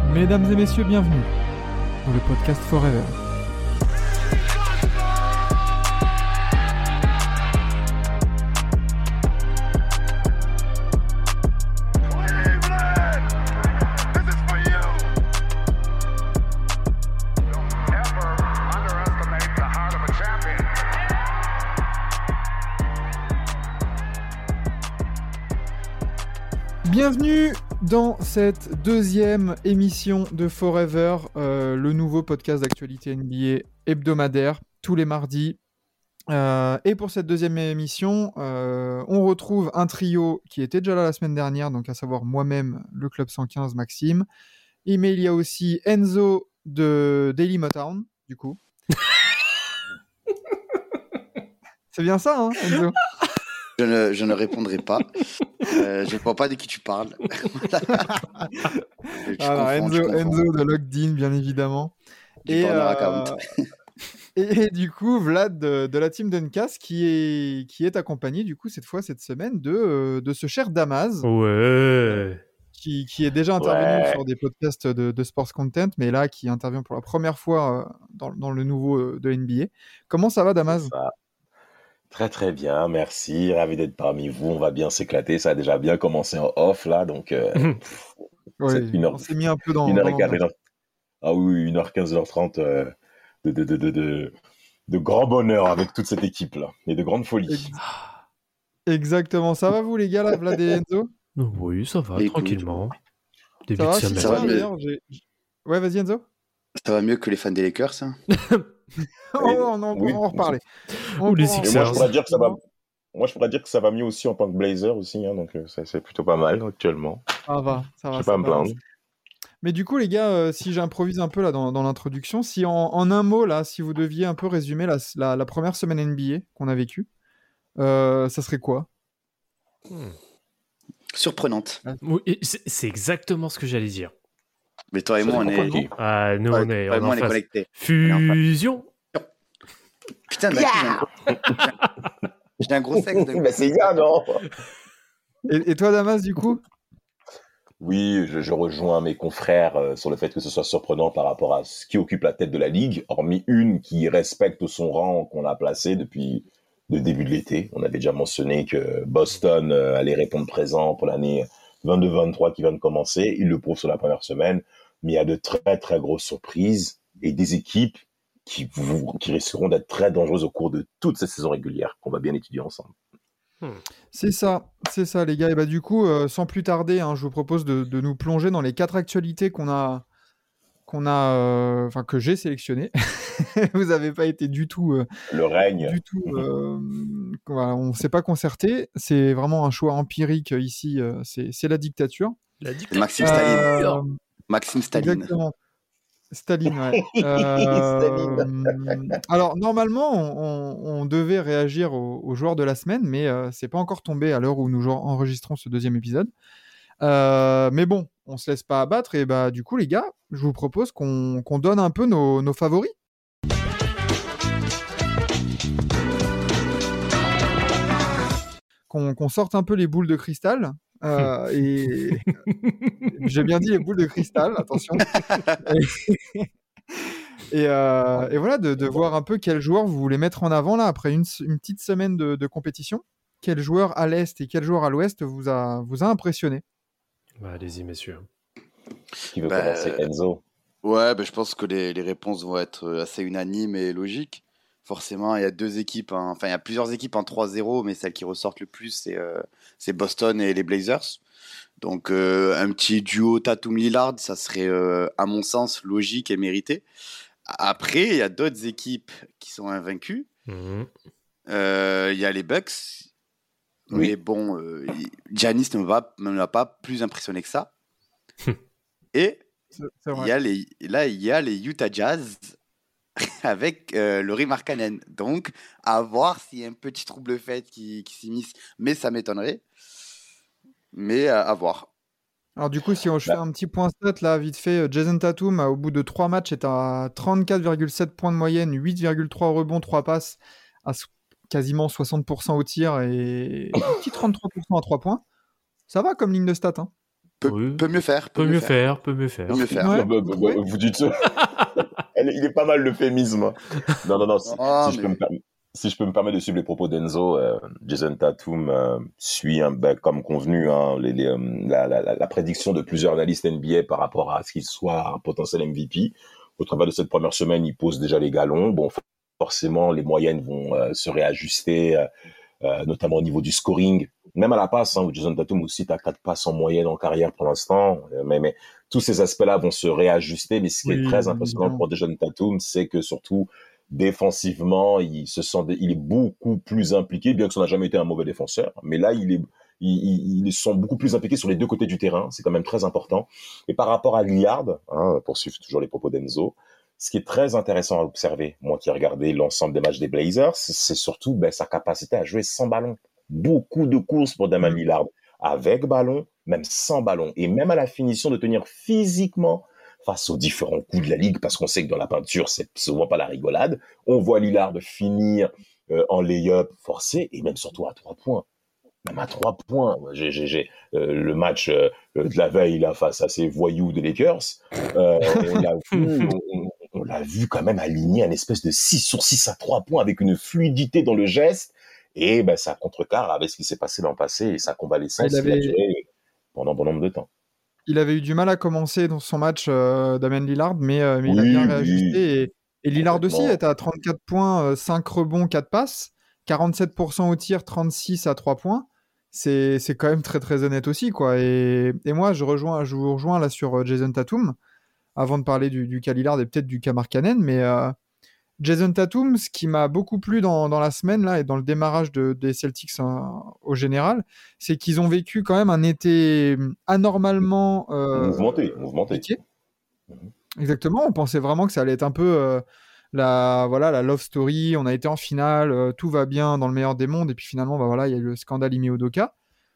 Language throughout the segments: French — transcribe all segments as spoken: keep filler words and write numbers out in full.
Mesdames et messieurs, bienvenue dans le podcast Forever. Bienvenue dans cette deuxième émission de Forever, euh, le nouveau podcast d'actualité N B A hebdomadaire, tous les mardis. Euh, et pour cette deuxième émission, euh, on retrouve un trio qui était déjà là la semaine dernière, donc à savoir moi-même, le Club cent quinze, Maxime. Et, mais il y a aussi Enzo de Daily Motown, du coup. C'est bien ça, hein, Enzo? Je ne, je ne répondrai pas. Euh, je ne vois pas de qui tu parles. Alors, confonds, Enzo, Enzo de Locked In, bien évidemment. Et, euh, et, et du coup, Vlad de, de la team Duncast qui est, qui est accompagné, du coup, cette fois, cette semaine, de, de ce cher Damaz. Ouais. Euh, qui, qui est déjà intervenu ouais. sur des podcasts de, de sports content, mais là, qui intervient pour la première fois euh, dans, dans le nouveau euh, de N B A. Comment ça va, Damaz? Ça. Très très bien, merci, ravi d'être parmi vous, on va bien s'éclater, ça a déjà bien commencé en off là, donc euh, pff, oui, une heure, on s'est mis un peu dans, une heure dans et quart, une heure, ah oui, une heure quinze, une heure trente euh, de, de, de, de, de, de grand bonheur avec toute cette équipe là, et de grande folie. Ex- Exactement, ça va vous les gars là, Vlad et Enzo? Oui, ça va, Écoute, tranquillement. Début ça va, de semaine. Si ça va d'ailleurs, j'ai... Ouais, vas-y Enzo. Ça va mieux que les fans des Lakers, hein. Oh, on en, oui. on en reparler. Ou les Sixers. Moi, je pourrais dire que ça va. Moi, je pourrais dire que ça va mieux aussi en tant que Blazer aussi, hein, donc ça, c'est plutôt pas mal actuellement. Ça va, ça va. Je vais pas me plaindre. Mais du coup, les gars, euh, si j'improvise un peu là dans, dans l'introduction, si en, en un mot là, si vous deviez un peu résumer la, la, la première semaine N B A qu'on a vécue, euh, ça serait quoi? hmm. Surprenante. Oui, c'est, c'est exactement ce que j'allais dire. Mais toi et moi, on est. Ah, nous, ouais, on est. Toi et on moi, en on est connectés. Fusion. Putain, bah, yeah j'ai un gros sexe. Bah, c'est ça, non? Et, et toi, Damas, du coup? Oui, je, je rejoins mes confrères euh, sur le fait que ce soit surprenant par rapport à ce qui occupe la tête de la Ligue, hormis une qui respecte son rang qu'on a placé depuis le début de l'été. On avait déjà mentionné que Boston euh, allait répondre présent pour l'année vingt-deux vingt-trois qui vient de commencer. Il le prouve sur la première semaine, mais il y a de très très grosses surprises et des équipes qui, vous, qui risqueront d'être très dangereuses au cours de toute cette saison régulière qu'on va bien étudier ensemble. Hmm. C'est ça, c'est ça les gars. Et bah du coup, euh, sans plus tarder, hein, je vous propose de, de nous plonger dans les quatre actualités qu'on a, qu'on a, enfin euh, que j'ai sélectionnées. Vous n'avez pas été du tout, euh, le règne. Du tout, euh, voilà, on ne s'est pas concerté. C'est vraiment un choix empirique ici. Euh, c'est, c'est la dictature. La dictature. Maxime Staline. Euh, Maxime Staline. Exactement. Staline, ouais. euh, Staline. Alors, normalement, on, on devait réagir aux, aux joueurs de la semaine, mais euh, c'est pas encore tombé à l'heure où nous enregistrons ce deuxième épisode. Euh, mais bon, on se laisse pas abattre. Et bah, du coup, les gars, je vous propose qu'on, qu'on donne un peu nos, nos favoris. Qu'on, qu'on sorte un peu les boules de cristal. Euh, et j'ai bien dit les boules de cristal, attention. et, et, euh, et voilà, de, de voir un peu quel joueur vous voulez mettre en avant là après une, une petite semaine de, de compétition. Quel joueur à l'est et quel joueur à l'ouest vous a, vous a impressionné? Bah, allez-y, messieurs. Qui veut bah, commencer, Enzo? Ouais, bah, je pense que les, les réponses vont être assez unanimes et logiques. Forcément, il y a deux équipes, hein, enfin il y a plusieurs équipes en trois zéro, mais celles qui ressortent le plus, c'est, euh, c'est Boston et les Blazers. Donc euh, un petit duo Tatum-Lillard, ça serait euh, à mon sens logique et mérité. Après, il y a d'autres équipes qui sont invaincues. Mmh. Euh, il y a les Bucks, oui. Mais bon, euh, Giannis ne m'a, ne m'a pas plus impressionné que ça. Et c'est, c'est il y a les, là, il y a les Utah Jazz avec euh, Lauri Markkanen. Donc, à voir s'il y a un petit trouble fait qui, qui s'immisce, mais ça m'étonnerait. Mais euh, à voir. Alors du coup, si on, je fais un petit point stat là, vite fait, Jason Tatum, au bout de trois matchs, est à trente-quatre virgule sept points de moyenne, huit virgule trois rebonds, trois passes, à quasiment soixante pour cent au tir et un petit trente-trois pour cent à trois points. Ça va comme ligne de stat, hein. Peut, Oui. peut mieux faire. Peut mieux faire, peut mieux faire. Peut mieux faire. Ouais. Bah, bah, bah, vous dites ça. Elle- Il est pas mal l'euphémisme. hein. Non, non, non. Si, Ah, si je mais- peux me permettre. Si je peux me permettre de suivre les propos d'Enzo, euh, Jason Tatum euh, suit, hein, ben, comme convenu, hein, les, les, euh, la, la, la prédiction de plusieurs analystes N B A par rapport à ce qu'il soit un potentiel M V P. Au travers de cette première semaine, il pose déjà les galons. Bon, forcément, les moyennes vont euh, se réajuster, euh, euh, notamment au niveau du scoring. Même à la passe, hein, où Jason Tatum aussi a quatre passes en moyenne en carrière pour l'instant. Euh, mais, mais tous ces aspects-là vont se réajuster. Mais ce qui Oui, est très impressionnant évidemment. pour Jason Tatum, c'est que surtout défensivement, il se sent, il est beaucoup plus impliqué, bien que ça n'a jamais été un mauvais défenseur. Mais là, il est, il, il, il se sent beaucoup plus impliqué sur les deux côtés du terrain. C'est quand même très important. Et par rapport à Lillard, hein, pour suivre toujours les propos d'Enzo, ce qui est très intéressant à observer, moi qui ai regardé l'ensemble des matchs des Blazers, c'est surtout ben, sa capacité à jouer sans ballon. Beaucoup de courses pour Damian Mm. Lillard, avec ballon, même sans ballon, et même à la finition de tenir physiquement face aux différents coups de la ligue, parce qu'on sait que dans la peinture, c'est souvent pas la rigolade. On voit Lillard finir euh, en lay-up forcé, et même surtout à trois points. Même à trois points. J'ai, j'ai, j'ai euh, le match euh, de la veille là face à ces voyous des Lakers, euh, on l'a vu, on, on, on l'a vu quand même aligner un espèce de six sur six à trois points avec une fluidité dans le geste, et ben ça contrecarre avec ce qui s'est passé l'an passé et sa convalescence Il avait- qui a duré pendant bon nombre de temps. Il avait eu du mal à commencer dans son match, euh, Damian Lillard, mais, euh, mais il a Oui, bien oui. réajusté. Et, et Lillard aussi Complètement. est à trente-quatre points, euh, cinq rebonds, quatre passes, quarante-sept pour cent au tir, trente-six à trois points. C'est, c'est quand même très très honnête aussi, quoi. Et, et moi, je, rejoins, je vous rejoins là sur euh, Jason Tatum, avant de parler du, du cas Lillard et peut-être du cas Markkanen, mais euh, Jason Tatum, ce qui m'a beaucoup plu dans, dans la semaine là et dans le démarrage de, des Celtics en- au général, c'est qu'ils ont vécu quand même un été anormalement euh, Mouvementé, mouvementé. compliqué. Mhm. Exactement, on pensait vraiment que ça allait être un peu euh, la, voilà, la love story, on a été en finale, euh, tout va bien dans le meilleur des mondes, et puis finalement, bah, voilà, il y a eu le scandale Ime Udoka.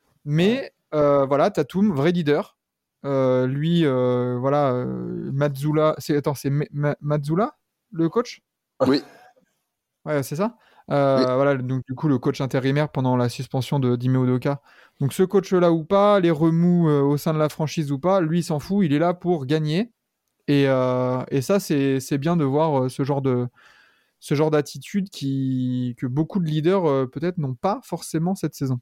Mais euh, voilà, Tatum, vrai leader. Euh, lui, euh, voilà, euh, Mazzula, c'est, attends, c'est Ma- Ma- Mazzula, le coach? Oui. Ouais, c'est ça. Euh, Oui. Voilà, donc du coup, le coach intérimaire pendant la suspension de d'Ime Udoka. Donc ce coach-là ou pas, les remous euh, au sein de la franchise ou pas, lui, il s'en fout, il est là pour gagner. Et, euh, et ça, c'est, c'est bien de voir euh, ce genre de ce genre d'attitude qui, que beaucoup de leaders euh, peut-être n'ont pas forcément cette saison.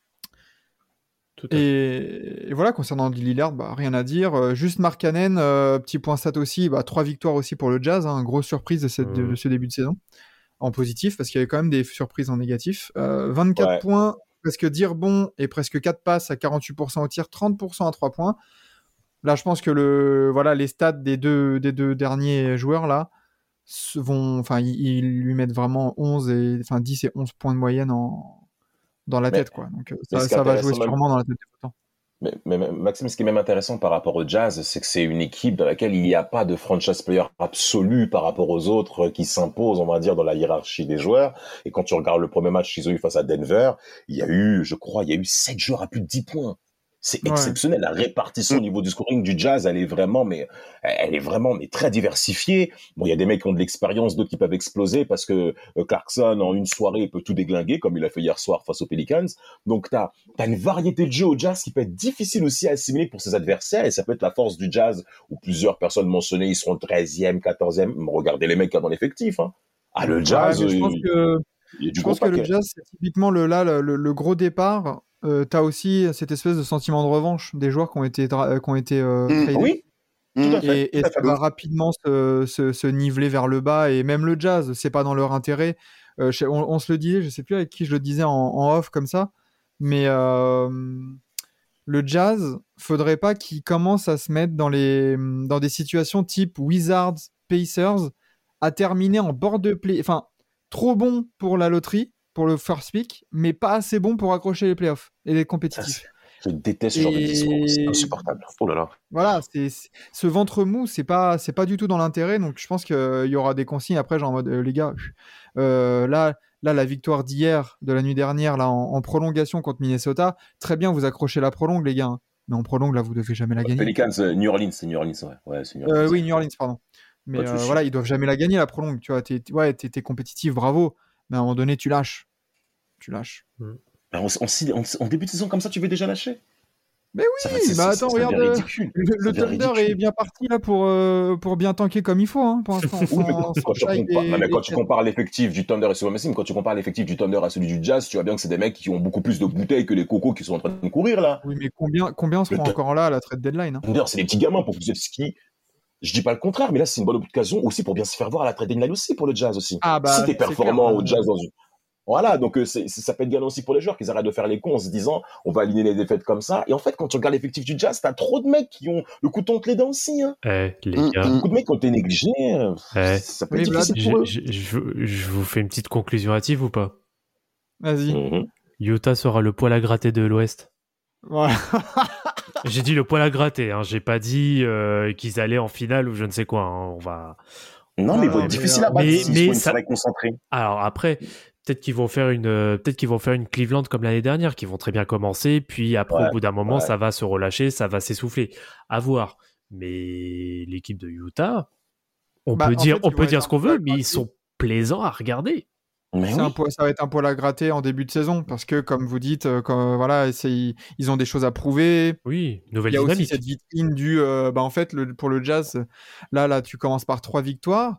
Tout à fait. Et, et voilà, concernant Lillard, bah, rien à dire. Euh, juste Markkanen, euh, petit point stat aussi, bah, trois victoires aussi pour le Jazz, hein, grosse surprise de, cette, de, Mhm. de ce début de saison, en positif, parce qu'il y avait quand même des surprises en négatif. Euh, vingt-quatre Ouais. points, presque dix rebonds et presque quatre passes à quarante-huit pour cent au tir, trente pour cent à trois points. Là, je pense que le, voilà, les stats des deux, des deux derniers joueurs là se vont, enfin, ils, ils lui mettent vraiment onze et, enfin, dix et onze points de moyenne en, dans la Mais- tête, quoi. Donc, euh, mais ça, ce qui est ça va jouer intéressant même- sûrement dans la tête des votants. Mais, mais, mais, Maxime, ce qui est même intéressant par rapport au Jazz, c'est que c'est une équipe dans laquelle il n'y a pas de franchise player absolu par rapport aux autres qui s'imposent, on va dire, dans la hiérarchie des joueurs. Et quand tu regardes le premier match qu'ils ont eu face à Denver, il y a eu, je crois, il y a eu sept joueurs à plus de dix points. C'est Ouais. exceptionnel. La répartition au niveau du scoring du Jazz, elle est vraiment, mais elle est vraiment, mais très diversifiée. Bon, il y a des mecs qui ont de l'expérience, d'autres qui peuvent exploser parce que euh, Clarkson, en une soirée, peut tout déglinguer, comme il a fait hier soir face aux Pelicans. Donc, t'as, t'as une variété de jeux au Jazz qui peut être difficile aussi à assimiler pour ses adversaires, et ça peut être la force du Jazz, où plusieurs personnes mentionnées, ils seront treizième, quatorzième. Regardez les mecs qu'il y a dans l'effectif, hein. Ah, le Jazz, Ouais, mais je pense il, que, il y a du je gros pense que le paquet. Jazz, c'est typiquement le, là, le, le- le gros départ. Euh, t'as aussi cette espèce de sentiment de revanche des joueurs qui ont été, dra- euh, qui ont été euh, Mm. tradés. Oui, tout à Mm. fait. Et, et tout à ça fait. va rapidement se, se, se niveler vers le bas. Et même le Jazz, c'est pas dans leur intérêt. Euh, je- on, on se le disait, je sais plus avec qui je le disais en, en off comme ça, mais euh, le Jazz, faudrait pas qu'ils commencent à se mettre dans, les, dans des situations type Wizards, Pacers, à terminer en bord de play. Enfin, trop bon pour la loterie, pour le first pick, mais pas assez bon pour accrocher les playoffs et les compétitifs. Je déteste ce genre de Et- discours. C'est insupportable. Oh là là. Voilà, c'est, c'est- ce ventre mou, c'est pas, c'est pas du tout dans l'intérêt. Donc, je pense qu'il y aura des consignes après, genre en mode, euh, les gars, euh, là, là, la victoire d'hier, de la nuit dernière, là, en, en prolongation contre Minnesota, très bien, vous accrochez la prolongue, les gars. hein. Mais en prolongue, là, vous devez jamais la gagner. Pelicans, euh, New Orleans, c'est New Orleans, ouais. Ouais, c'est New Orleans. Euh, oui, New Orleans, pardon. Mais Pas de euh, souci. voilà, ils doivent jamais la gagner, la prolongue. Tu vois, t'es, ouais, t'es, t'es compétitif, bravo. Mais à un moment donné, tu lâches. Tu lâches. En, en, en- en début de saison comme ça, tu veux déjà lâcher? Mais oui, bah attends, regarde, le, le Thunder ridicule. Est bien parti là pour, euh, pour bien tanker comme il faut, hein, pour l'instant. Oui, mais quand, quand, et, non, mais quand tu compares l'effectif du Thunder et celui de quand tu compares l'effectif du Thunder à celui du Jazz, tu vois bien que c'est des mecs qui ont beaucoup plus de bouteilles que les cocos qui sont en train de courir là. Oui, mais combien, combien seront encore là à la trade deadline, hein? Thunder, c'est des petits gamins pour Kuzelski. Je dis pas le contraire, mais là, c'est une bonne occasion aussi pour bien se faire voir à la trade deadline aussi pour le Jazz aussi. Ah bah, si t'es performant clair, au Jazz dans une... Voilà, donc euh, c'est, ça peut être gagnant aussi pour les joueurs qu'ils arrêtent de faire les cons en se disant on va aligner les défaites comme ça. Et en fait, quand tu regardes l'effectif du Jazz, t'as trop de mecs qui ont le couteau entre les dents aussi. Hein. Eh, les gars. Beaucoup de mecs qui ont été négligés. Eh. Ça peut être oui, difficile Vlad, pour eux. Je, je, je, je vous fais une petite conclusion hâtive ou pas? Vas-y. Mm-hmm. Utah sera le poil à gratter de l'Ouest. Ouais. J'ai dit le poil à gratter, hein. J'ai pas dit euh, qu'ils allaient en finale ou je ne sais quoi. Hein. On va. Non, mais il va être difficile à battre. Mais, s'ils mais sont ça. Concentré. Alors après. Peut-être qu'ils vont faire une, peut-être qu'ils vont faire une Cleveland comme l'année dernière, qui vont très bien commencer, puis après ouais, au bout d'un moment, ouais. ça va se relâcher, ça va s'essouffler. À voir. Mais l'équipe de Utah, on bah, peut dire, fait, on peut dire ce qu'on veut, mais ils sont plaisants à regarder. C'est oui. un poil, ça va être un poil à gratter en début de saison, parce que comme vous dites, quand, voilà, c'est, ils ont des choses à prouver. Oui, nouvelle Il y a dynamique. aussi cette vitrine du, euh, bah en fait, le, pour le Jazz, là, là, tu commences par trois victoires.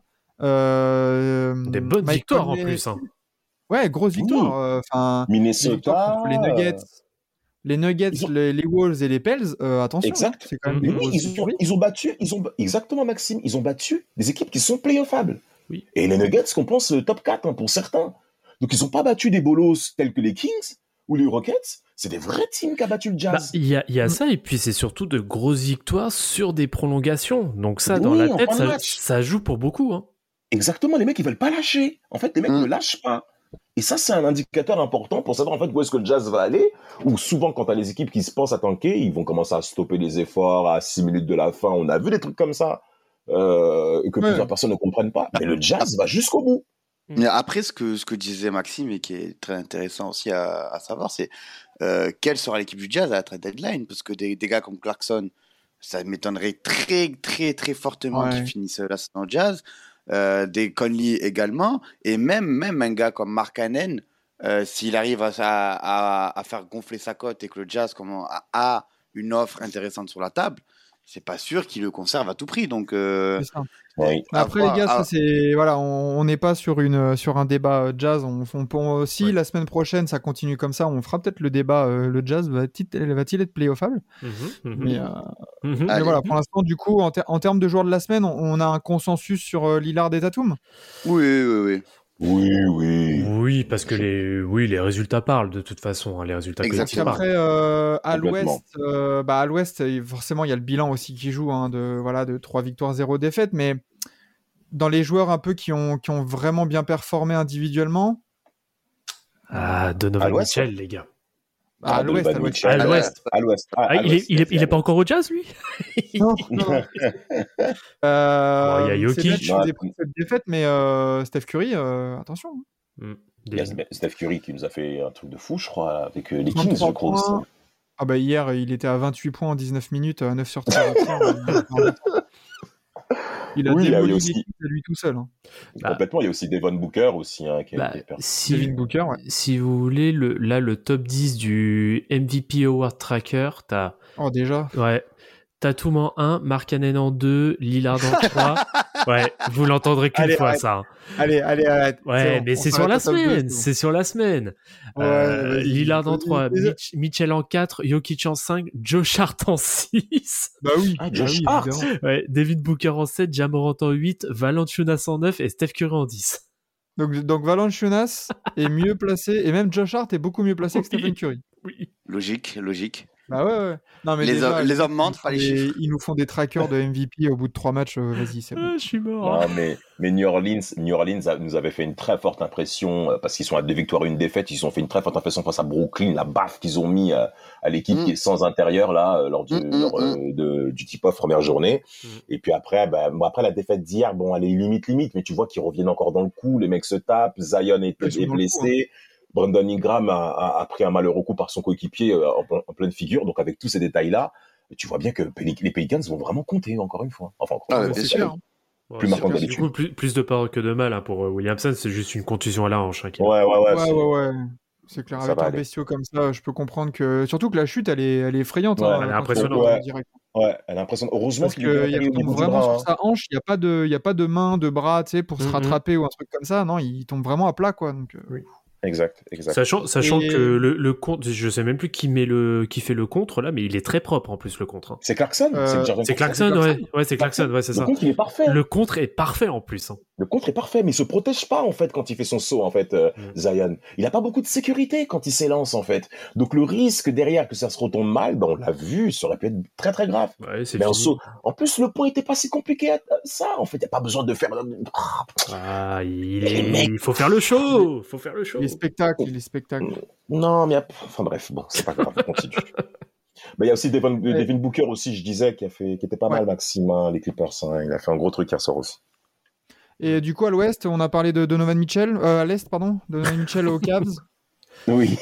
Euh, des bonnes Mike victoires Conley... en plus. Hein. Ouais, grosse victoire. Enfin, oui. Minnesota, les Nuggets, les Nuggets, ont... les, les Wolves et les Pels. Euh, attention, exact. C'est quand même mmh. oui, ils, ont, ils ont battu, ils ont exactement Maxime, ils ont battu des équipes qui sont playoffables. Oui. Et les Nuggets qu'on pense top quatre hein, pour certains. Donc ils ont pas battu des bolos tels que les Kings ou les Rockets. C'est des vrais teams qui a battu le Jazz. Il bah, y a, y a mmh. ça et puis c'est surtout de grosses victoires sur des prolongations. Donc ça, oui, dans la tête, ça, ça joue pour beaucoup. Hein. Exactement, les mecs ils veulent pas lâcher. En fait, les mecs mmh. ne lâchent pas. Et ça, c'est un indicateur important pour savoir en fait où est-ce que le Jazz va aller. Ou souvent, quand t'as les équipes qui se pensent à tanker, ils vont commencer à stopper les efforts à six minutes de la fin. On a vu des trucs comme ça euh, et que ouais. plusieurs personnes ne comprennent pas. Mais le Jazz va jusqu'au bout. Mais après, ce que ce que disait Maxime et qui est très intéressant aussi à, à savoir, c'est euh, quelle sera l'équipe du Jazz à la trade deadline, parce que des, des gars comme Clarkson, ça m'étonnerait très très très fortement ouais. qu'ils finissent la saison au Jazz. Euh, des Conley également, et même, même un gars comme Mark Cannon, euh, s'il arrive à, à, à faire gonfler sa cote et que le Jazz comment, a, a une offre intéressante sur la table, c'est pas sûr qu'il le conserve à tout prix. Donc, euh, c'est ça. Oui. Après avoir, les gars, ça, c'est voilà, on n'est pas sur une sur un débat Jazz. On, on peut aussi ouais. la semaine prochaine, ça continue comme ça. On fera peut-être le débat. Euh, le Jazz va-t-il, va-t-il être playoffable mmh, mmh. Mais, euh, mmh. mais voilà, pour l'instant, du coup, en, ter- en termes de joueurs de la semaine, on, on a un consensus sur euh, Lillard et Tatum. Oui, oui, oui. Oui, oui. Oui, parce que les, oui, les résultats parlent de toute façon. Hein, les résultats Exactement. Après, euh, à l'Ouest, euh, bah, à l'Ouest, forcément, il y a le bilan aussi qui joue, hein, de voilà, de trois victoires, zéro défaite. Mais dans les joueurs un peu qui ont qui ont vraiment bien performé individuellement. Ah, Donovan Mitchell, les gars. Ah, à l'Ouest, à l'Ouest. À l'Ouest. À l'Ouest. Ah, ah, il est, il est, il est pas encore au Jazz, lui. Non, non. euh, bon, il y a Jokic. C'est des cette défaite, mais euh, Steph Curry, euh, attention. Mm. Il y a Steph Curry qui nous a fait un truc de fou, je crois, avec les Kings, je crois. Aussi. Ah bah hier, il était à vingt-huit points en dix-neuf minutes, à neuf sur tir. Il a oui, démoli il y a aussi... lui tout seul. Hein. Bah, complètement, il y a aussi Devon Booker aussi. Hein, qui a bah, été si, Devin Booker, ouais. Si vous voulez, le, là, le top dix du M V P Award Tracker, t'as... Oh, déjà Ouais. Tatum en un, Mark Cannon en deux, Lillard en trois. Ouais, vous l'entendrez qu'une allez, fois, arrête. ça. Hein. Allez, allez, arrête. Ouais, c'est bon, mais c'est sur la semaine. C'est, c'est sur la semaine. Ouais, euh, Lillard en trois, Mitch, Mitchell en quatre, Jokic en cinq, Josh Hart en six. Bah oui, ah, Josh bah Hart. Oui, ouais, David Booker en sept, Ja Morant en huit, Valanciunas en neuf et Steph Curry en dix. Donc, donc Valanciunas est mieux placé, et même Josh Hart est beaucoup mieux placé oui, que Stephen Curry. Oui. Logique, logique. Bah ouais, ouais. Non, mais les, déjà, hommes, les hommes mentent, pas les chiffres. Ils nous font des trackers de M V P au bout de trois matchs. Euh, vas-y, c'est bon. Ah, je suis mort. Non, mais, mais New Orleans, New Orleans a, nous avait fait une très forte impression euh, parce qu'ils sont à deux victoires et une défaite. Ils ont fait une très forte impression face à Brooklyn, la baffe qu'ils ont mis euh, à l'équipe mm. qui est sans intérieur là euh, lors du, mm, lors, euh, de, du tip-off première journée. Mm. Et puis après, bah, bon, après la défaite d'hier, bon, elle est limite limite, mais tu vois qu'ils reviennent encore dans le coup. Les mecs se tapent. Zion est, est blessé. Coup, hein. Brandon Ingram a, a, a pris un malheureux coup par son coéquipier euh, en, en pleine figure. Donc avec tous ces détails-là, tu vois bien que les Pelicans vont vraiment compter encore une fois. Enfin, encore ah, une fois, c'est sûr. Plus ouais, marquant plus, plus, plus de paroles que de mal hein, pour Williamson. C'est juste une contusion à la hanche. Hein, ouais, ouais, ouais, ouais, ouais, ouais. C'est clair, Ça avec va un aller. bestiau comme ça, je peux comprendre que. Surtout que la chute, elle est, elle est effrayante. Ouais, hein, elle est quand tu impressionnante. la vois en Ouais. direct. Ouais, elle a l'impression. Heureusement Parce qu'il est bien qu'il calé au retombe niveau du vraiment bras. sur Hein. sa hanche, il n'y a, pas de- y a pas de main, de bras, tu sais, pour se Mm, mm. rattraper ou un truc comme ça. Non, il tombe vraiment à plat, quoi. Donc, euh, Oui. Exact, exact. Sachant, sachant Et- que le, le contre, je sais même plus qui met le, qui fait le contre là, mais il est très propre en plus le contre. hein. C'est Clarkson, Euh, c'est Jordan C'est Clarkson. Clarkson, Clarkson. ouais, ouais, c'est Clarkson, ouais, c'est Le ça. contre, il est parfait. Le contre est parfait en plus. hein. Le contre est parfait, mais il se protège pas en fait quand il fait son saut en fait, euh, Mm. Zion. Il a pas beaucoup de sécurité quand il s'élance en fait. Donc le risque derrière que ça se retombe mal, ben on l'a vu, ça aurait pu être très très grave. Ouais, c'est Mais en fini. saut, en plus le point était pas si compliqué à ça en fait. Y a pas besoin de faire. Ah, Ah, il, Les est... mecs- il faut faire le show, faut faire le show. les spectacles, les spectacles. non, mais enfin bref, bon, c'est pas grave, on continue. Mais il y a aussi Devin, Ouais. Devin Booker aussi, je disais, qui a fait, qui était pas Ouais. mal, Maxime, hein, les Clippers. Hein, il a fait un gros truc hier soir aussi. Et du coup, à l'ouest, on a parlé de Donovan Mitchell. Euh, à l'est, pardon. Donovan Mitchell aux Cavs. Oui.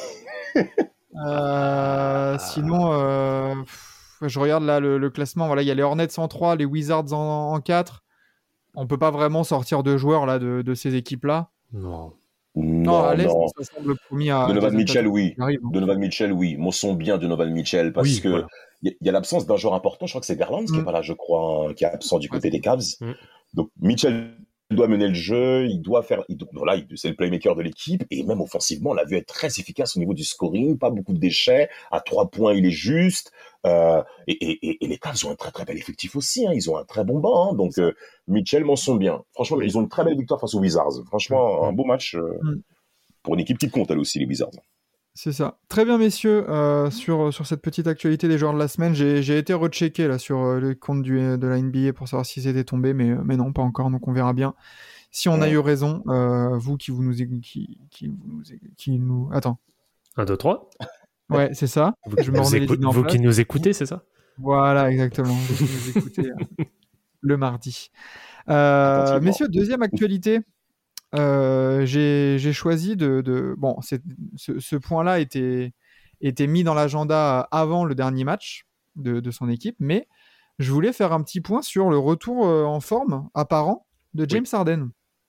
Euh, sinon, euh, pff, je regarde là le, le classement. Voilà, il y a les Hornets en trois, les Wizards en, en quatre. On peut pas vraiment sortir de joueurs là de, de ces équipes-là. Non. Non, à Non, l'est, non. ça semble promis à Donovan Jason Mitchell, Tatum oui. qui arrive, hein. Donovan Mitchell, oui. Monçons bien Donovan Mitchell parce Oui, que voilà. il y, y a l'absence d'un joueur important. Je crois que c'est Garland qui est Mm. pas là, je crois, hein, qui est absent du Ouais, côté des Cavs. Mm. Donc Mitchell doit mener le jeu, il doit faire, il, voilà, il- c'est le playmaker de l'équipe et même offensivement, on l'a vu être très efficace au niveau du scoring, pas beaucoup de déchets. À trois points, il est juste. Euh, et, et, et, et les Cavs ont un très très bel effectif aussi. Hein, ils ont un très bon banc. Hein, donc euh, Mitchell mentionne bien. Franchement, Oui. ils ont une très belle victoire face aux Wizards. Franchement, Mm. un beau match euh, Mm. pour une équipe qui compte elle aussi, les Wizards. C'est ça. Très bien, messieurs. euh, sur, sur cette petite actualité des joueurs de la semaine, j'ai j'ai été rechecké là, sur euh, le compte du, de la N B A pour savoir si c'était tombé, mais, mais non, pas encore. Donc on verra bien si on a Ouais. eu raison. Euh, vous qui vous nous, éc- qui, qui vous nous, éc- qui nous... Attends. un, deux, trois. Ouais, c'est ça. Vous, Je me vous remets les écou- idées en vous place. qui nous écoutez, c'est ça? Voilà, exactement. Vous qui nous écoutez euh, le mardi. Euh, Attentivement. messieurs, deuxième actualité. Euh, j'ai j'ai choisi de, de bon, c'est- ce, ce point-là était était mis dans l'agenda avant le dernier match de, de son équipe, mais je voulais faire un petit point sur le retour euh, en forme apparent de James Harden.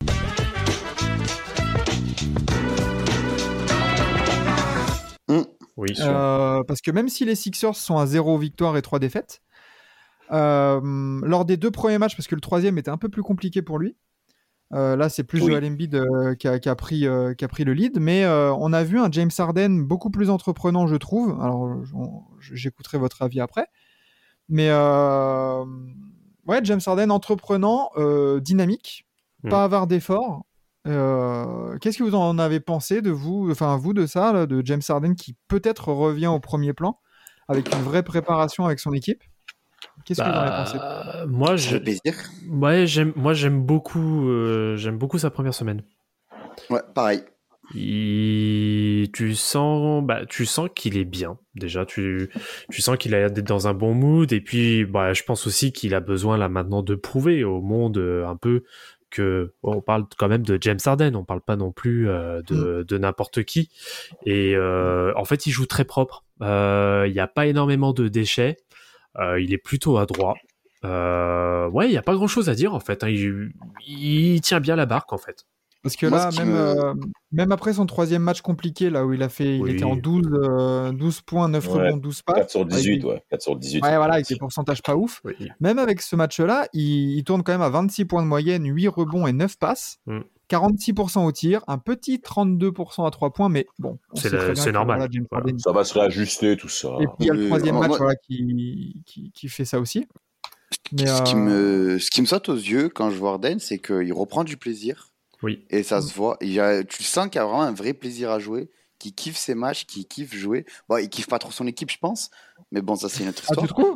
Oui, sûr. Euh, parce que même si les Sixers sont à zéro victoire et trois défaites, euh, lors des deux premiers matchs, parce que le troisième était un peu plus compliqué pour lui, euh, là c'est plus Oui. Joel Embiid euh, qui, a, qui, a pris, euh, qui a pris le lead, mais euh, on a vu un James Harden beaucoup plus entreprenant, je trouve. Alors on- j'écouterai votre avis après, mais euh, ouais, James Harden entreprenant, euh, dynamique, Mm. pas avare d'efforts. Euh, Qu'est-ce que vous en avez pensé de vous, enfin vous de ça, là, de James Harden qui peut-être revient au premier plan avec une vraie préparation avec son équipe? Qu'est-ce que vous en avez pensé? Bah, moi, C'est je... le plaisir. ouais, j'aime, moi, j'aime beaucoup, euh, j'aime beaucoup sa première semaine. Ouais, pareil. Il... Tu sens, bah, tu sens qu'il est bien. Déjà, tu, tu sens qu'il a l'air d'être dans un bon mood. Et puis, bah, je pense aussi qu'il a besoin là maintenant de prouver au monde euh, un peu que on parle quand même de James Harden. On parle pas non plus euh, de, de n'importe qui. Et euh, en fait, il joue très propre. Euh, Il y a pas énormément de déchets. Euh, il est plutôt adroit. Euh, ouais, il y a pas grand chose à dire en fait. Hein. Il, il tient bien la barque en fait. Parce que Moi, là, ce qui même, me- euh, même après son troisième match compliqué, là où il a fait, il Oui. était en douze, euh, douze points, neuf Ouais, rebonds, douze passes. quatre sur dix-huit, avec des- ouais. quatre sur dix-huit. Ouais, voilà, avec des pourcentages pas ouf. Oui. Même avec ce match-là, il, il tourne quand même à vingt-six points de moyenne, huit rebonds et neuf passes. Mm. quarante-six pour cent au tir, un petit trente-deux pour cent à trois points, mais bon, on C'est sait le- très bien c'est que, normal. voilà, James Voilà. Harden. Ça va se réajuster, tout ça. Et puis il y a le Oui, troisième moi- match moi- voilà, qui, qui, qui fait ça aussi. Mais, Ce, qui euh, me, ce qui me saute aux yeux quand je vois Harden, c'est qu'il reprend du plaisir. Oui. Et ça Mm. se voit. Il y a, tu sens qu'il y a vraiment un vrai plaisir à jouer, qu'il kiffe ses matchs, qu'il kiffe jouer. Bon, il kiffe pas trop son équipe, je pense. Mais bon, ça, c'est une autre Ah, tu histoire. trouves?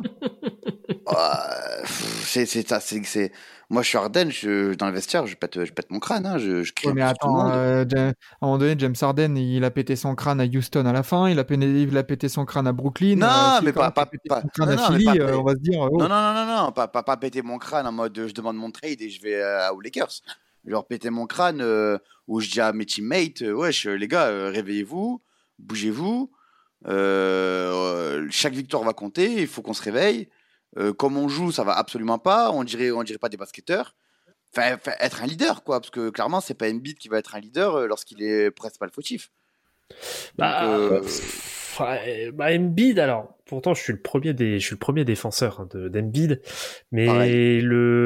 Euh, pff, c'est, c'est, ça, c'est, c'est... Moi, je suis Harden, je, dans le vestiaire, je pète, je pète mon crâne. Hein, je, je crie Ouais, mais un peu sur tout le attends, monde. euh, Ja- à un moment donné, James Harden, il a pété son crâne à Houston à la fin, il a, péné- il a pété son crâne à Brooklyn. Non, euh, si mais quand pas- il a pas- pété pas- son crâne non, à non, mais Philly, pas- euh, on va se dire, oh, Non, non, non, non, non, pas, pas, pas péter mon crâne en mode euh, je demande mon trade et je vais euh, aux Lakers. Genre péter mon crâne euh, où je dis à mes teammates, euh, wesh, euh, les gars, euh, réveillez-vous, bougez-vous. Euh, euh, chaque victoire va compter, il faut qu'on se réveille. Euh, comme on joue, ça va absolument pas. On dirait, on dirait pas des basketteurs. Enfin, enfin, être un leader, quoi, parce que clairement, c'est pas Embiid qui va être un leader euh, lorsqu'il est principal fautif. Bah, euh... ouais, bah Embiid, alors, pourtant, je suis le premier des, je suis le premier défenseur hein, de, d'Embiid, mais Pareil.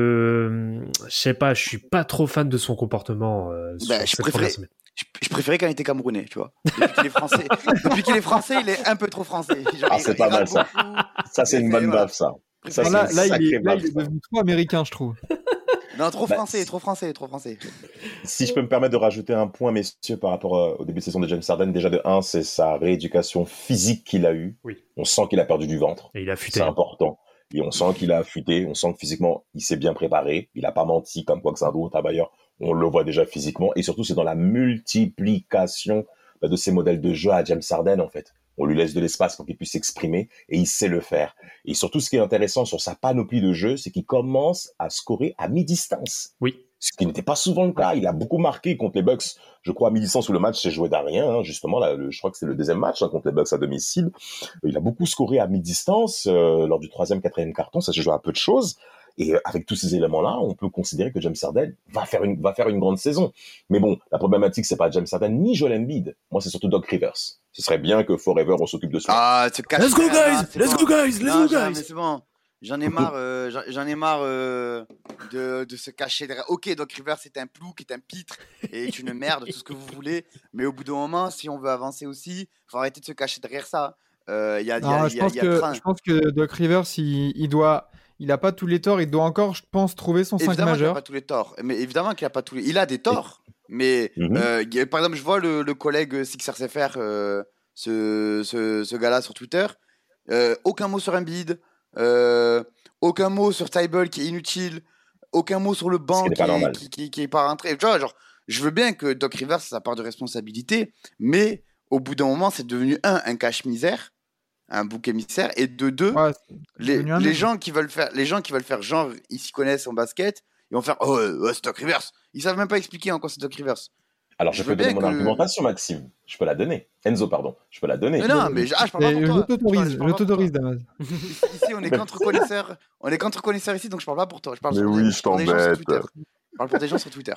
le, je sais pas, je suis pas trop fan de son comportement euh, sur bah, cette préférais... première semaine. Je, je préférais quand il était camerounais, tu vois. Depuis qu'il est français, depuis qu'il est français, il est un peu trop français. Genre, ah, c'est il, pas il mal ça. Beaucoup, ça, c'est une bonne voilà. baffe, ça. ça là, là, il est, là, il est devenu trop américain, je trouve. Non, trop bah, français, trop français, trop français. Si je peux me permettre de rajouter un point, messieurs, par rapport euh, au début de saison de James Harden, déjà de un, c'est sa rééducation physique qu'il a eue. Oui. On sent qu'il a perdu du ventre. Et il a fuité. C'est important. Et on sent qu'il a fuité. On sent que physiquement, il s'est bien préparé. Il n'a pas menti comme quoi que c'est un autre travailleur. On le voit déjà physiquement. Et surtout, c'est dans la multiplication bah, de ces modèles de jeu à James Harden, en fait. On lui laisse de l'espace pour qu'il puisse s'exprimer et il sait le faire. Et surtout, ce qui est intéressant sur sa panoplie de jeux, c'est qu'il commence à scorer à mi-distance. Oui. Ce qui n'était pas souvent le cas. Il a beaucoup marqué contre les Bucks. Je crois à mi-distance où le match s'est joué d'un rien. Hein, justement, là, le, je crois que c'est le deuxième match hein, contre les Bucks à domicile. Il a beaucoup scoré à mi-distance euh, lors du troisième, quatrième carton. Ça s'est joué à peu de choses. Et avec tous ces éléments-là, on peut considérer que James Harden va faire une, va faire une grande saison. Mais bon, la problématique, c'est pas James Harden ni Joel Embiid. Moi, c'est surtout Doc Rivers. Ce serait bien que Forever, on s'occupe de ça. Ah, let's go, guys! Let's go, guys! Let's go, guys! Mais c'est bon. J'en ai marre, euh, j'en, j'en ai marre euh, de, de se cacher derrière. Ok, Doc Rivers, c'est un plouc, est un pitre, et est une merde, tout ce que vous voulez. Mais au bout d'un moment, si on veut avancer aussi, faut arrêter de se cacher derrière ça. Euh, y a, non, y a, je, y a, pense y a que, je pense que Doc Rivers, il, il doit... Il n'a pas tous les torts, il doit encore, je pense, trouver son cinq majeur. Évidemment qu'il n'a pas tous les torts, mais évidemment qu'il n'a pas tous les... Il a des torts, mais mm-hmm. euh, par exemple, je vois le, le collègue Sixers F R, euh, ce, ce, ce gars-là sur Twitter, euh, aucun mot sur Embiid, euh, aucun mot sur Thybulle qui est inutile, aucun mot sur le banc qui est, qui, qui, qui est pas rentré. Tu vois, genre, je veux bien que Doc Rivers, ça part de responsabilité, mais au bout d'un moment, c'est devenu un, un cache-misère, un bouc émissaire, et de deux, ouais, les, les gens qui veulent faire, les gens qui veulent faire genre ils s'y connaissent en basket, ils vont faire oh ouais, c'est Doc Rivers. Ils savent même pas expliquer en quoi c'est Doc Rivers. Alors je, je peux donner mon que... argumentation, Maxime. Je peux la donner. Enzo, pardon. Je peux la donner. Mais non, mais je, ah, je parle pas pour toi. Je t'autorise, je t'autorise, Damas. Ici, on est contre connaisseurs. On est contre connaisseurs ici, donc je parle pas pour toi. Je parle mais pour oui, des, je t'embête. Je parle pour des gens sur Twitter.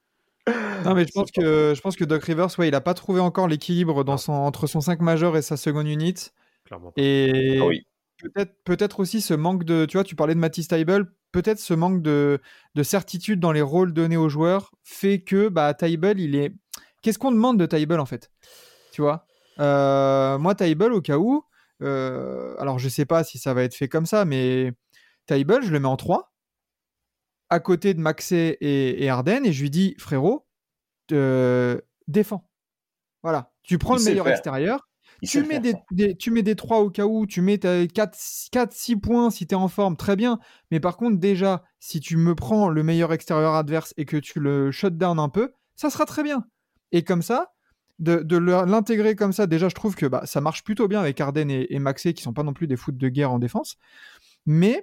Non, mais je pense que je pense que Doc Rivers, ouais, il a pas trouvé encore l'équilibre dans son entre son cinq majeur et sa seconde unit. Clairement. Et ah oui. peut-être, peut-être aussi ce manque de, tu vois, tu parlais de Matisse Thybulle, peut-être ce manque de, de certitude dans les rôles donnés aux joueurs fait que bah, Thybulle, il est... Qu'est-ce qu'on demande de Thybulle en fait ? Tu vois euh, moi, Thybulle, au cas où, euh, alors je sais pas si ça va être fait comme ça, mais Thybulle, je le mets en trois, à côté de Maxey et, et Harden, et je lui dis, frérot, euh, défends. Voilà, tu prends il le meilleur faire. extérieur, Tu mets des, des, tu mets des trois au cas où, tu mets quatre six points si tu es en forme, très bien. Mais par contre, déjà, si tu me prends le meilleur extérieur adverse et que tu le shut down un peu, ça sera très bien. Et comme ça, de, de l'intégrer comme ça, déjà, je trouve que bah, ça marche plutôt bien avec Harden et, et Maxey, qui sont pas non plus des foot de guerre en défense. Mais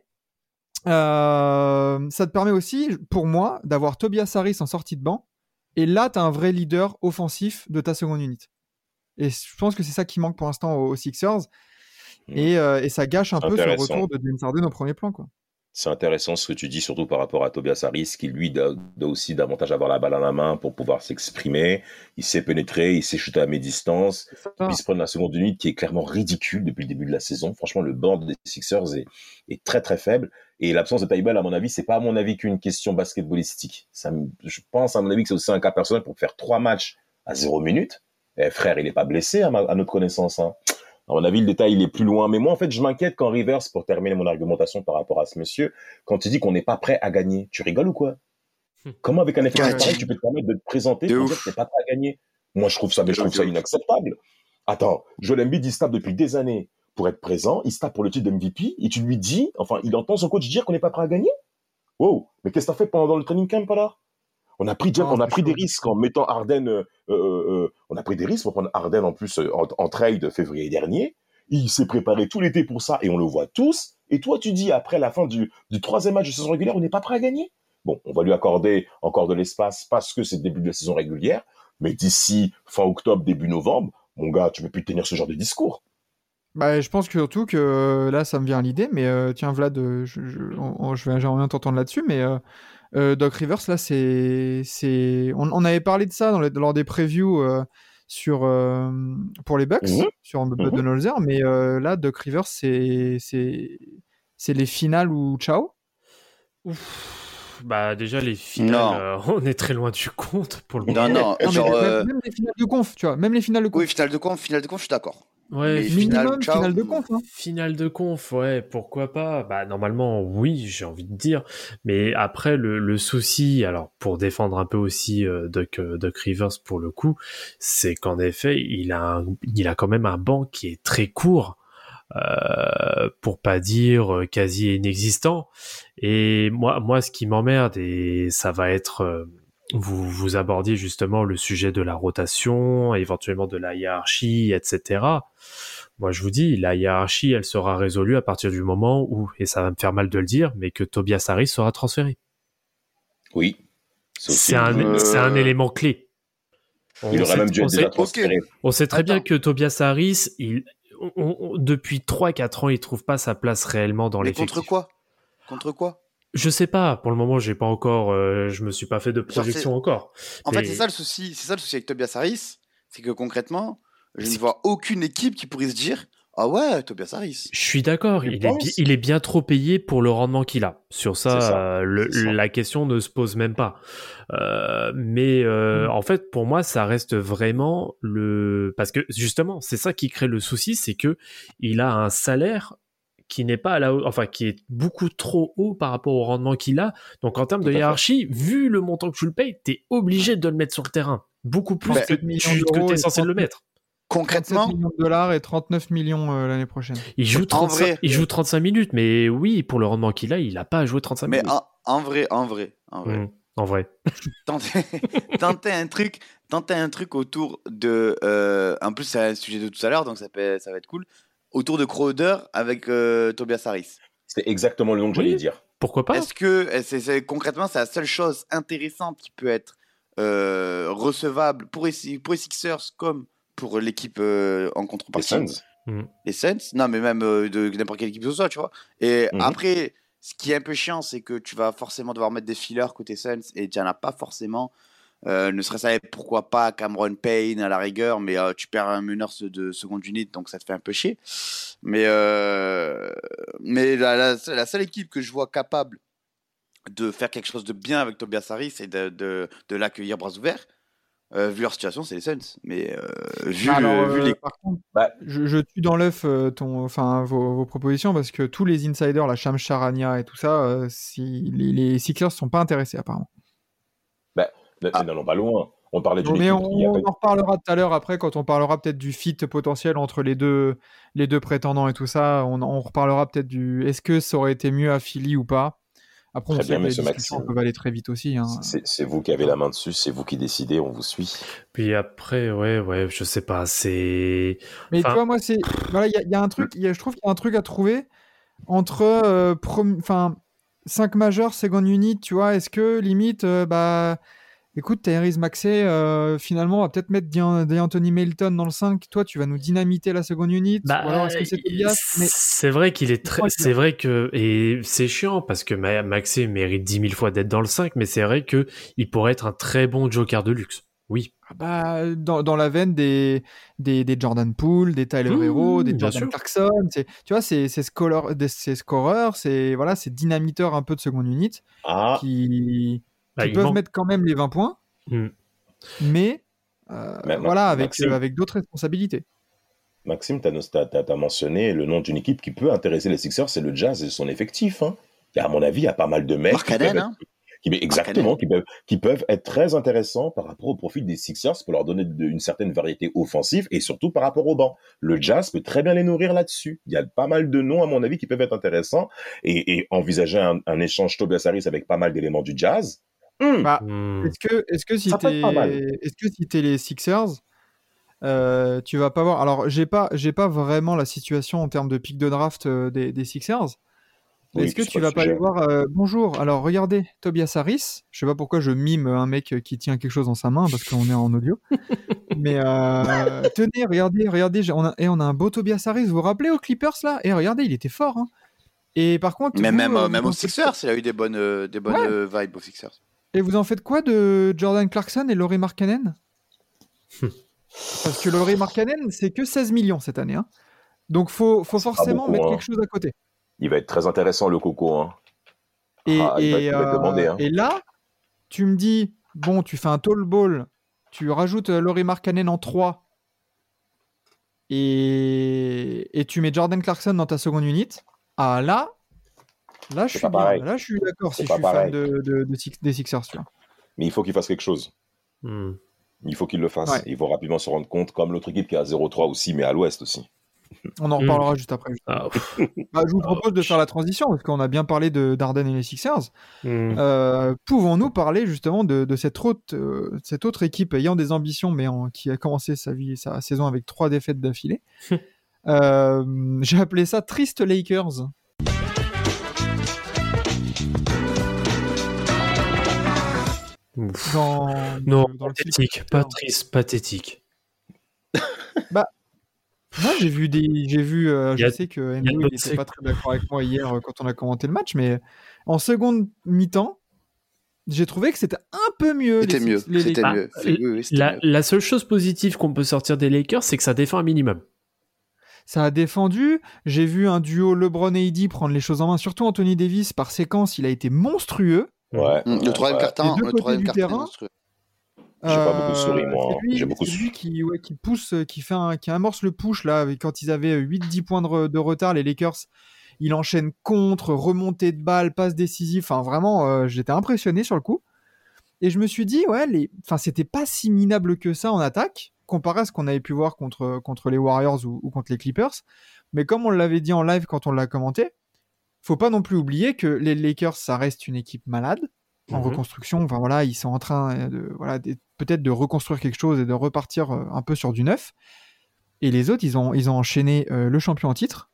euh, ça te permet aussi, pour moi, d'avoir Tobias Harris en sortie de banc. Et là, tu as un vrai leader offensif de ta seconde unité. Et je pense que c'est ça qui manque pour l'instant aux Sixers. Et, euh, et ça gâche un peu ce retour de James Harden au premier plan, quoi. C'est intéressant ce que tu dis, surtout par rapport à Tobias Harris, qui lui doit, doit aussi davantage avoir la balle à la main pour pouvoir s'exprimer. Il sait pénétrer, il sait shooter à mes-distances. Il se prend la seconde unité qui est clairement ridicule depuis le début de la saison. Franchement, le banc des Sixers est, est très très faible. Et l'absence de Thybulle, à mon avis, c'est pas à mon avis qu'une question basketballistique. Ça, je pense à mon avis que c'est aussi un cas personnel pour faire trois matchs à zéro minute. Eh, frère, il n'est pas blessé à, ma, à notre connaissance. Hein. À mon avis, le détail, il est plus loin. Mais moi, en fait, je m'inquiète quand Rivers, pour terminer mon argumentation par rapport à ce monsieur, quand tu dis qu'on n'est pas prêt à gagner, tu rigoles ou quoi ? Comment, avec un effectif pareil, tu peux te permettre de te présenter pour dire que tu n'es pas prêt à gagner ? Moi, je trouve ça, mais je trouve ça inacceptable. Attends, Joel Embiid, il se tape depuis des années pour être présent, il se tape pour le titre de M V P, et tu lui dis, enfin, il entend son coach dire qu'on n'est pas prêt à gagner ? Wow, mais qu'est-ce que t'as fait pendant le training camp, alors ? On a pris, non, on a pris des risques en mettant Harden, euh, euh, euh, on a pris des risques pour prendre Harden en plus euh, en, en trade février dernier. Il s'est préparé tout l'été pour ça et on le voit tous. Et toi, tu dis après la fin du, du troisième match de saison régulière, on n'est pas prêt à gagner. Bon, on va lui accorder encore de l'espace parce que c'est le début de la saison régulière. Mais d'ici fin octobre, début novembre, mon gars, tu ne peux plus tenir ce genre de discours. Bah, je pense que surtout que là, ça me vient à l'idée. Mais euh, tiens, Vlad, je, je, on, je vais j'aimerais bien t'entendre là-dessus, mais. Euh... Euh, Doc Rivers, là, c'est, c'est... On, on avait parlé de ça dans les, lors des previews euh, sur, euh, pour les Bucks, mmh. sur mmh. Budenholzer, mais euh, là, Doc Rivers, c'est, c'est, c'est les finales ou ciao. Ouf. Bah déjà les finales, euh, on est très loin du compte pour le moment. Non, non, non genre, mais, euh... même les finales de conf, tu vois, même les finales de conf. Oui, finale de conf, finale de conf, je suis d'accord. Ouais, mais minimum finale, finale de conf. Hein. Finale de conf, ouais, pourquoi pas. Bah normalement, oui, j'ai envie de dire. Mais après, le, le souci, alors pour défendre un peu aussi euh, Doc, euh, Doc Rivers pour le coup, c'est qu'en effet, il a, un, il a quand même un banc qui est très court. Euh, pour pas dire quasi inexistant. Et moi, moi, ce qui m'emmerde, et ça va être, euh, vous, vous abordiez justement le sujet de la rotation, éventuellement de la hiérarchie, et cetera. Moi, je vous dis, la hiérarchie, elle sera résolue à partir du moment où, et ça va me faire mal de le dire, mais que Tobias Harris sera transféré. Oui. C'est, c'est, un, euh... c'est un élément clé. On il aurait sait, même dû être déjà transféré. Okay. On sait très Attends. bien que Tobias Harris, il On, on, depuis trois quatre ans, il trouve pas sa place réellement dans mais l'effectif. Contre quoi Contre quoi Je sais pas. Pour le moment, j'ai pas encore. Euh, je me suis pas fait de projection Genre, encore. En mais... fait, c'est ça le souci. C'est ça le souci avec Tobias Harris, c'est que concrètement, je c'est... ne vois aucune équipe qui pourrait se dire ah ouais, Tobias Harris. Je suis d'accord. Il est, bi- il est bien trop payé pour le rendement qu'il a. Sur ça, ça. Euh, le, ça. la question ne se pose même pas. Euh, mais euh, mmh. en fait, pour moi, ça reste vraiment le parce que justement, c'est ça qui crée le souci, c'est que il a un salaire qui n'est pas à la haut, enfin qui est beaucoup trop haut par rapport au rendement qu'il a. Donc en termes Tout de hiérarchie, fait. vu le montant que tu le payes, t'es obligé de le mettre sur le terrain, beaucoup plus bah, que, tu, que t'es censé le mettre. Concrètement, millions de dollars et trente-neuf millions euh, l'année prochaine. Il joue, trente-cinq, vrai, il joue trente-cinq minutes, mais oui, pour le rendement qu'il a, il n'a pas à jouer trente-cinq mais minutes. Mais en, en vrai, en vrai, en vrai. Mmh, en vrai. tenter, tenter un truc, tenter un truc autour de. Euh, en plus, c'est un sujet de tout à l'heure, donc ça, peut, ça va être cool. Autour de Crowder avec euh, Tobias Harris. C'est exactement le nom que oui. j'allais dire. Pourquoi pas ? Est-ce que c'est, c'est, concrètement, c'est la seule chose intéressante qui peut être euh, recevable pour les, pour les Sixers comme pour l'équipe euh, en contrepartie. Les Suns. Mmh. Les Suns, non mais même euh, de, de n'importe quelle équipe que ce soit, tu vois. Et mmh. après, ce qui est un peu chiant, c'est que tu vas forcément devoir mettre des fillers côté Suns et tu n'en as pas forcément. Euh, ne serait-ce avec pourquoi pas Cameron Payne à la rigueur, mais euh, tu perds un meneur de seconde unité, donc ça te fait un peu chier. Mais, euh, mais la, la, la seule équipe que je vois capable de faire quelque chose de bien avec Tobias Harris et de, de, de l'accueillir bras ouverts, Euh, vu leur situation, c'est les Suns. Mais euh, vu, Alors, le, vu euh, les. Par contre, bah, je, je tue dans l'œuf euh, ton, enfin, vos, vos propositions parce que tous les insiders, la Shams Charania et tout ça, euh, si, les, les Sixers ne sont pas intéressés apparemment. Bah, ah. N'allons pas loin. On parlait d'une Mais équipe on, qui on avait... en reparlera tout à l'heure après quand on parlera peut-être du fit potentiel entre les deux, les deux prétendants et tout ça. On, on reparlera peut-être du. Est-ce que ça aurait été mieux à Philly ou pas? Après, on très sait bien, que les discussions peuvent aller très vite aussi. Hein. C'est, c'est vous qui avez la main dessus, c'est vous qui décidez, on vous suit. Puis après, ouais, ouais, je sais pas, c'est. Mais enfin... tu vois, moi, c'est. Voilà, il y, y a un truc, y a, je trouve qu'il y a un truc à trouver entre. Euh, prom... Enfin, cinq majeurs, second unit, tu vois, est-ce que limite, euh, bah. Écoute, Tyrese Maxey, euh, finalement, on va peut-être mettre DeAnthony Melton dans le cinq. Toi, tu vas nous dynamiter la seconde unit. Bah, ou alors, est-ce que c'est Tobias mais... C'est vrai qu'il est très. C'est vrai que. Et c'est chiant parce que Maxey mérite dix mille fois d'être dans le cinq, mais c'est vrai qu'il pourrait être un très bon joker de luxe. Oui. Ah bah, dans, dans la veine des, des, des Jordan Poole, des Tyler mmh, Hero, des Jordan sûr. Clarkson. C'est, tu vois, c'est, c'est, scoreur, c'est scoreurs, c'est, voilà, c'est dynamiteurs un peu de seconde unit ah. qui. Bah, Ils peuvent manque... mettre quand même les vingt points, mmh. mais, euh, mais voilà, avec, euh, avec d'autres responsabilités. Maxime, tu as mentionné le nom d'une équipe qui peut intéresser les Sixers, c'est le Jazz et son effectif. Hein. Et à mon avis, il y a pas mal de mecs qui peuvent, hein. être, qui, exactement, qui peuvent, qui peuvent être très intéressants par rapport au profil des Sixers pour leur donner de, une certaine variété offensive et surtout par rapport au banc. Le Jazz peut très bien les nourrir là-dessus. Il y a pas mal de noms, à mon avis, qui peuvent être intéressants et, et envisager un, un échange Tobias Harris avec pas mal d'éléments du Jazz. Mmh. Bah, mmh. Est-ce que, est-ce que si t'es, est-ce que si t'es les Sixers, euh, tu vas pas voir. Alors, j'ai pas, j'ai pas vraiment la situation en termes de pick de draft euh, des, des Sixers. Oui, est-ce que tu vas pas aller voir euh, bonjour, alors regardez, Tobias Harris. Je sais pas pourquoi je mime un mec qui tient quelque chose dans sa main parce qu'on est en audio. Mais euh, tenez, regardez, regardez, on a, et on a un beau Tobias Harris. Vous vous rappelez aux Clippers là? Et regardez, il était fort. Hein. Et par contre, mais vous, même, euh, même aux Sixers, il a eu des bonnes, euh, des bonnes ouais. vibes aux Sixers. Et vous en faites quoi de Jordan Clarkson et Lauri Markkanen? Parce que Lauri Markkanen, c'est que seize millions cette année. Hein. Donc, il faut, faut forcément beaucoup, mettre hein. quelque chose à côté. Il va être très intéressant, le Coco. Hein. Et, ah, et, il va, il va euh, demander, hein. et là, tu me dis, bon, tu fais un tall ball, tu rajoutes Lauri Markkanen en trois, et, et tu mets Jordan Clarkson dans ta seconde unit. Ah là, là, je suis, bien, là je suis d'accord c'est si je suis pareil. fan de, de, de six, des Sixers. Tu vois. Mais il faut qu'il fasse quelque chose. Hmm. Il faut qu'il le fasse. Ouais. Il faut rapidement se rendre compte, comme l'autre équipe qui est à zéro trois aussi, mais à l'ouest aussi. On en reparlera mmh. juste après. Juste ah. bah, je vous propose de faire la transition, parce qu'on a bien parlé de Darden et les Sixers. Mmh. Euh, pouvons-nous parler justement de, de cette, autre, euh, cette autre équipe ayant des ambitions, mais en, qui a commencé sa, vie, sa saison avec trois défaites d'affilée euh, J'ai appelé ça Triste Lakers. Dans, non, dans pathétique, pas triste, pathétique. Bah, moi, j'ai vu des, j'ai vu, euh, je a, sais que Andrew n'était pas très d'accord avec moi hier euh, quand on a commenté le match, mais en seconde mi-temps, j'ai trouvé que c'était un peu mieux. C'était les, mieux. Les, c'était les... mieux. Ah, oui, oui, c'était la, mieux. La seule chose positive qu'on peut sortir des Lakers, c'est que ça défend un minimum. Ça a défendu. J'ai vu un duo LeBron et A D prendre les choses en main, surtout Anthony Davis par séquence, il a été monstrueux. Ouais. Mmh, le troisième ouais. carton, le troisième terrain. J'ai pas beaucoup souri, moi. C'est lui, J'ai beaucoup c'est lui qui, ouais, qui pousse, qui, fait un, qui amorce le push, là, quand ils avaient huit dix points de, re, de retard, les Lakers. Il enchaîne contre, remontée de balle, passe décisive. Enfin, vraiment, euh, j'étais impressionné sur le coup. Et je me suis dit, ouais, les... enfin, c'était pas si minable que ça en attaque, comparé à ce qu'on avait pu voir contre, contre les Warriors ou, ou contre les Clippers. Mais comme on l'avait dit en live quand on l'a commenté, faut pas non plus oublier que les Lakers, ça reste une équipe malade. En mmh. reconstruction, enfin voilà, ils sont en train de, voilà, de, peut-être de reconstruire quelque chose et de repartir euh, un peu sur du neuf. Et les autres, ils ont, ils ont enchaîné euh, le champion en titre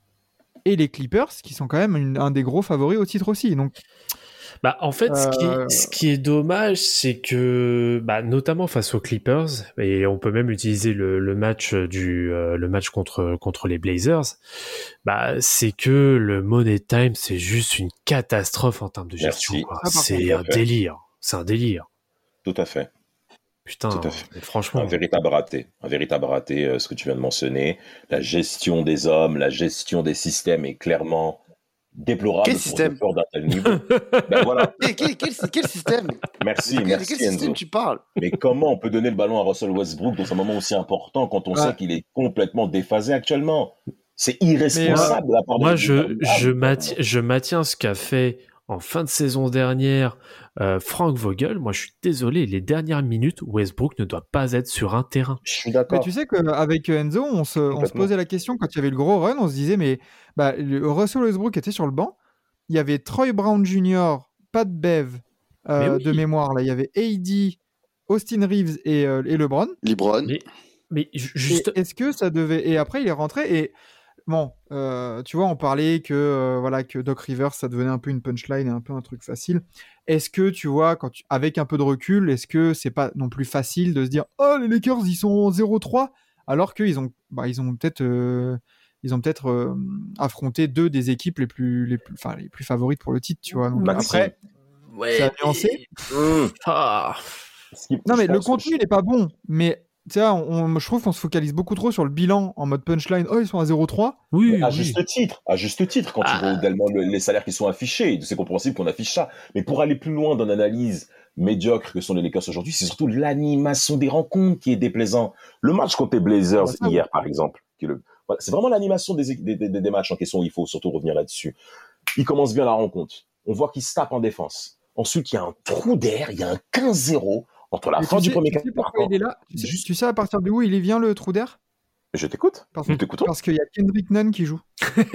et les Clippers, qui sont quand même une, un des gros favoris au titre aussi. Donc, bah, en fait, euh... ce, qui est, ce qui est dommage, c'est que, bah, notamment face aux Clippers, et on peut même utiliser le, le match du, euh, le match contre contre les Blazers, bah, c'est que le Money Time, c'est juste une catastrophe en termes de gestion. Quoi. C'est un délire. C'est un délire. Tout à fait. Putain, Tout à fait. Franchement. Un véritable raté. Un véritable raté, euh, ce que tu viens de mentionner. La gestion des hommes, la gestion des systèmes est clairement déplorable. Quel système d'un tel niveau. Ben voilà. quel, quel, quel, quel système Merci, quel, merci quel Enzo. système tu parles? Mais comment on peut donner le ballon à Russell Westbrook dans un moment aussi important quand on ouais. sait qu'il est complètement déphasé actuellement? C'est irresponsable. Mais, euh, moi, je, je, m'attiens, je m'attiens à ce qu'a fait en fin de saison dernière euh, Frank Vogel. Moi, je suis désolé, les dernières minutes, Westbrook ne doit pas être sur un terrain. Je suis d'accord. Mais tu sais qu'avec Enzo, on se, on se posait la question quand il y avait le gros run, on se disait, mais bah, le Russell Westbrook était sur le banc. Il y avait Troy Brown junior, Pat Bev euh, oui. de mémoire. Là, il y avait A D, Austin Reeves et, euh, et LeBron. LeBron. Mais, mais juste... Et est-ce que ça devait... Et après, il est rentré et... Bon, euh, tu vois, on parlait que, euh, voilà, que Doc Rivers, ça devenait un peu une punchline et un peu un truc facile. Est-ce que, tu vois, quand tu... avec un peu de recul, est-ce que c'est pas non plus facile de se dire « Oh, les Lakers, ils sont zéro trois » alors qu'ils ont, bah, ils ont peut-être, euh, ils ont peut-être euh, affronté deux des équipes les plus, les plus, enfin, les plus favorites pour le titre, tu vois. Donc, Maxime. Après, ouais, ça a nuancé. Mmh. Ah. Non, mais le contenu, il n'est pas bon, mais... Tu sais, on, on, je trouve qu'on se focalise beaucoup trop sur le bilan en mode punchline. Oh, ils sont à zéro trois. Oui, à oui. juste titre, à juste titre, quand ah. tu vois également le, les salaires qui sont affichés, c'est compréhensible qu'on affiche ça. Mais pour aller plus loin dans l'analyse médiocre que sont les Lakers aujourd'hui, c'est surtout l'animation des rencontres qui est déplaisant. Le match contre les Blazers ah, hier, par exemple, qui est le, voilà, c'est vraiment l'animation des, des, des, des matchs en question. Il faut surtout revenir là-dessus. Il commence bien la rencontre. On voit qu'il se tape en défense. Ensuite, il y a un trou d'air, il y a un quinze zéro. Entre la Mais fin du sais, premier quart il est là. Tu sais, Juste... tu sais à partir de où il vient le trou d'air? Je t'écoute. Parce, parce qu'il y a Kendrick Nunn qui joue.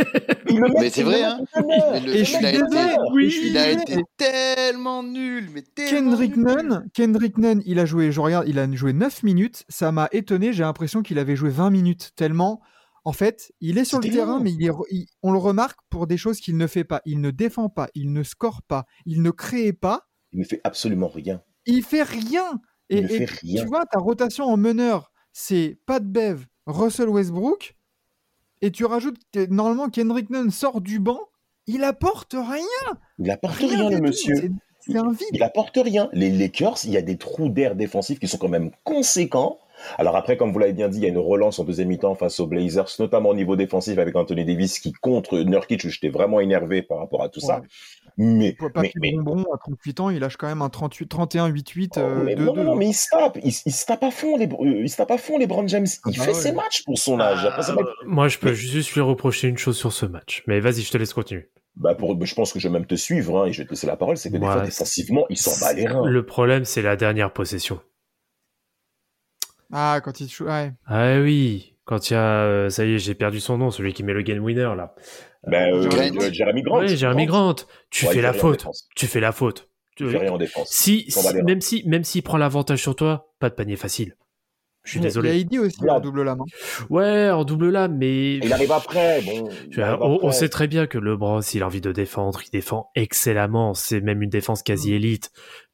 Mais c'est vrai, hein. Et, le, et je suis désolé. Oui, il a été tellement nul. Mais tellement Kendrick nul. Nunn, Kendrick Nunn, il a joué, je regarde, il a joué neuf minutes. Ça m'a étonné. J'ai l'impression qu'il avait joué vingt minutes. Tellement, en fait, il est sur C'était le terrain, long. mais il est, il, on le remarque pour des choses qu'il ne fait pas. Il ne défend pas, il ne score pas, il ne crée pas. Il ne fait absolument rien. Il fait rien. Et, et tu vois, ta rotation en meneur, c'est Pat Bev, Russell Westbrook, et tu rajoutes que normalement Kendrick Nunn sort du banc, il apporte rien. Il apporte rien, rien le monsieur. C'est, c'est un vide. Il apporte rien. Les Lakers, il y a des trous d'air défensifs qui sont quand même conséquents. Alors après, comme vous l'avez bien dit, il y a une relance en deuxième mi-temps face aux Blazers, notamment au niveau défensif avec Anthony Davis qui contre Nurkic, où j'étais vraiment énervé par rapport à tout ouais. ça. Mais, pas mais, mais... Bonbon, à trente-huit ans, il lâche quand même un trente-huit, trente et un huit huit. Oh, euh, mais deux, non, deux, non, hein. mais il se tape, il, il se tape à fond, les, il se tape à fond, LeBron James. Il ah, fait ouais. ses matchs pour son âge. Après, ça euh, va... Moi, je peux mais... juste lui reprocher une chose sur ce match. Mais vas-y, je te laisse continuer. Bah pour, je pense que je vais même te suivre, hein, et je vais te laisser la parole. C'est que moi, des fois, défensivement, il s'en bat les reins. Le problème, c'est la dernière possession. Ah, quand il joue, ouais. Ah oui, quand il y a, euh, ça y est, j'ai perdu son nom, celui qui met le game winner là. Ben, euh, euh, Jeremy Grant. Oui, Jeremy Grant. Tu ouais, fais la faute. Tu fais la faute. Tu fais rien en défense. Si, si même si, même s'il prend l'avantage sur toi, pas de panier facile. Je suis il désolé. Il y a Heidi aussi en double lame. Hein. Ouais, en double lame, mais. Il arrive après. Bon. Tu vois, on, après. on sait très bien que LeBron, s'il a envie de défendre, il défend excellemment. C'est même une défense quasi élite.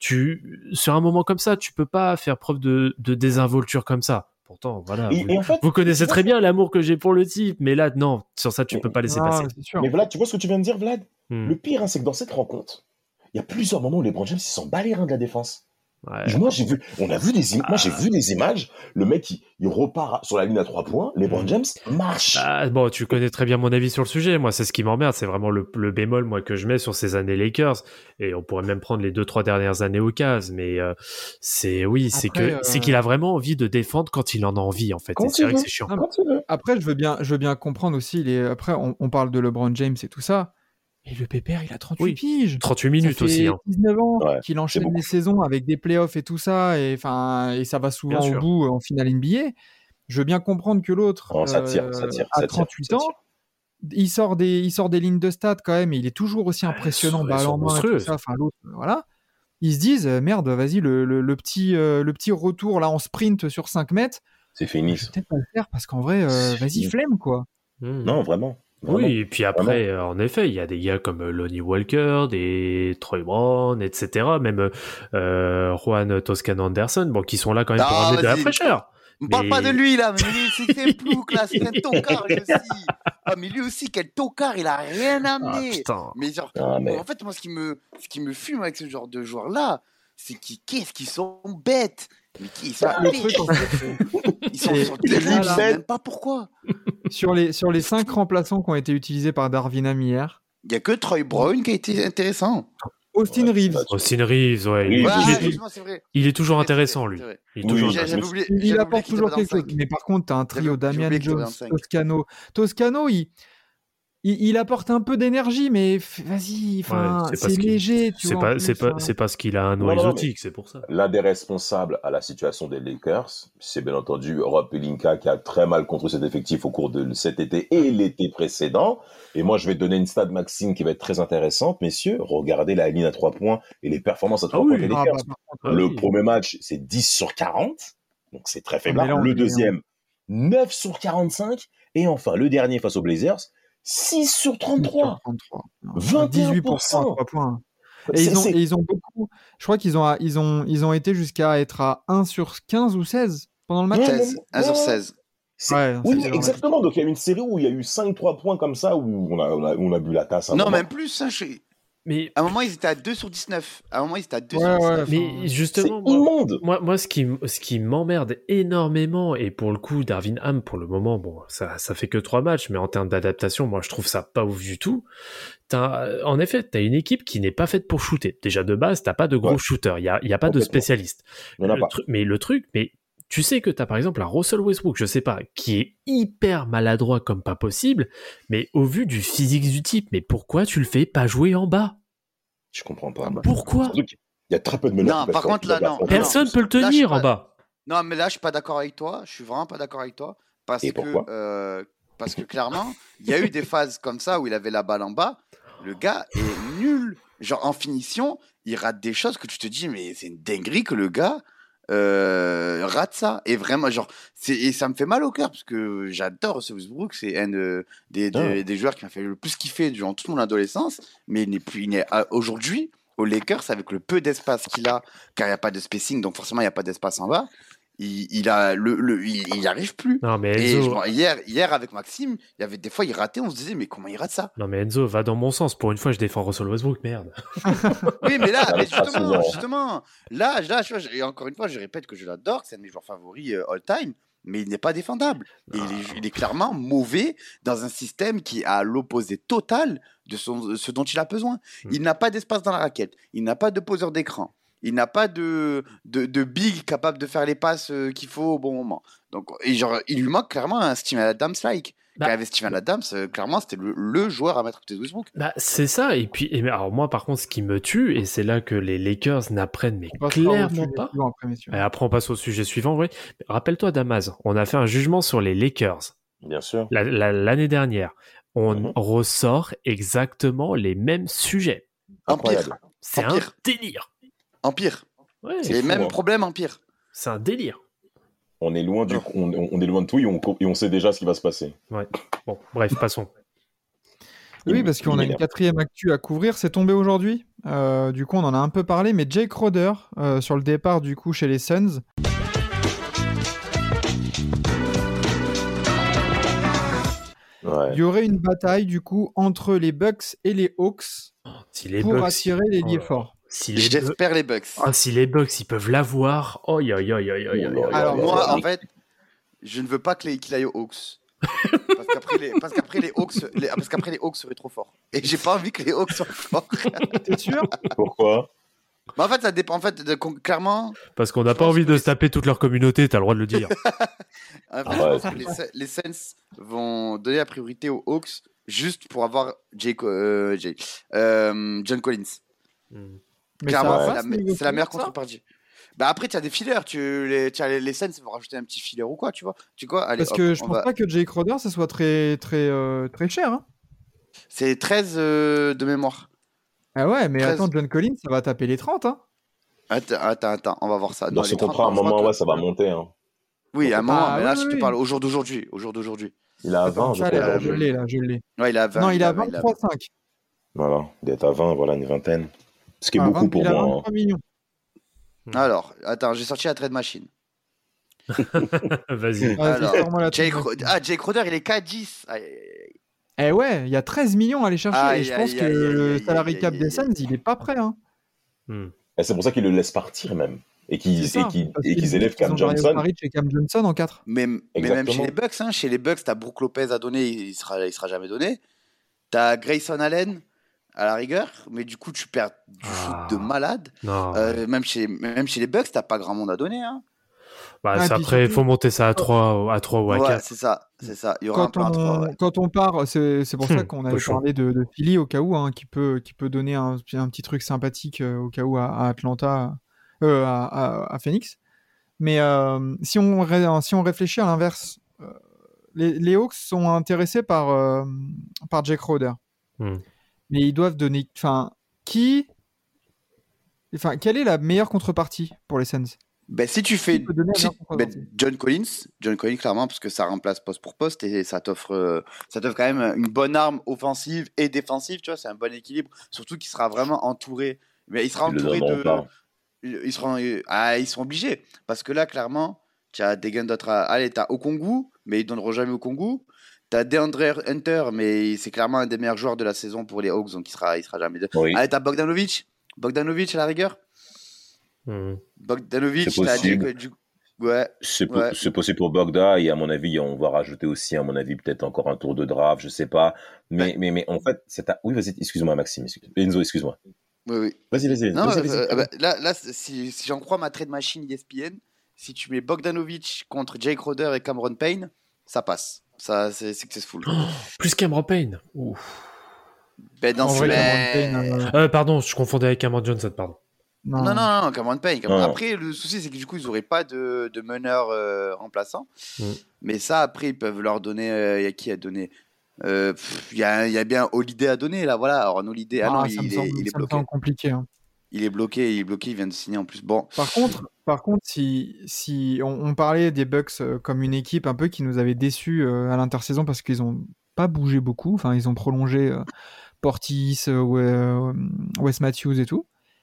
Tu, sur un moment comme ça, tu peux pas faire preuve de, de désinvolture comme ça. Pourtant, voilà. Et, vous, et en fait, vous connaissez très bien l'amour que j'ai pour le type, mais là, non, sur ça, tu mais, peux pas laisser ah, passer. Mais Vlad, tu vois ce que tu viens de dire, Vlad hmm. Le pire, hein, c'est que dans cette rencontre, il y a plusieurs moments où LeBron James s'en bat les reins de la défense. Ouais. Moi, j'ai vu, on a vu des, im- ah. moi, j'ai vu des images. Le mec, il, il repart sur la ligne à trois points. LeBron James marche. Ah, bon, tu connais très bien mon avis sur le sujet. Moi, c'est ce qui m'emmerde. C'est vraiment le, le bémol, moi, que je mets sur ces années Lakers. Et on pourrait même prendre les deux, trois dernières années au Cavs. Mais euh, c'est, oui, Après, c'est que, euh... c'est qu'il a vraiment envie de défendre quand il en a envie, en fait. Quand et c'est vrai veux. que c'est chiant. Non, Après, je veux bien, je veux bien comprendre aussi. Les... Après, on, on parle de LeBron James et tout ça. Et le pépère, il a trente-huit oui. piges. trente-huit minutes aussi. Hein. dix-neuf ans ouais, qu'il enchaîne les saisons avec des playoffs et tout ça. Et, et ça va souvent au bout en finale N B A. Je veux bien comprendre que l'autre, oh, ça tire, ça tire, à ça trente-huit tire, ans, ça tire. Il, sort des, il sort des lignes de stats quand même. Et il est toujours aussi impressionnant, ah, balle en main et tout ça. Enfin, l'autre, voilà. Ils se disent, merde, vas-y, le, le, le, petit, euh, le petit retour là en sprint sur cinq mètres. C'est fini. Je vais peut-être pas le faire parce qu'en vrai, euh, vas-y, flemme, quoi. Mmh. Non, vraiment. Vraiment. Oui, et puis après, euh, en effet, il y a des gars comme euh, Lonnie Walker, des Troy Brown, et cetera. Même euh, Juan Toscano Anderson, bon, qui sont là quand même pour amener de la fraîcheur. Ne mais... parle pas de lui, là, mais lui, c'est plouc, là, c'est un tocard, lui aussi. Ah, mais lui aussi, quel tocard, il a rien amené. Ah, putain. Mais genre, ah, mais... en fait, moi, ce qui me, ce qui me fume avec ce genre de joueurs-là, c'est qu'ils, qu'est-ce qu'ils sont bêtes. Mais qui, ils sont bah, le truc, en fait, ils sont sur le terrain, je sais même pas pourquoi. Sur les, sur les cinq remplaçants qui ont été utilisés par Darvin Ham hier, il n'y a que Troy Brown qui a été intéressant. Austin ouais, Reeves. Austin Reeves, ouais. Oui, il, ouais, il, est, il, est, il est toujours intéressant, lui. Il, est oui, toujours oui, intéressant. Oublié, il apporte toujours quelque chose. Mais par contre, tu as un trio, Damian Jones, Toscano. Toscano, il... Il, il apporte un peu d'énergie, mais vas-y, ouais, c'est, c'est léger. Tu c'est, vois, pas, c'est, pas, c'est parce qu'il a un nom exotique, c'est pour ça. L'un des responsables à la situation des Lakers, c'est bien entendu Rob Pelinka qui a très mal contre cet effectif au cours de cet été et l'été précédent. Et moi, je vais donner une stat, Maxime, qui va être très intéressante, messieurs. Regardez la ligne à trois points et les performances à trois ah points oui. des Lakers. Ah bah, bah, Le oui. premier match, c'est dix sur quarante, donc c'est très faible. Ah, le deuxième, neuf sur quarante-cinq. Et enfin, le dernier face aux Blazers, six sur trente-trois. vingt et un pour cent. dix-huit pour cent à trois points. Et ils, ont, et ils ont beaucoup. Je crois qu'ils ont, ils ont, ils ont été jusqu'à être à un sur quinze ou seize pendant le match. seize, un sur seize. Ouais, oui, exactement. Donc il y a eu une série où il y a eu cinq trois points comme ça où on a, on a, on a bu la tasse. Non, même plus. Hein, je... Mais à un moment, ils étaient à deux sur dix-neuf. À un moment, ils étaient à deux ouais, sur dix-neuf. Ouais, mais justement, c'est immonde. Moi, moi, ce qui, ce qui m'emmerde énormément, et pour le coup, Darvin Ham, pour le moment, bon, ça, ça fait que trois matchs, mais en termes d'adaptation, moi, je trouve ça pas ouf du tout. T'as, en effet, t'as une équipe qui n'est pas faite pour shooter. Déjà, de base, t'as pas de gros ouais. shooters. Il y a, il y a pas de spécialistes. Le tru- mais le truc, mais tu sais que t'as par exemple un Russell Westbrook, je sais pas, qui est hyper maladroit comme pas possible, mais au vu du physique du type, mais pourquoi tu le fais pas jouer en bas? Je comprends pas. Pourquoi? Il y a très peu de meneurs. Non, par contre, là, non. Personne non, peut le tenir en bas. Non, mais là, je suis pas d'accord avec toi. Je suis vraiment pas d'accord avec toi. Parce Et que, pourquoi euh, parce que clairement, il y a eu des phases comme ça où il avait la balle en bas. Le gars est nul. Genre, en finition, il rate des choses que tu te dis, mais c'est une dinguerie que le gars euh, rate ça. Et vraiment, genre, c'est, et ça me fait mal au cœur parce que j'adore Russell Westbrook. C'est un de, des, des, oh. des joueurs qui m'a fait le plus kiffer durant toute mon adolescence. Mais il n'est plus, il est, aujourd'hui, aux Lakers, avec le peu d'espace qu'il a, car il n'y a pas de spacing, donc forcément, il n'y a pas d'espace en bas. il, il a le, le il, il arrive plus. Non, mais Et Enzo... je, hier, hier, avec Maxime, il y avait des fois, il ratait, on se disait, mais comment il rate ça? Non, mais Enzo, va dans mon sens. Pour une fois, je défends Russell Westbrook, merde. Oui, mais là, mais pas justement, souvent. justement, là, là, tu vois, et encore une fois, je répète que je l'adore, que c'est un de mes joueurs favoris euh, all-time, mais il n'est pas défendable. Et il, est, il est clairement mauvais dans un système qui est à l'opposé total de, son, de ce dont il a besoin. Il n'a pas d'espace dans la raquette, il n'a pas de poseur d'écran. Il n'a pas de, de, de big capable de faire les passes euh, qu'il faut au bon moment. Donc, et genre, il lui manque clairement un Steven Adams-like. Bah, Quand il y avait Steven Adams, euh, clairement, c'était le, le joueur à mettre à côté de Westbrook. Bah, c'est ça. Et puis, et, alors moi, par contre, ce qui me tue, et c'est là que les Lakers n'apprennent mais clairement pas. Après, et après, on passe au sujet suivant. Oui. Mais rappelle-toi, Damas, on a fait un jugement sur les Lakers. Bien sûr. La, la, l'année dernière. On Mhm. ressort exactement les mêmes sujets. Incroyable. C'est un Empire. délire. Empire. Ouais, C'est C'est les fou, mêmes hein. problèmes, Empire. c'est un délire. On est loin du, Non. on, on est loin de tout et on, et on sait déjà ce qui va se passer. Bon, bref, passons. Oui, Il- parce qu'on il a une m'énerve. quatrième actu à couvrir. C'est tombé aujourd'hui. Euh, du coup, on en a un peu parlé. Mais Jake Crowder, euh, sur le départ du coup chez les Suns. Ouais. Il y aurait une bataille du coup entre les Bucks et les Hawks Si les pour Bucks, attirer les liés oh, forts. Si les, Bu- J'espère les Bucks. ah, si les Bucks, ils peuvent l'avoir. Oh, yo, yo, yo, yo, yo, yo. Oh là Alors, là Moi, là en là. fait, je ne veux pas que les- qu'il aille aux Hawks. Parce qu'après les, parce qu'après les Hawks, les- parce qu'après les Hawks seraient trop forts. Et j'ai pas envie que les Hawks soient forts. T'es sûr? Pourquoi? Mais en fait, ça dépend. En fait, de, con- clairement, Parce qu'on n'a Je pas pense envie que de les- se taper toute leur communauté, t'as le droit de le dire. en fait, Ah je ouais, pense c'est que les, Sa- les Saints vont donner la priorité aux Hawks juste pour avoir Jake, euh, Jake- euh, John Collins. Hmm. Mais Clairement, ça c'est va la, se me- négocier c'est la meilleure ça contrepartie. Bah après, tu as des fillers. Tu, les, tu as les, les Saints vont rajouter un petit filler ou quoi, tu vois. Tu vois, allez, Parce hop, que je on pense va- pas que Jake Crowder, ça soit très, très, euh, très cher. Hein. C'est treize euh, de mémoire. Ah ouais, mais treize. attends, John Collins, ça va taper les trente. Hein. Attends, attends, attends, on va voir ça. Dans Non, ce les trente, contrat, à un non, je crois moment, que- ouais, ça va monter. Hein. Oui, à un Ah, moment, mais là, oui, je te oui. parle au jour d'aujourd'hui. Au jour d'aujourd'hui. Il a Attends, vingt, je ça, crois. là, euh, je aujourd'hui. l'ai, là, je l'ai. Ouais, il a vingt. Non, il a il a- vingt-trois virgule cinq. Voilà, d'être à vingt, voilà, une vingtaine. Ce qui est Ah, beaucoup vingt pour il a moi. hein. vingt-trois millions. Alors, attends, j'ai sorti la trade machine. Vas-y. Vas-y, Alors, sors-moi la Jake, trade Ro- machine. ah, Jake Roder, il est qu'à dix. Aïe, aïe, aïe. Eh ouais, il y a treize millions à aller chercher. Aïe, et je pense aïe, que aïe, le aïe, salary aïe, cap aïe, des aïe. Suns, il est pas prêt. Hein. Hmm. Et c'est pour ça qu'ils le laissent partir même. Et qu'ils C'est ça, et qu'ils- parce et qu'ils qu'ils- élèvent ils ont Cam Dario Johnson. Saric et Cam Johnson en quatre. Mais, mais même Exactement. chez les Bucks, hein, chez les Bucks, t'as Brook Lopez à donner, il sera, il sera jamais donné. T'as Grayson Allen à la rigueur, mais du coup, tu perds du Ah. shoot de malade. Non. Euh, même, chez, même chez les Bucks, t'as pas grand monde à donner. Hein. Bah, Ah, c'est puis après, il surtout- faut monter ça à trois, à trois ou à Ouais, quatre. c'est ça, c'est ça. Il y aura un Quand plan à trois. on, Ouais. quand on part, c'est c'est pour ça qu'on avait cochon. parlé de, de Philly au cas où, hein, qui, peut, qui peut donner un, un petit truc sympathique euh, au cas où à, à Atlanta, euh, à, à- à Phoenix. Mais euh, si, on ré- si on réfléchit à l'inverse, euh, les, les Hawks sont intéressés par, euh, par Jake Crowder. Hmm. Mais ils doivent donner. Enfin, qui. Enfin, quelle est la meilleure contrepartie pour les Suns? Ben, si tu fais Qui peut donner la si- meilleure ben, contrepartie? John Collins, John Collins clairement parce que ça remplace poste pour poste et ça t'offre euh, ça t'offre quand même une bonne arme offensive et défensive, tu vois, c'est un bon équilibre, surtout qu'il sera vraiment entouré, mais il sera Ils le entouré donneront de pas. ils seront ah, ils sont obligés parce que là clairement, tu as des gains d'autres à... allez, tu as Okongu, mais ils donneront jamais Okongu. Tu as DeAndre Hunter, mais c'est clairement un des meilleurs joueurs de la saison pour les Hawks, donc il sera il sera jamais de... Oui. Allez, tu as Bogdanovic, Bogdanovic à la rigueur. Hmm. Bogdanovic, C'est t'as possible. Jake- du... ouais. C'est po- Ouais. c'est possible pour Bogda et à mon avis, on va rajouter aussi, à mon avis, peut-être encore un tour de draft, je sais pas. Mais, Ouais. mais, mais en fait, c'est à... Oui, vas-y, excuse-moi, Maxime. excuse- Enzo, excuse-moi. Oui, oui. Vas-y, vas-y. Non, vas-y, euh, vas-y. euh, bah, là, là si, si j'en crois ma trade machine E S P N, si tu mets Bogdanovic contre Jake Roder et Cameron Payne, ça passe. Ça, c'est successful. Plus Cameron Payne. Ouf. Ben, dans En ce vrai, mais- Cameron Payne, euh, Euh, pardon, je confondais avec Cameron Johnson, pardon. non. Non, non, non, Cameron Payne. Cameron- Non. Après, le souci, c'est que du coup, ils n'auraient pas de, de meneur euh, remplaçant. Mm. Mais ça, après, ils peuvent leur donner. Il y a qui à donner Euh, pff, Il y, a, y a bien Holiday à donner, là, voilà. Alors, un Holiday, ah, Ah, non, ça il, me est, semble, il est ça me bloqué. semble compliqué. Hein. Il est bloqué, il est bloqué, il vient de signer en plus. Bon, Par contre, par contre, si, si on, on parlait des Bucks euh, comme une équipe un peu qui nous avait déçus euh, à l'intersaison parce qu'ils ont pas bougé beaucoup, enfin ils ont prolongé euh, Portis, euh, ouais, euh, Wes Matthews et tout.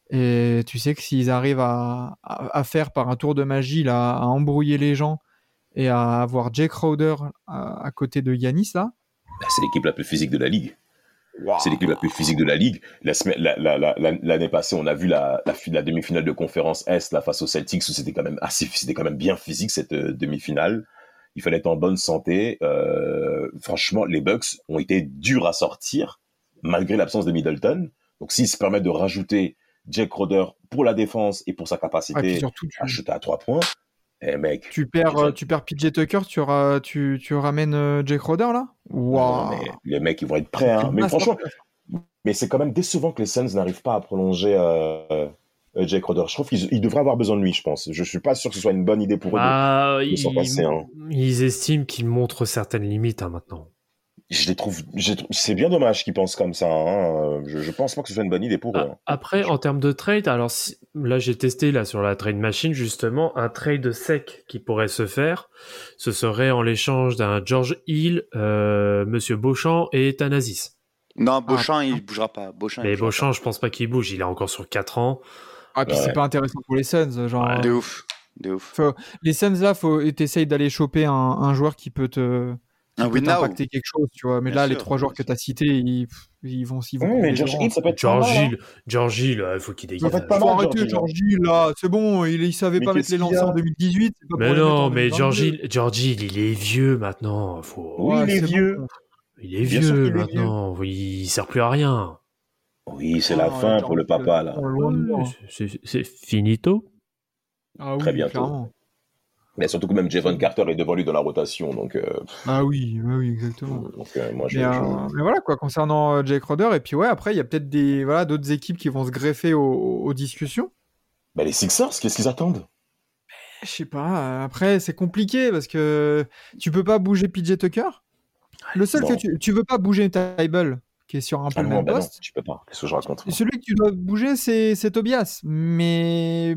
Et tu sais que s'ils arrivent à, à, à faire par un tour de magie, là, à embrouiller les gens et à avoir Jay Crowder à, à côté de Giannis, là. C'est l'équipe la plus physique de la ligue. Wow. C'est l'équipe la plus physique de la ligue. La semaine, la, la, la, la, l'année passée, on a vu la, la, la demi-finale de conférence Est là, face aux Celtics où c'était quand même assez, c'était quand même bien physique cette euh, demi-finale. Il fallait être en bonne santé. Euh, franchement, les Bucks ont été durs à sortir malgré l'absence de Middleton. Donc, s'ils se permettent de rajouter Jay Crowder pour la défense et pour sa capacité surtout, tu... à shooter à trois points, eh mec, tu perds, euh, tu perds P J Tucker, tu, auras, tu, tu ramènes euh, Jay Crowder là. Wow. Mais les mecs, ils vont être prêts. Hein. Mais franchement, mais c'est quand même décevant que les Suns n'arrivent pas à prolonger euh, euh, Jay Crowder. Je trouve qu'ils ils devraient avoir besoin de lui, je pense. Je suis pas sûr que ce soit une bonne idée pour bah, eux de, de s'en passer. Hein. Ils estiment qu'ils montrent certaines limites hein, maintenant. Je les trouve, je les trouve, c'est bien dommage qu'ils pensent comme ça. Hein. Je, je pense pas que ce soit une bonne idée pour eux. Hein. Après, en termes de trade, alors si, là j'ai testé là sur la trade machine justement un trade sec qui pourrait se faire. Ce serait en l'échange d'un George Hill, euh, Monsieur Beauchamp et Thanasis. Non, Beauchamp ah, il bougera pas. Beauchamp, mais Beauchamp, pas. Je pense pas qu'il bouge. Il est encore sur quatre ans. Ah puis ouais. C'est pas intéressant pour les Suns, genre. Ouais, de ouf, de ouf. Faut, les Suns là, faut t'essayes d'aller choper un, un joueur qui peut te. Un peut impacter quelque chose, tu vois. Mais bien là, sûr, les trois joueurs que tu as cités, ils, ils vont s'ils vont. Oui, mais George Hill, ça peut être George Hill, George Hill, il faut qu'il dégage. Il faut arrêter George Hill, là. C'est bon, il, il savait mais pas mettre les lancers en deux mille dix-huit. Pas mais non, mais George Hill, George Hill, il est vieux maintenant. Faut... Oui, ouais, il est, est vieux. Bon. Il est bien vieux maintenant. Est vieux. Il sert plus à rien. Oui, c'est oh, la fin pour le papa, là. C'est, c'est, c'est finito. Ah oui, très bientôt. Clairement. Mais surtout que même Javon Carter est devant lui dans la rotation, donc. Euh... Ah oui, bah oui, exactement. Donc euh, moi, je, mais, je... Euh, mais voilà quoi, concernant euh, Jay Crowder, et puis ouais, après il y a peut-être des voilà d'autres équipes qui vont se greffer aux, aux discussions. Bah les Sixers, qu'est-ce qu'ils attendent? Je sais pas. Après c'est compliqué parce que tu peux pas bouger P J Tucker. Le seul bon. que tu tu veux pas bouger Tybal qui est sur un peu ah le même bah poste. Non, tu peux pas. Qu'est-ce que je raconte? Celui que tu dois bouger, c'est, c'est Tobias. Mais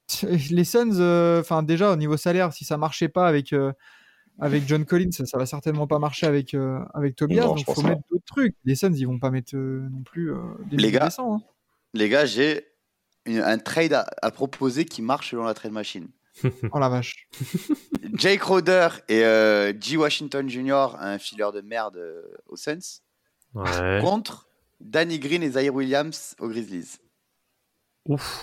les Suns, enfin euh, déjà au niveau salaire, si ça marchait pas avec euh, avec John Collins, ça, ça va certainement pas marcher avec euh, avec Tobias. Non, donc il faut mettre d'autres trucs. Les Suns, ils vont pas mettre euh, non plus euh, des les gars, décents, hein. Les gars, j'ai une, un trade à, à proposer qui marche selon la trade machine. Oh la vache. Jay Crowder et euh, G. Washington Junior, un fileur de merde euh, aux Suns. Ouais. Contre Danny Green et Zaire Williams aux Grizzlies. Ouf.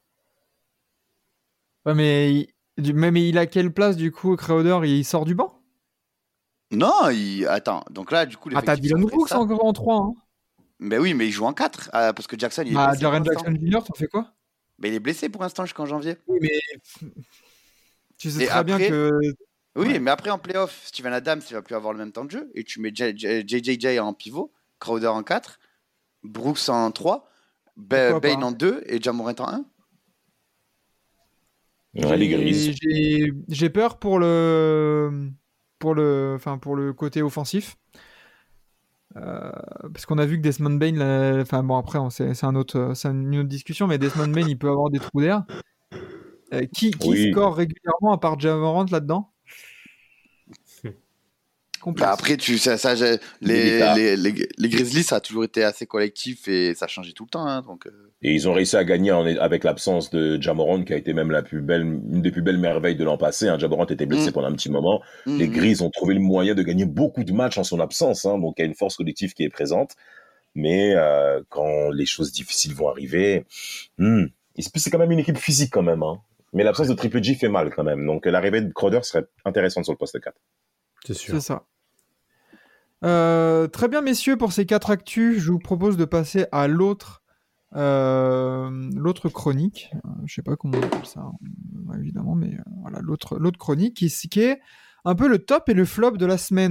Ouais, mais, il, mais il a quelle place du coup, Crowder? Il sort du banc? Non, il... attends. Donc là, du coup, ah, t'as dit le nouveau que c'est encore en trois. Hein. Ben oui, mais il joue en quatre. Euh, parce que Jackson, il est bah, blessé. Jaren Jackson Junior, t'en fais quoi? Ben il est blessé pour l'instant jusqu'en janvier. Oui, mais tu sais et très après... bien que. Oui, ouais. mais après en playoff, Steven Adams, il va plus avoir le même temps de jeu. Et tu mets J J J en pivot, Crowder en quatre, Brooks en trois, Ba- Bane en deux et Ja Morant en un. Ouais, les Grizzlies. J'ai, j'ai peur pour le, pour le, enfin pour le côté offensif. Euh, parce qu'on a vu que Desmond Bane, enfin bon après on, c'est, c'est, un autre, c'est une autre discussion, mais Desmond Bane il peut avoir des trous d'air. Euh, qui qui oui. score régulièrement à part Ja Morant là-dedans? Bah après, tu, ça, ça, les, les, les, les Grizzlies, ça a toujours été assez collectif et ça a changé tout le temps. Hein, donc... Et ils ont réussi à gagner en, avec l'absence de Ja Morant, qui a été même la plus belle, une des plus belles merveilles de l'an passé. Hein. Ja Morant était blessé mmh. pendant un petit moment. Mmh. Les Grizzlies ont trouvé le moyen de gagner beaucoup de matchs en son absence. Hein, donc il y a une force collective qui est présente. Mais euh, quand les choses difficiles vont arriver, hmm, c'est quand même une équipe physique quand même. Hein. Mais l'absence de Triple G fait mal quand même. Donc l'arrivée de Crowder serait intéressante sur le poste quatre. C'est sûr. C'est ça. Euh, très bien, messieurs, pour ces quatre actus, je vous propose de passer à l'autre, euh, l'autre chronique. Euh, je sais pas comment on appelle ça, hein, évidemment, mais euh, voilà, l'autre, l'autre chronique qui, qui est un peu le top et le flop de la semaine.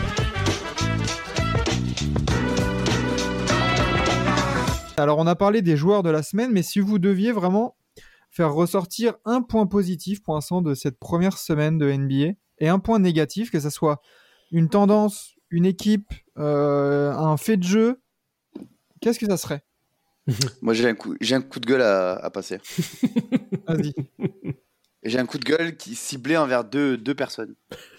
Alors, on a parlé des joueurs de la semaine, mais si vous deviez vraiment faire ressortir un point positif pour l'instant de cette première semaine de N B A et un point négatif, que ça soit une tendance, une équipe, euh, un fait de jeu, qu'est-ce que ça serait? Moi, j'ai un coup, j'ai un coup de gueule à, à passer. Vas-y. J'ai un coup de gueule qui ciblé envers deux, deux personnes.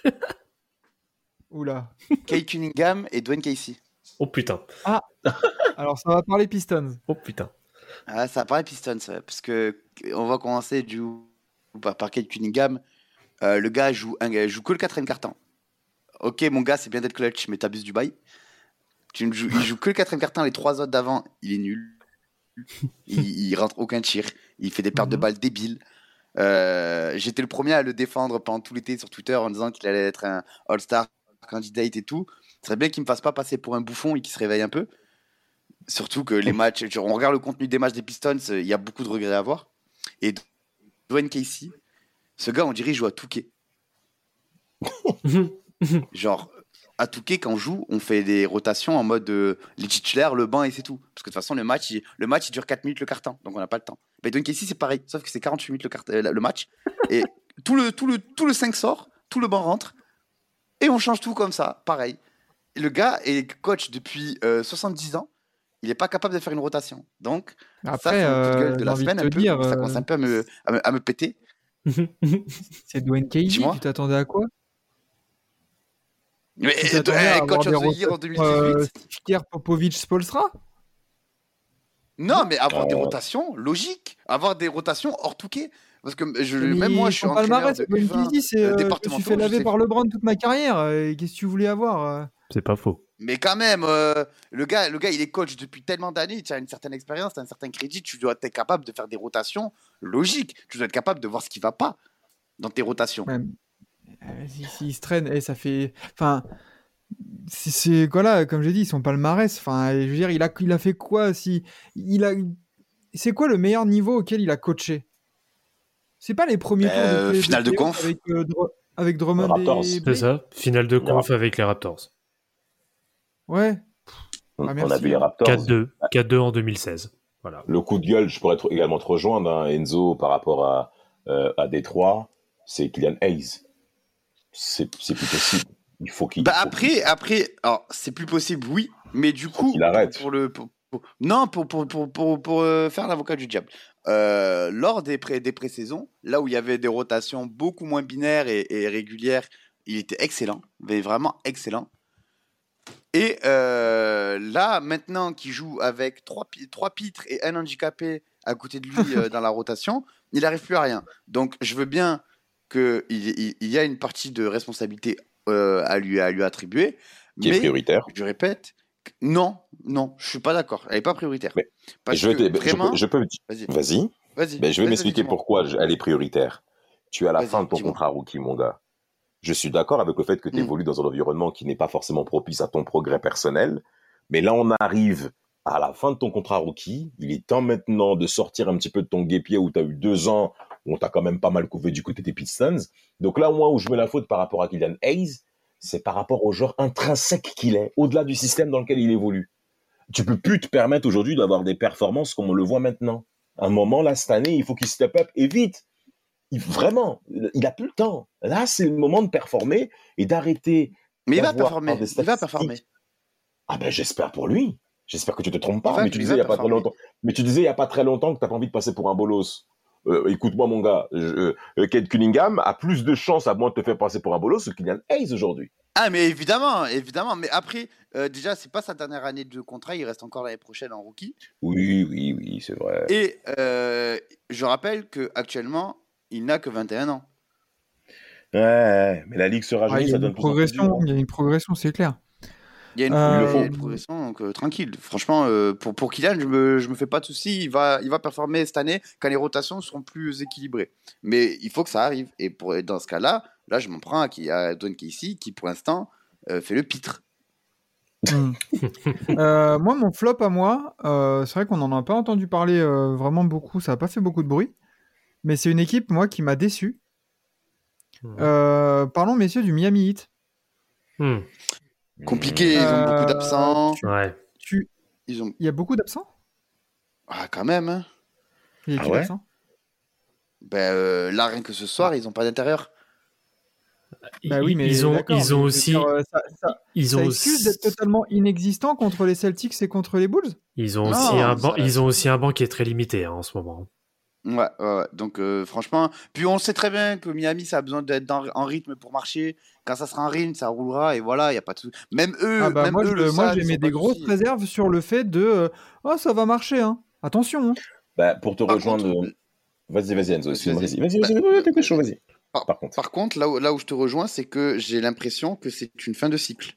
Oula. Kate Cunningham et Dwayne Casey. Oh putain. Ah. Alors, ça va parler Pistons. Oh putain. Ah, ça paraît Pistons, ouais, parce que on va commencer du par, par Cade Cunningham. Euh, le gars joue, un, joue que le quatrième quart-temps. Ok, mon gars, c'est bien d'être clutch, mais t'abuses du bail. Tu ne joues, il joue que le quatrième quart-temps, les trois autres d'avant, il est nul. il, il rentre aucun tir, il fait des pertes mm-hmm. de balles débiles. Euh, j'étais le premier à le défendre pendant tout l'été sur Twitter en disant qu'il allait être un All-Star candidate et tout. Ce serait bien qu'il me fasse pas passer pour un bouffon et qu'il se réveille un peu. Surtout que les matchs, on regarde le contenu des matchs des Pistons, il y a beaucoup de regrets à avoir. Et Dwayne Casey, ce gars, on dirait, il joue à Touquet. Genre, à Touquet, quand on joue, on fait des rotations en mode euh, les titulaires, le banc et c'est tout. Parce que de toute façon, le match, il, le match, il dure quatre minutes le quart-temps, donc on n'a pas le temps. Mais Dwayne Casey, c'est pareil, sauf que c'est quarante-huit minutes le, quart- euh, le match. Et tout le, tout, le, tout le cinq sort, tout le banc rentre, et on change tout comme ça, pareil. Et le gars est coach depuis euh, soixante-dix ans. Il n'est pas capable de faire une rotation. Donc, après, ça, c'est un coup de gueule de euh, la semaine. Un peu, dire, ça commence un peu à me, à me, à me péter. C'est Dwayne Casey, tu t'attendais à quoi? Mais tu euh, coach of the year en deux mille dix-huit Pierre Popovich Spolstra? Non, mais avoir oh. des rotations, logique. Avoir des rotations hors Touquet. Parce que je, mais même moi, je suis entraîneur de Dwayne Casey, c'est euh, je me suis fait laver par LeBron toute ma carrière. Qu'est-ce que tu voulais avoir? C'est pas faux. Mais quand même, euh, le, gars, le gars, il est coach depuis tellement d'années, tu as une certaine expérience, tu as un certain crédit, tu dois être capable de faire des rotations logiques. Tu dois être capable de voir ce qui ne va pas dans tes rotations. Ouais. Euh, S'il si, si se traîne, eh, ça fait... Enfin, c'est, c'est quoi là, comme j'ai dit, son palmarès. Enfin, je veux dire, il a, il a fait quoi si... il a... C'est quoi le meilleur niveau auquel il a coaché? C'est pas les premiers euh, tours de, finale de, de conf avec, euh, avec Drummond et... C'est ça, finale de conf avec les Raptors. Ouais. On, ah, on a vu les Raptors. quatre deux. quatre deux en deux mille seize. Voilà. Le coup de gueule, je pourrais te, également te rejoindre, hein, Enzo, par rapport à, euh, à Détroit, c'est Killian Hayes. C'est, c'est plus possible. Il faut qu'il. Bah faut après, qu'il... après, alors c'est plus possible, oui, mais du coup, il arrête. Pour, pour le, pour, pour, non, pour pour pour pour, pour euh, faire l'avocat du diable. Euh, lors des pré, des pré-saisons, là où il y avait des rotations beaucoup moins binaires et, et régulières, il était excellent, mais vraiment excellent. Et euh, là, maintenant qu'il joue avec trois, trois pitres et un handicapé à côté de lui euh, dans la rotation, il n'arrive plus à rien. Donc, je veux bien qu'il il, il y a une partie de responsabilité euh, à, lui, à lui attribuer. Qui mais, est prioritaire. Je répète, non, non, je ne suis pas d'accord. Elle n'est pas prioritaire. Mais, parce je, que vraiment... je peux, je peux... Vas-y. Vas-y. Vas-y. Ben, je vais vas-y, m'expliquer vas-y, pourquoi elle est prioritaire. Tu es à la vas-y, fin de ton dis-moi. contrat rookie, mon gars. Je suis d'accord avec le fait que tu évolues mmh. dans un environnement qui n'est pas forcément propice à ton progrès personnel, mais là, on arrive à la fin de ton contrat rookie. Il est temps maintenant de sortir un petit peu de ton guépier où tu as eu deux ans, où on t'a quand même pas mal couvé du côté des Pistons. Donc là, moi, où je mets la faute par rapport à Killian Hayes, c'est par rapport au genre intrinsèque qu'il est, au-delà du système dans lequel il évolue. Tu peux plus te permettre aujourd'hui d'avoir des performances comme on le voit maintenant. À un moment, là, cette année, il faut qu'il step up et vite. Il, vraiment, il n'a plus le temps. Là, c'est le moment de performer et d'arrêter. Mais il va performer. Il va performer. Ah ben, j'espère pour lui. J'espère que tu te trompes pas. Va, mais tu disais il y a pas très longtemps. Mais tu disais il y a pas très longtemps que t'as pas envie de passer pour un bolos. Euh, écoute-moi, mon gars. Je, euh, Cade Cunningham a plus de chances à moi de te faire passer pour un bolos que Killian Hayes aujourd'hui. Ah, mais évidemment, évidemment. Mais après, euh, déjà, c'est pas sa dernière année de contrat. Il reste encore l'année prochaine en rookie. Oui, oui, oui, c'est vrai. Et euh, je rappelle que actuellement. Il n'a que vingt et un ans. Ouais, mais la ligue se rajeunit, ah, ça donne plus progression. Il y a une progression, c'est clair. Il y a une, euh... il y a une progression, donc euh, tranquille. Franchement, euh, pour, pour Kylian, je me, je me fais pas de soucis. Il va, il va performer cette année quand les rotations seront plus équilibrées. Mais il faut que ça arrive. Et pour, dans ce cas-là, là, je m'en prends à, à Dwayne Casey, qui pour l'instant euh, fait le pitre. Mmh. euh, moi, mon flop à moi, euh, c'est vrai qu'on n'en a pas entendu parler euh, vraiment beaucoup. Ça n'a pas fait beaucoup de bruit. Mais c'est une équipe, moi, qui m'a déçu. Mmh. Euh, parlons, messieurs, du Miami Heat. Mmh. Compliqué, ils ont euh, beaucoup d'absents. Tu, ouais. tu... Ils ont... Il y a beaucoup d'absents ? Ah, quand même. Hein. Il y a ah qui ouais d'absents ? Ben, euh, là, rien que ce soir, ils n'ont pas d'intérieur. Bah oui, mais ils ont, ils ont aussi. Dire, ça, ça, ils ça ont excuse aussi... d'être totalement inexistant contre les Celtics et contre les Bulls. Ils ont non, aussi un banc. Ça... Ils ont aussi un banc qui est très limité hein, en ce moment. Ouais, ouais, ouais. Donc euh, franchement, puis on sait très bien que Miami, ça a besoin d'être dans, en rythme pour marcher. Quand ça sera en rythme, ça roulera et voilà, il y a pas de. Même eux, ah bah même moi, eux, je, le moi savent, j'ai mis des grosses réserves sur le fait de, euh, oh ça va marcher, hein. Attention. Hein. Bah, pour te Par rejoindre. contre, Vas-y, vas-y, Enzo. vas-y, Vas-y, vas-y. vas-y, vas-y, Bah, vas-y, t'es chaud, vas-y. Par, Par contre. par contre, là où, là où je te rejoins, c'est que j'ai l'impression que c'est une fin de cycle.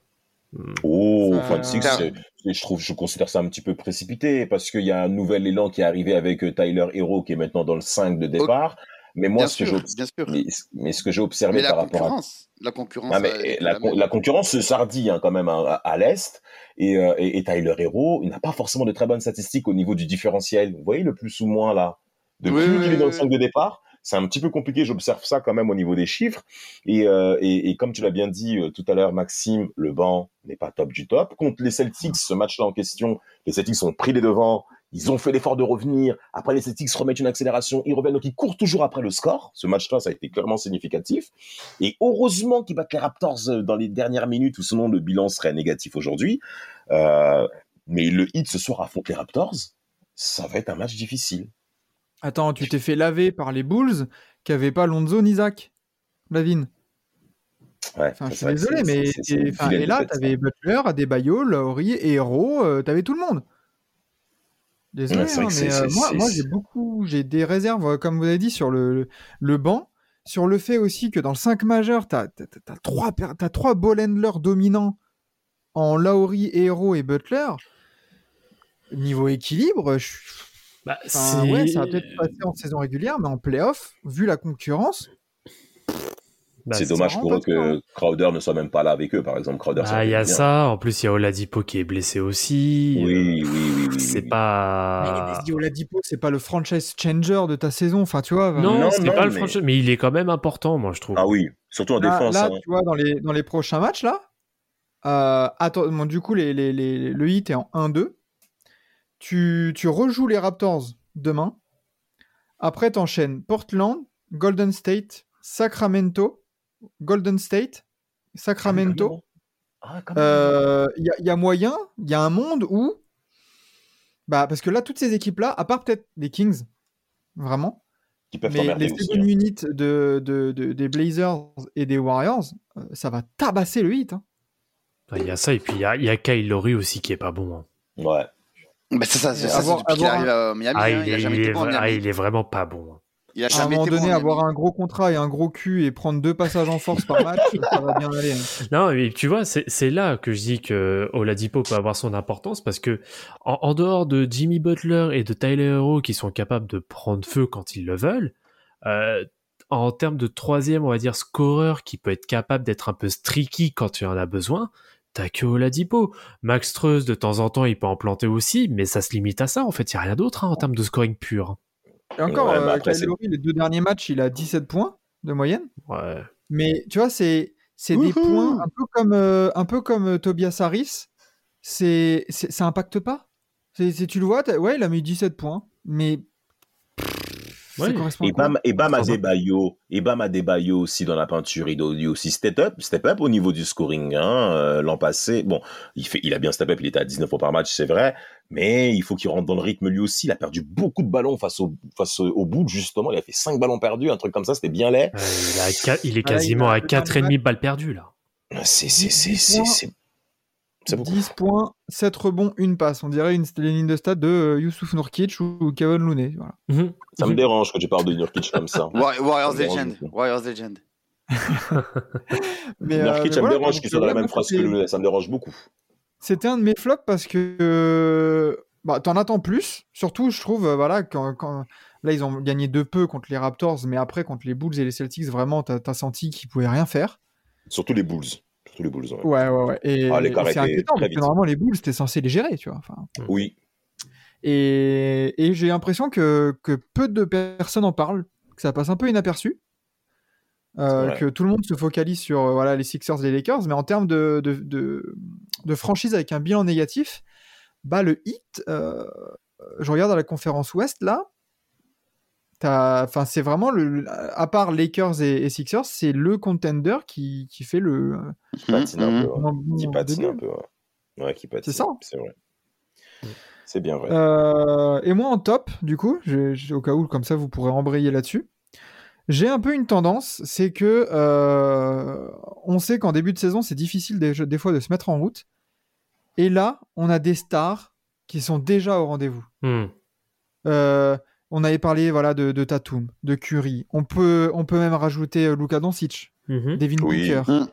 Oh, Ça- fin de cycle, c'est- c'est- je trouve, je considère ça un petit peu précipité parce qu'il y a un nouvel élan qui est arrivé avec euh, Tyler Hero qui est maintenant dans le cinq de départ. Mais moi, Bien ce que sûr, j'ai, bien sûr. mais, mais ce que j'ai observé Mais la par rapport à concurrence, la concurrence, Ah, mais elle est la, la con- même. la concurrence se sardille hein, quand même hein, à, à l'Est et, euh, et, et Tyler Hero, il n'a pas forcément de très bonnes statistiques au niveau du différentiel. Vous voyez le plus ou moins là. Depuis Oui, oui, qu'il est dans le oui, cinq oui. de départ, c'est un petit peu compliqué. J'observe ça quand même au niveau des chiffres. Et, euh, et, et comme tu l'as bien dit euh, tout à l'heure, Maxime, le banc n'est pas top du top. Contre les Celtics, ce match-là en question, les Celtics ont pris les devants. Ils ont fait l'effort de revenir. Après, les Celtics remettent une accélération. Ils reviennent. Donc, ils courent toujours après le score. Ce match-là, ça a été clairement significatif. Et heureusement qu'ils battent les Raptors dans les dernières minutes, ou sinon le bilan serait négatif aujourd'hui. Euh, mais le Heat ce soir affronte les Raptors. Ça va être un match difficile. Attends, tu t'es fait laver par les Bulls qui n'avaient pas Lonzo ni Zach Lavine. Ouais, Enfin, je suis c'est vrai que désolé, c'est- mais c'est- c'est une et, enfin, vilaine et là, défaite, ça. t'avais Butler, Adebayo, Lowry, Hero, euh, t'avais tout le monde. Désolé, Ouais, c'est vrai hein, que mais c'est- euh, c'est- moi, c'est- moi j'ai beaucoup, j'ai des réserves, euh, comme vous avez dit, sur le, le, le banc, sur le fait aussi que dans le cinq majeur, t'as, t'as, t'as, t'as trois, per- t'as trois ball handlers dominants en Lowry, Hero et Butler. Niveau équilibre, je... Bah, enfin, c'est... ouais, ça va peut-être passer en saison régulière, mais en playoff, vu la concurrence, Bah, c'est c'est dommage vraiment pour pas eux sûr, hein. que Crowder ne soit même pas là avec eux, par exemple. Crowder, ça Bah, aurait il y a été bien. ça. En plus, il y a Oladipo qui est blessé aussi. Oui, Euh, oui, oui, oui, c'est oui. pas. Mais Oladipo, c'est pas le franchise changer de ta saison, enfin, tu vois. Non, Non, c'est non, pas le mais- franchise, mais il est quand même important, moi, je trouve. Ah oui, surtout en Là, défense. là, hein. tu vois, dans les, dans les prochains matchs, là, euh, attends, bon, du coup, les, les, les, le Heat est en un deux. Tu, tu rejoues les Raptors demain. Après, t'enchaînes Portland, Golden State, Sacramento, Golden State, Sacramento. Ah, quand Il même. euh, y, a, y a moyen, il y a un monde où... Bah, parce que là, toutes ces équipes-là, à part peut-être les Kings, vraiment, Qui peuvent mais t'emmerder les aussi. second hein. units de, de, de- des Blazers et des Warriors, euh, ça va tabasser le Heat. Hein. Il y a ça, et puis il y a, il y a Kyle Lowry aussi qui est pas bon. hein. Ouais. Bah, c'est ça, c'est Et ça, avoir- c'est depuis qu'il avoir arrive à Miami. Ah, hein, il, il a est, jamais il été est bon à vra- ah, Miami. il est vraiment pas bon. hein. Il a À un jamais moment été bon donné, à avoir Miami. un gros contrat et un gros cul et prendre deux passages en force par match, ça va bien aller. hein. Non, mais tu vois, c'est, c'est là que je dis que Oladipo peut avoir son importance parce que en, en dehors de Jimmy Butler et de Tyler Hero qui sont capables de prendre feu quand ils le veulent, euh, en termes de troisième, on va dire, scoreur qui peut être capable d'être un peu streaky quand tu en as besoin, t'as que Oladipo. Max Strus, de temps en temps, il peut en planter aussi, mais ça se limite à ça, en fait. Il n'y a rien d'autre hein, en termes de scoring pur. Et encore, Ouais, mais euh, après, Kyle c'est- Lowry, les deux derniers matchs, il a dix-sept points de moyenne. Ouais. Mais tu vois, c'est, c'est des Wouhou. points un peu comme, euh, un peu comme euh, Tobias Harris. C'est, c'est, ça impacte pas. C'est, c'est- tu le vois, t'as- ouais, il a mis dix-sept points. Mais ça Ouais. correspond Et à quoi Bam, et Bam Sans- Adebayo, et Bam Adebayo aussi dans la peinture, il doit lui aussi step up, step up au niveau du scoring. Hein, euh, l'an passé, bon, il fait, il a bien step up, il était à dix-neuf points par match, c'est vrai, mais il faut qu'il rentre dans le rythme lui aussi. Il a perdu beaucoup de ballons face au, face au, au bout justement. Il a fait cinq ballons perdus, un truc comme ça, c'était bien laid. Euh, il, a qua- il est Ah, là, quasiment il a- à le quatre dernier virgule cinq balles perdues, là. C'est, c'est, c'est, dix c'est, points. c'est, c'est beaucoup. dix points, sept rebonds, une passe. On dirait une ligne de stade de euh, Youssouf Nourkic ou, ou Kevin Looney. Voilà. Mhm. Ça me dérange que tu parles de Nurkic comme ça. War- Warriors Ça me dérange Legend. beaucoup. Warriors Legend. Mais, euh, Nurkic, mais ça me voilà, dérange donc, qu'il soit dans la ouais, même moi, phrase que c'était- le, ça me dérange beaucoup. C'était un de mes flops parce que euh, bah, t'en attends plus. Surtout, je trouve, euh, voilà, quand, quand- là, ils ont gagné de peu contre les Raptors, mais après, contre les Bulls et les Celtics, vraiment, t'as, t'as senti qu'ils pouvaient rien faire. Surtout les Bulls. Surtout les Bulls, ouais. Ouais, ouais, ouais. Et, Ah, l'écart et c'est était inquiétant très parce que vite. normalement, les Bulls, t'es censé les gérer, tu vois. Enfin, Oui. et, et j'ai l'impression que, que peu de personnes en parlent, que ça passe un peu inaperçu. Euh, Ouais. que tout le monde se focalise sur euh, voilà, les Sixers, les Lakers, mais en termes de, de, de, de franchise avec un bilan négatif, bah, le Heat, euh, je regarde à la conférence Ouest, là, t'as, c'est vraiment, le, à part Lakers et, et Sixers, c'est le contender qui, qui fait le... Qui patine un Mhm. peu. Ouais. bon- bon Qui patine début. un peu, ouais. Ouais, qui patine. C'est ça. C'est vrai. C'est bien vrai. Euh, et moi en top, du coup, je- je- au cas où, comme ça, vous pourrez embrayer là-dessus. J'ai un peu une tendance, c'est que euh, on sait qu'en début de saison, c'est difficile des, des fois de se mettre en route. Et là, on a des stars qui sont déjà au rendez-vous. Mm. Euh, on avait parlé voilà, de, de Tatum, de Curry. On peut, on peut même rajouter euh, Luka Doncic, Mm-hmm. Devin Oui. Booker. Mm.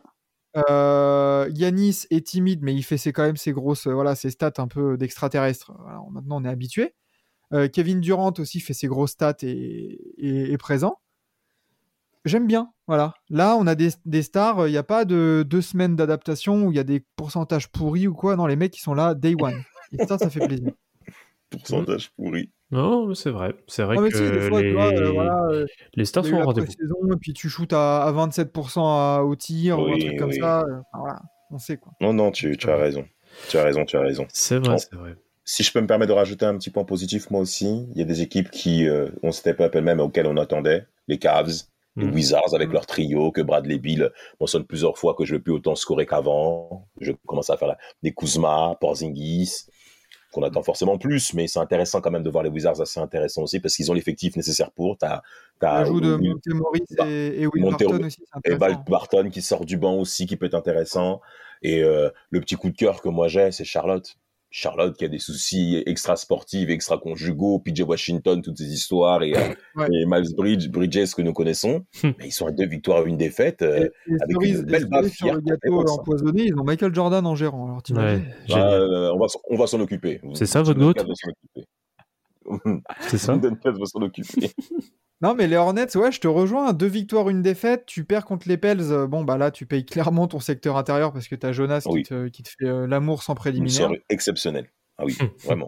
Euh, Giannis est timide, mais il fait ses, quand même ses grosses, euh, voilà, ses stats un peu d'extraterrestre. Alors, maintenant, on est habitué. Euh, Kevin Durant aussi fait ses grosses stats et est présent. J'aime bien, voilà. Là, on a des, des stars, il n'y a pas de deux semaines d'adaptation où il y a des pourcentages pourris ou quoi. Non, les mecs, ils sont là day one. Et ça, ça fait plaisir. Pourcentage pourri. Non, c'est vrai. C'est vrai Non, mais que si, des fois, les... tu vois, euh, voilà, euh, les stars il y a sont eu au la rendez-vous. pré-saison, et puis tu shootes à, à vingt-sept pour cent à, au tir ou un Oui, truc comme oui. ça. euh, enfin, voilà, on sait quoi. Non, non, tu, tu as raison. Tu as raison, tu as raison. C'est vrai, Bon. c'est vrai. Si je peux me permettre de rajouter un petit point positif, moi aussi, il y a des équipes qui euh, ont step up elles-mêmes auxquelles on attendait. Les Cavs, les Mm. Wizards avec Mm. leur trio, que Bradley Beal mentionne plusieurs fois que je ne vais plus autant scorer qu'avant. Je commence à faire la... des Kuzma, Porzingis, qu'on attend forcément plus, mais c'est intéressant quand même de voir les Wizards assez intéressants aussi parce qu'ils ont l'effectif nécessaire pour. T'as, t'as L'ajout de Will- Monte Morris Bah, et, et Will Monte- Barton aussi, c'est et Bal- intéressant. Barton qui sort du banc aussi, qui peut être intéressant. Et euh, le petit coup de cœur que moi j'ai, c'est Charlotte. Charlotte qui a des soucis extra-sportifs, extra-conjugaux, P J Washington, toutes ces histoires, et, euh, Ouais. et Miles Bridge, Bridges que nous connaissons. Mais ils sont à deux victoires, une défaite, euh, Et, et avec cerise, une belle et baffe cerise sur fière le pour gâteau Evans, hein. empoisonné, ils ont Michael Jordan en gérant. Alors t'imagines Ouais, Ah, génial. euh, on va, s- on va s'en occuper. C'est ça, votre goat? Duncan va s'en occuper. C'est ça? Duncan va s'en occuper. Non, mais les Hornets, ouais, je te rejoins. Deux victoires, une défaite. Tu perds contre les Pels. euh, Bon, bah là, tu payes clairement ton secteur intérieur parce que t'as Jonas Oui. qui, te, qui te fait euh, l'amour sans Une préliminaire. soirée exceptionnelle. Ah oui, vraiment.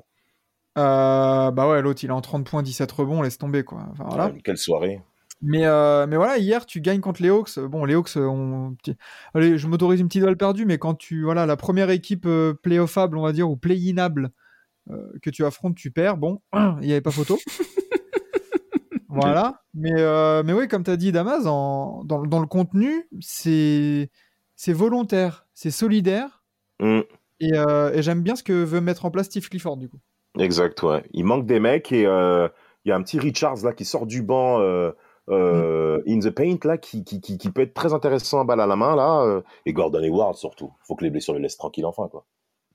Euh, bah ouais, l'autre, il est en trente points, dix-sept rebonds, laisse tomber, quoi. Enfin, voilà. Ouais, quelle soirée. Mais, euh, mais voilà, hier, tu gagnes contre les Hawks. Bon, les Hawks, euh, ont... Allez, je m'autorise une petite balle perdue, mais quand tu... Voilà, la première équipe euh, playoffable, on va dire, ou play-inable euh, que tu affrontes, tu perds. Bon, il n'y avait pas photo. Voilà. Mais, euh, mais oui, comme tu as dit, Damas, en... dans, dans le contenu, c'est, c'est volontaire, c'est solidaire. Mm. Et, euh, et j'aime bien ce que veut mettre en place Steve Clifford, du coup. Exact, ouais. Il manque des mecs et euh, il y a un petit Richards là qui sort du banc euh, euh, in the paint là qui, qui, qui, qui peut être très intéressant à balle à la main là euh, et Gordon Hayward surtout. Faut que les blessures le laissent tranquille enfin quoi.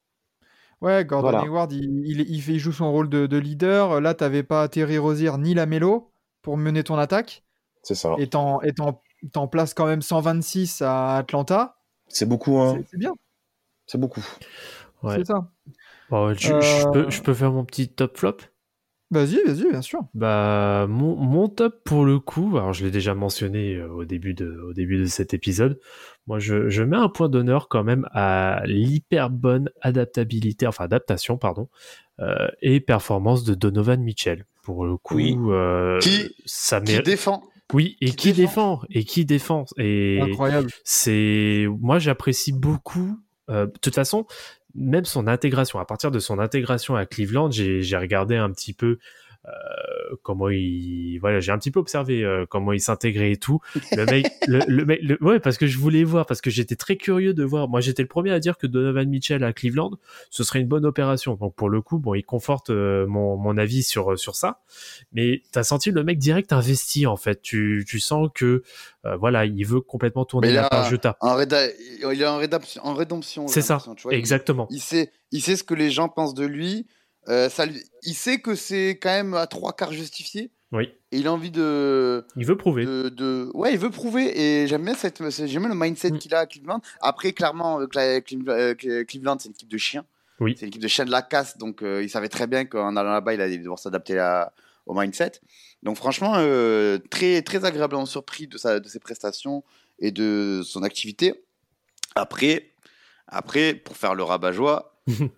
Ouais, Gordon Voilà. Hayward, il, il, il, fait, il joue son rôle de, de leader. Là, t'avais pas Terry Rozier ni Lamelo pour mener ton attaque. C'est ça. Et t'en, et t'en, t'en places quand même cent vingt-six à Atlanta. C'est beaucoup hein. C'est, c'est bien. C'est beaucoup. Ouais. C'est ça. Bon, je, Euh, je peux, je peux faire mon petit top flop? Vas-y, vas-y, bien sûr. Bah, mon, mon top pour le coup, alors je l'ai déjà mentionné euh, au début de, au début de cet épisode. Moi, je, je mets un point d'honneur quand même à l'hyper bonne adaptabilité, enfin adaptation, pardon, euh, et performance de Donovan Mitchell. Pour le coup, Oui. euh, Qui- ça Qui mérite. défend. Oui, et qui qui défend. défend, et qui défend. Et Incroyable. c'est, moi, j'apprécie beaucoup. Euh, de toute façon, même son intégration, à partir de son intégration à Cleveland, j'ai, j'ai regardé un petit peu euh, comment il, voilà, j'ai un petit peu observé euh, comment il s'intégrait et tout. Le mec, le, le mec, le, ouais, parce que je voulais voir, parce que j'étais très curieux de voir. Moi, j'étais le premier à dire que Donovan Mitchell à Cleveland, ce serait une bonne opération. Donc pour le coup, bon, il conforte euh, mon, mon avis sur sur ça. Mais t'as senti le mec direct investi en fait. Tu, tu sens que euh, voilà, il veut complètement tourner Mais la là, page de ta. En réda- il est en rédemption. En rédemption C'est j'ai ça, l'impression, tu vois, il- exactement. Il, sait, il sait ce que les gens pensent de lui. Euh, ça lui- Il sait que c'est quand même à trois quarts justifié. Oui, Et il a envie de, il veut prouver. de, de- Ouais, il veut prouver. Et j'aime bien, cette... j'aime bien le mindset Mm. qu'il a à Cleveland. Après, clairement, euh, Cla- Cleve- euh, Cleveland, c'est une équipe de chiens. Oui. C'est une équipe de chiens de la casse. Donc, euh, il savait très bien qu'en allant là-bas, il allait devoir s'adapter à- au mindset. Donc, franchement, euh, très, très agréablement surpris de, sa... de ses prestations et de son activité. Après, après pour faire le rabat-joie,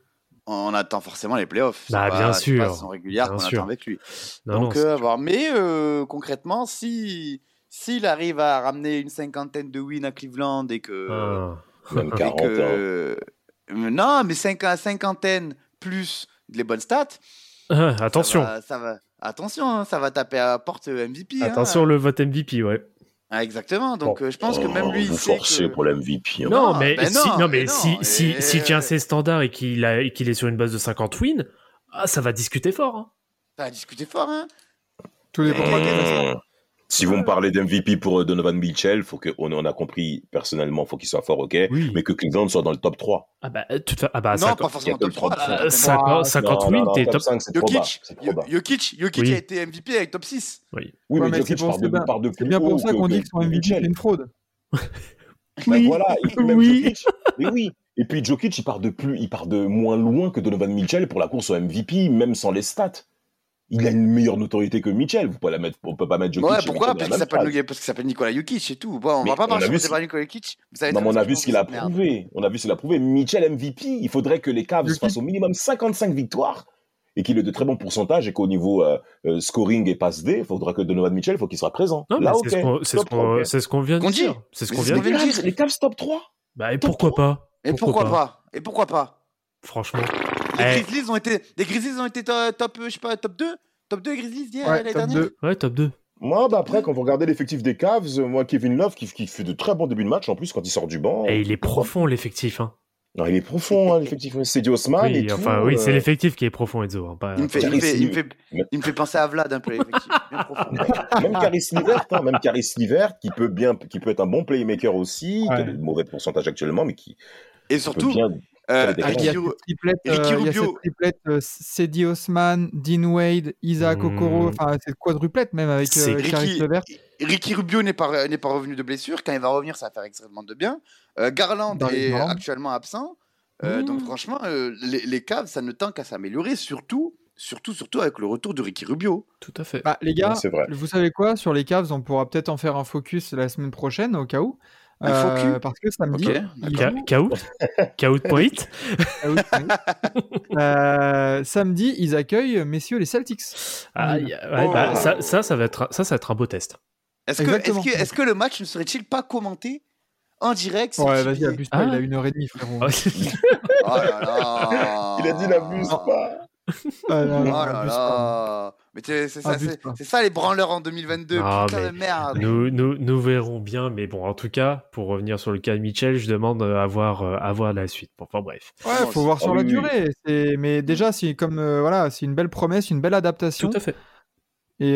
on attend forcément les playoffs. C'est Bah, pas- bien c'est sûr. pas de façon régulière Bien qu'on sûr. attend avec lui. Non, Donc, non, euh, c'est- à voir. Mais euh, concrètement, si s'il arrive à ramener une cinquantaine de wins à Cleveland et que, Ah. Même et quarante. que... Euh, non, mais cinq- cinquantaine plus les bonnes stats. Ah, attention, Ça va, ça va- Attention, hein, ça va taper à la porte M V P. hein. attention le vote M V P, ouais. Ah, exactement. Donc, euh, je pense que même Oh, lui, il vous sait forcez que... pour l'M V P. hein. Non, Non, mais ben si, non, non, mais mais si, non, si, et- s'il tient ses standards et qu'il a, et qu'il est sur une base de cinquante wins, ah, ça va discuter fort. Hein. Ça a discuté fort, hein. Tout dépend. Mmh. Si vous me parlez d'M V P pour Donovan Mitchell, faut que, on en a compris personnellement, faut qu'il soit fort, ok, Oui. mais que Cleveland soit dans le top trois. Ah bah, toute fa- ah bah Non, cinquante pas forcément top trois. euh, là. cinquante cinquante Non, non, wins, non, t'es top top. cinq, c'est trop bas. Jokic, C'est trop bas. Jokic, Jokic Oui. a été M V P avec top six. Oui. Oui, Ouais, mais mais Jokic c'est pour- part de, c'est bien- part de C'est plus bien haut pour ça que- qu'on dit que que son M V P c'est Mitchell. une fraude. Ben voilà, et puis même Oui. Jokic, mais oui. Et puis Jokic, il part de plus, il part de moins loin que Donovan Mitchell pour la course au M V P, même sans les stats. Il a une meilleure notoriété que Mitchell. Vous pouvez la mettre, on peut pas mettre Jokic. Ouais, et pourquoi Mitchell parce dans qu'il la même s'appelle phrase. parce qu'il s'appelle Nikola Jokic, c'est tout. Bon, on Mais va pas on a marcher vu sur ce- le débat Nikola Jokic. Vous savez Non, très mais on bien a ce vu que ce qu'il je a pense de cette merde. prouvé. On a vu ce qu'il a prouvé. Mitchell M V P, il faudrait que les Cavs Jokic. fassent au minimum cinquante-cinq victoires et qu'il ait de très bons pourcentages et qu'au niveau euh, euh, scoring et passe D, il faudra que Donovan Mitchell, faut qu'il soit présent. Non, mais Là, c'est ok. ce qu'on c'est ce Top trois, qu'on- ok. c'est ce qu'on vient de Qu'on dit. dire. C'est ce Mais qu'on c'est vient ce de qu'on dire. vient de dire. Les Cavs top trois. Bah, et Top pourquoi trois. pas Et pourquoi pas Et pourquoi pas Franchement. Les Eh. Grizzlies ont été les Grizzlies ont été to- top euh, je sais pas top deux top deux Grizzlies hier Ouais, l'année top dernière. deux. Ouais, top deux. Moi, bah après, quand vous regardez l'effectif des Cavs, euh, moi, Kevin Love, qui, qui fait de très bons débuts de match, en plus, quand il sort du banc. Et il est pourquoi profond, l'effectif. Hein. Non, il est profond, hein, l'effectif. C'est du Osman et Oui, tout. enfin, oui, euh, c'est l'effectif qui est profond, Enzo. Hein, pas, Il me fait, pas- il me fait, il me Caris- fait, il me fait penser à Vlad un peu effectivement. Bien profond. Même Caris Levert, hein, même Caris Levert, qui peut bien, qui peut être un bon playmaker aussi, Ouais. qui a de mauvais pourcentages actuellement, mais qui Et peut surtout, bien. euh, des Ah, il y a Ricky, cette triplette, Ricky euh, il y a Rubio. cette triplette euh, Cedi Osman, Dean Wade, Isaac Hmm. Okoro, enfin cette quadruplette même avec C'est euh, Caris Ricky, Levert. Ricky Rubio n'est pas, n'est pas revenu de blessure. Quand il va revenir, ça va faire extrêmement de bien. Euh, Garland Darius est Garland. actuellement absent. Euh, Mmh. Donc franchement, euh, les, les Cavs, ça ne tend qu'à s'améliorer, surtout, surtout, surtout avec le retour de Ricky Rubio. Tout à fait. Bah, les gars, Ouais, c'est vrai. vous savez quoi, sur les Cavs, on pourra peut-être en faire un focus la semaine prochaine au cas où. Un Euh, focus parce que samedi, Ok, ils Ca- jouent- Caout Caout point it Ah oui, oui. Euh, samedi, ils accueillent messieurs les Celtics. Ah, y a- ouais, Oh. bah, ça, ça, ça va être, ça, ça va être un beau test. Est-ce que, est-ce, Exactement. que, est-ce que le match ne serait-il pas commenté en direct sur Ouais, T V? vas-y, abuse pas, Ah. il a une heure et demie, frérot. Ah, Oh là là. Il a dit n'abuse Non. pas. Ah, non, Oh non, là abuse pas. là. Mais c'est, c'est, ça, Abuse c'est, pas. c'est ça les branleurs en deux mille vingt-deux. Non, Putain mais de merde. nous, nous, nous verrons bien, mais bon, en tout cas, pour revenir sur le cas de Mitchell, je demande euh, à voir, euh, à voir la suite. Bon, enfin bref. Ouais, Non, faut c'est- voir Ah sur oui, la oui. durée. C'est... Mais déjà, c'est comme euh, voilà, c'est une belle promesse, une belle adaptation. Tout à fait. Et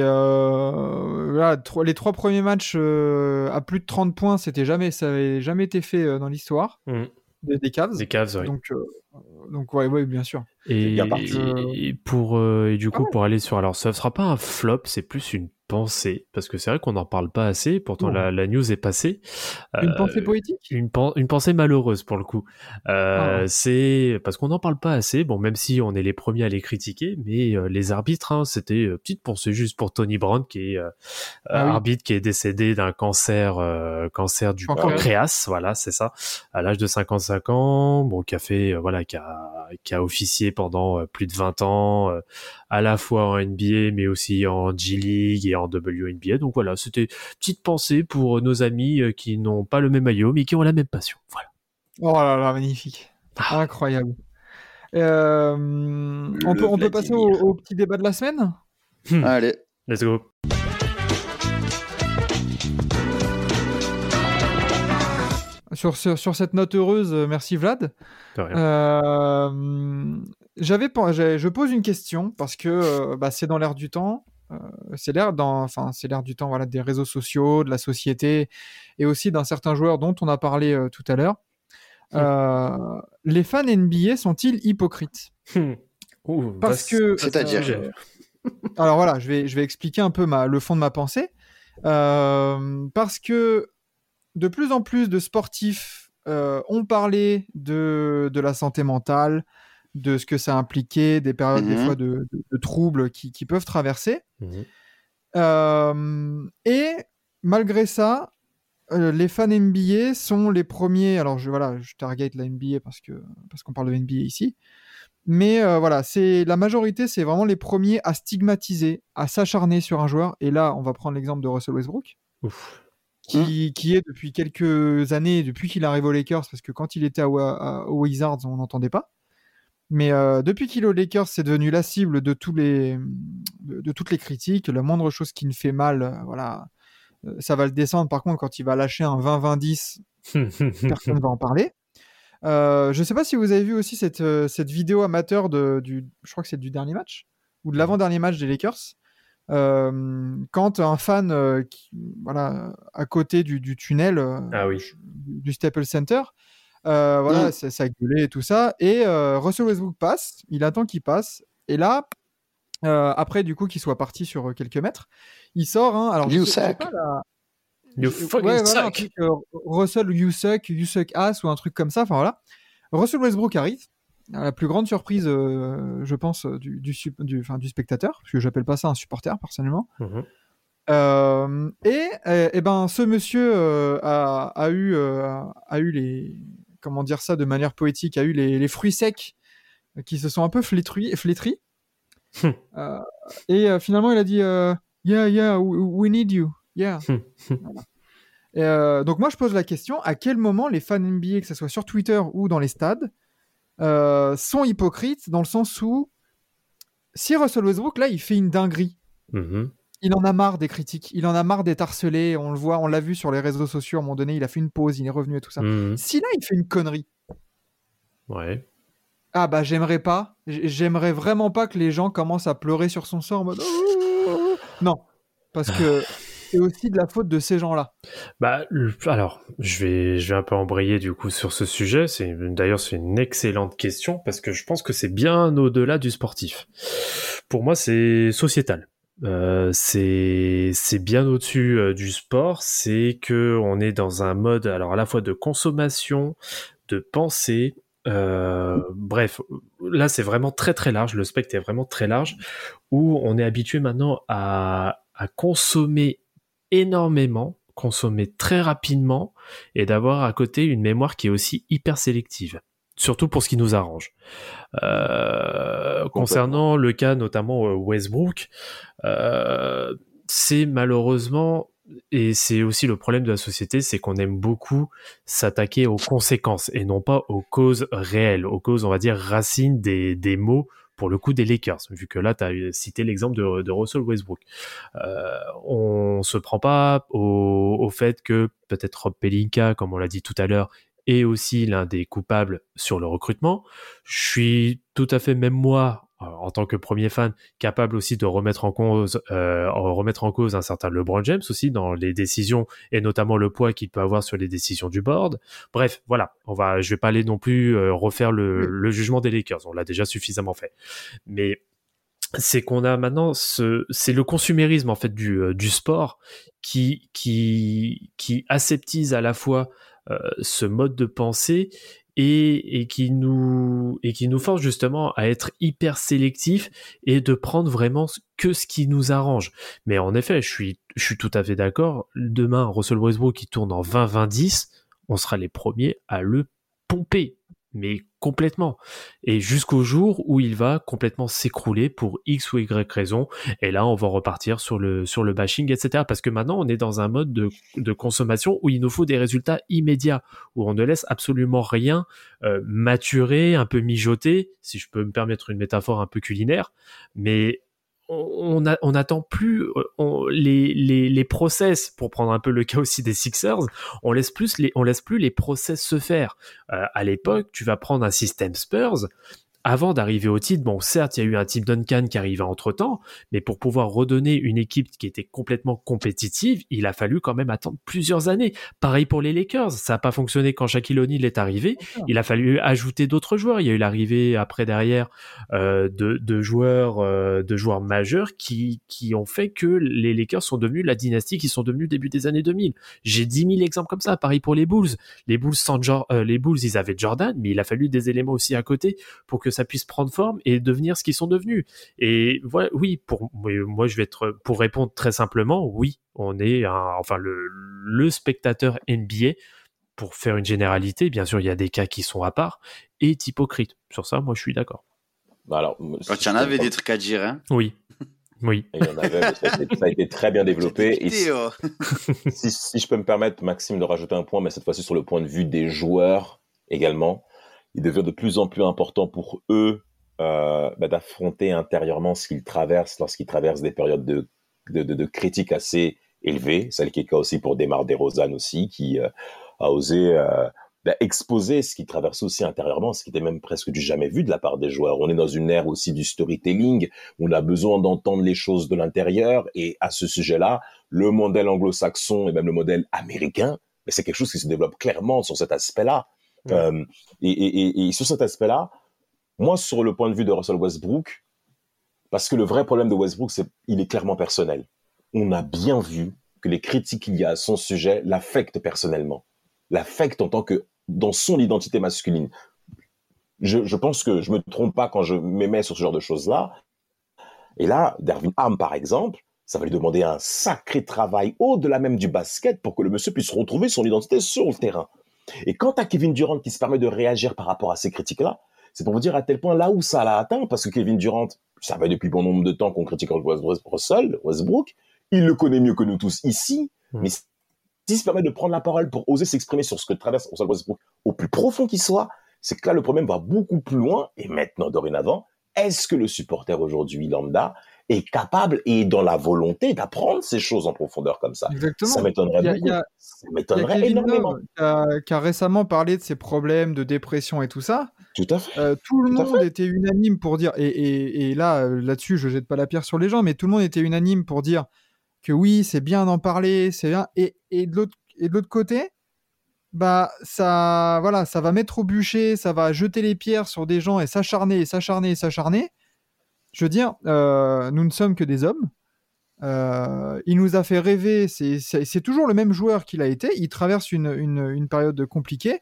euh, voilà, tro- les trois premiers matchs euh, à plus de trente points, c'était jamais, ça avait jamais été fait euh, dans l'histoire Mm. des, des Cavs. Des Cavs, oui. Donc, euh, donc ouais, ouais, bien sûr. Et, bien parti. et pour euh, et du coup ouais. pour aller sur alors ça sera pas un flop, c'est plus une pensée parce que c'est vrai qu'on n'en parle pas assez. Pourtant Non. la, la news est passée. Une Euh, pensée poétique. Une, pen- une pensée malheureuse pour le coup. Euh, Ah. C'est parce qu'on n'en parle pas assez. Bon, même si on est les premiers à les critiquer, mais euh, les arbitres, hein, c'était euh, petite pensée juste pour Tony Brown qui est euh, Ah oui. arbitre qui est décédé d'un cancer, euh, cancer du Pancréas. pancréas. Voilà, c'est ça, à l'âge de cinquante-cinq ans. Bon, qui a fait, euh, voilà, qui a, qui a officié pendant euh, plus de vingt ans, euh, à la fois en N B A, mais aussi en G League et en W N B A. Donc voilà, c'était petite pensée pour nos amis euh, qui n'ont pas le même maillot, mais qui ont la même passion. Voilà. Oh là là, magnifique. Ah. Incroyable. Euh, on peut, on peut passer au, au petit débat de la semaine. Allez. Let's go. Sur, sur, sur cette note heureuse, euh, merci Vlad. De rien. Euh, j'avais, pen- j'ai- je pose une question parce que euh, bah, c'est dans l'air du temps. Euh, c'est l'air dans, enfin, c'est l'air du temps, voilà, des réseaux sociaux, de la société, et aussi d'un certain joueur dont on a parlé euh, tout à l'heure. Euh, les fans N B A sont-ils hypocrites? Ouh, Parce vaste- que- vaste C'est-à-dire sujet. Alors voilà, je vais, je vais expliquer un peu ma, le fond de ma pensée. Euh, parce que de plus en plus de sportifs euh, ont parlé de, de la santé mentale, de ce que ça impliquait, des périodes Mhm. des fois de, de- de troubles qui, qui peuvent traverser. Mhm. Euh, et malgré ça, euh, les fans N B A sont les premiers. Alors je, voilà, je target la N B A parce, que, parce qu'on parle de N B A ici. Mais euh, voilà, c'est la majorité, c'est vraiment les premiers à stigmatiser, à s'acharner sur un joueur. Et là, on va prendre l'exemple de Russell Westbrook, Ouf. qui, qui est depuis quelques années, depuis qu'il arrive aux Lakers, parce que quand il était à, Wa- à- aux Wizards, on n'entendait pas. Mais euh, depuis qu'il est aux Lakers, c'est devenu la cible de, tous les, de, de toutes les critiques. La moindre chose qui ne fait mal, euh, voilà, euh, ça va le descendre. Par contre, quand il va lâcher un vingt vingt dix, personne ne va en parler. Euh, je ne sais pas si vous avez vu aussi cette, euh, cette vidéo amateur de, du, je crois que c'est du dernier match ou de l'avant-dernier match des Lakers, Euh, quand un fan, euh, qui, voilà, à côté du, du tunnel euh, ah oui. du, du Staples Center, euh, voilà, mm. ça, ça a gueulé et tout ça. Et euh, Russell Westbrook passe, il attend qu'il passe. Et là, euh, après, du coup, qu'il soit parti sur quelques mètres, il sort. Hein, alors, you je sais, suck. je sais pas, là, you je, fucking ouais, suck. voilà, un truc, euh, Russell, you suck, you suck ass ou un truc comme ça. Enfin voilà. Russell Westbrook arrive. La plus grande surprise, euh, je pense, du, du, du, enfin, du spectateur, parce que j'appelle pas ça un supporter personnellement. Mm-hmm. Euh, et, et, et ben, ce monsieur euh, a, a eu, euh, a eu les, comment dire ça de manière poétique, a eu les, les fruits secs qui se sont un peu flétris. flétris. euh, et euh, finalement, il a dit euh, yeah, yeah, we, we need you, yeah. Voilà. Et, euh, donc moi, je pose la question à quel moment les fans N B A, que ce soit sur Twitter ou dans les stades, Euh, sont hypocrites dans le sens où si Russell Westbrook là il fait une dinguerie, mm-hmm. il en a marre des critiques, il en a marre d'être harcelé, on le voit, on l'a vu sur les réseaux sociaux à un moment donné, il a fait une pause, il est revenu et tout ça. Mm-hmm. Si là il fait une connerie, ouais. ah bah j'aimerais pas, j'aimerais vraiment pas que les gens commencent à pleurer sur son sort en mode non, parce que c'est aussi de la faute de ces gens-là. Bah, alors, je vais, je vais un peu embrayer du coup sur ce sujet. C'est d'ailleurs c'est une excellente question parce que je pense que c'est bien au-delà du sportif. Pour moi, c'est sociétal. Euh, c'est c'est bien au-dessus euh, du sport. C'est que on est dans un mode alors à la fois de consommation, de pensée. Euh, bref, là c'est vraiment très très large. Le spectre est vraiment très large où on est habitué maintenant à à consommer énormément, consommer très rapidement et d'avoir à côté une mémoire qui est aussi hyper sélective, surtout pour ce qui nous arrange. Euh, concernant le cas notamment Westbrook, euh, c'est malheureusement, et c'est aussi le problème de la société, c'est qu'on aime beaucoup s'attaquer aux conséquences et non pas aux causes réelles, aux causes, on va dire, racines des, des maux, pour le coup des Lakers, vu que là, tu as cité l'exemple de, de Russell Westbrook. Euh, on se prend pas au, au fait que peut-être Rob Pelinka, comme on l'a dit tout à l'heure, est aussi l'un des coupables sur le recrutement. Je suis tout à fait, même moi, en tant que premier fan, capable aussi de remettre en cause, euh, remettre en cause un certain LeBron James aussi dans les décisions et notamment le poids qu'il peut avoir sur les décisions du board. Bref, voilà, on va, je vais pas aller non plus euh, refaire le, le jugement des Lakers, on l'a déjà suffisamment fait. Mais c'est qu'on a maintenant ce, c'est le consumérisme en fait du euh, du sport qui qui qui aseptise à la fois euh, ce mode de pensée et, et qui nous et qui nous force justement à être hyper sélectif et de prendre vraiment que ce qui nous arrange. Mais en effet, je suis je suis tout à fait d'accord. Demain, Russell Westbrook qui tourne en vingt vingt dix, on sera les premiers à le pomper, mais complètement. Et jusqu'au jour où il va complètement s'écrouler pour X ou Y raison. Et là, on va repartir sur le, sur le bashing, et cetera. Parce que maintenant, on est dans un mode de, de consommation où il nous faut des résultats immédiats, où on ne laisse absolument rien euh, maturer, un peu mijoter, si je peux me permettre une métaphore un peu culinaire. Mais on, a, on attend plus on, les, les, les process, pour prendre un peu le cas aussi des Sixers, on laisse plus les, on laisse plus les process se faire. Euh, à l'époque, tu vas prendre un système Spurs. Avant d'arriver au titre, bon, certes, il y a eu un Tim Duncan qui arriva entre-temps, mais pour pouvoir redonner une équipe qui était complètement compétitive, il a fallu quand même attendre plusieurs années. Pareil pour les Lakers, ça n'a pas fonctionné quand Shaquille O'Neal est arrivé, il a fallu ajouter d'autres joueurs. Il y a eu l'arrivée après derrière euh, de, de joueurs, euh, de joueurs majeurs qui, qui ont fait que les Lakers sont devenus la dynastie qui sont devenus début des années deux mille. J'ai dix mille exemples comme ça. Pareil pour les Bulls. Les Bulls, sans jo- euh, les Bulls, ils avaient Jordan, mais il a fallu des éléments aussi à côté pour que ça puisse prendre forme et devenir ce qu'ils sont devenus. Et voilà, oui, pour moi, je vais être, pour répondre très simplement, oui, on est un, enfin le, le spectateur N B A, pour faire une généralité, bien sûr, il y a des cas qui sont à part, est hypocrite. Sur ça, moi, je suis d'accord. Alors, quand il y en avait des trucs à dire, hein. Oui. Oui. Il y en avait, mais ça, a été, ça a été très bien développé. Et si, si, si je peux me permettre, Maxime, de rajouter un point, mais cette fois-ci sur le point de vue des joueurs également, il devient de plus en plus important pour eux euh, bah, d'affronter intérieurement ce qu'ils traversent lorsqu'ils traversent des périodes de, de, de, de critiques assez élevées. C'est le cas aussi pour Demar DeRozan aussi, qui euh, a osé euh, bah, exposer ce qui traversait aussi intérieurement, ce qui était même presque du jamais vu de la part des joueurs. On est dans une ère aussi du storytelling, où on a besoin d'entendre les choses de l'intérieur, et à ce sujet-là, le modèle anglo-saxon et même le modèle américain, mais c'est quelque chose qui se développe clairement sur cet aspect-là. Mmh. Euh, et, et, et, et sur cet aspect-là, moi, sur le point de vue de Russell Westbrook, parce que le vrai problème de Westbrook, c'est il est clairement personnel. On a bien vu que les critiques qu'il y a à son sujet l'affectent personnellement, l'affectent en tant que dans son identité masculine. Je, je pense que je me trompe pas quand je m'émets sur ce genre de choses-là. Et là, Darvin Ham, par exemple, ça va lui demander un sacré travail au-delà même du basket pour que le monsieur puisse retrouver son identité sur le terrain. Et quant à Kevin Durant qui se permet de réagir par rapport à ces critiques-là, c'est pour vous dire à tel point là où ça l'a atteint, parce que Kevin Durant, ça fait depuis bon nombre de temps qu'on critique Russell Westbrook, il le connaît mieux que nous tous ici, mmh. mais s'il se permet de prendre la parole pour oser s'exprimer sur ce que traverse Russell Westbrook au plus profond qu'il soit, c'est que là le problème va beaucoup plus loin, et maintenant, dorénavant, est-ce que le supporter aujourd'hui lambda est capable et dans la volonté d'apprendre ces choses en profondeur comme ça? Exactement. Ça m'étonnerait y a, beaucoup. Y a, ça m'étonnerait y a énormément. Love qui, a, qui a récemment parlé de ses problèmes de dépression et tout ça. Tout à fait. Euh, tout le tout monde était unanime pour dire, et, et, et là, là-dessus, je jette pas la pierre sur les gens, mais tout le monde était unanime pour dire que oui, c'est bien d'en parler, c'est bien. Et, et de l'autre, et de l'autre côté, bah ça, voilà, ça va mettre au bûcher, ça va jeter les pierres sur des gens et s'acharner, et s'acharner, et s'acharner. Je veux dire, euh, nous ne sommes que des hommes. Euh, il nous a fait rêver. C'est, c'est, c'est toujours le même joueur qu'il a été. Il traverse une, une, une période compliquée.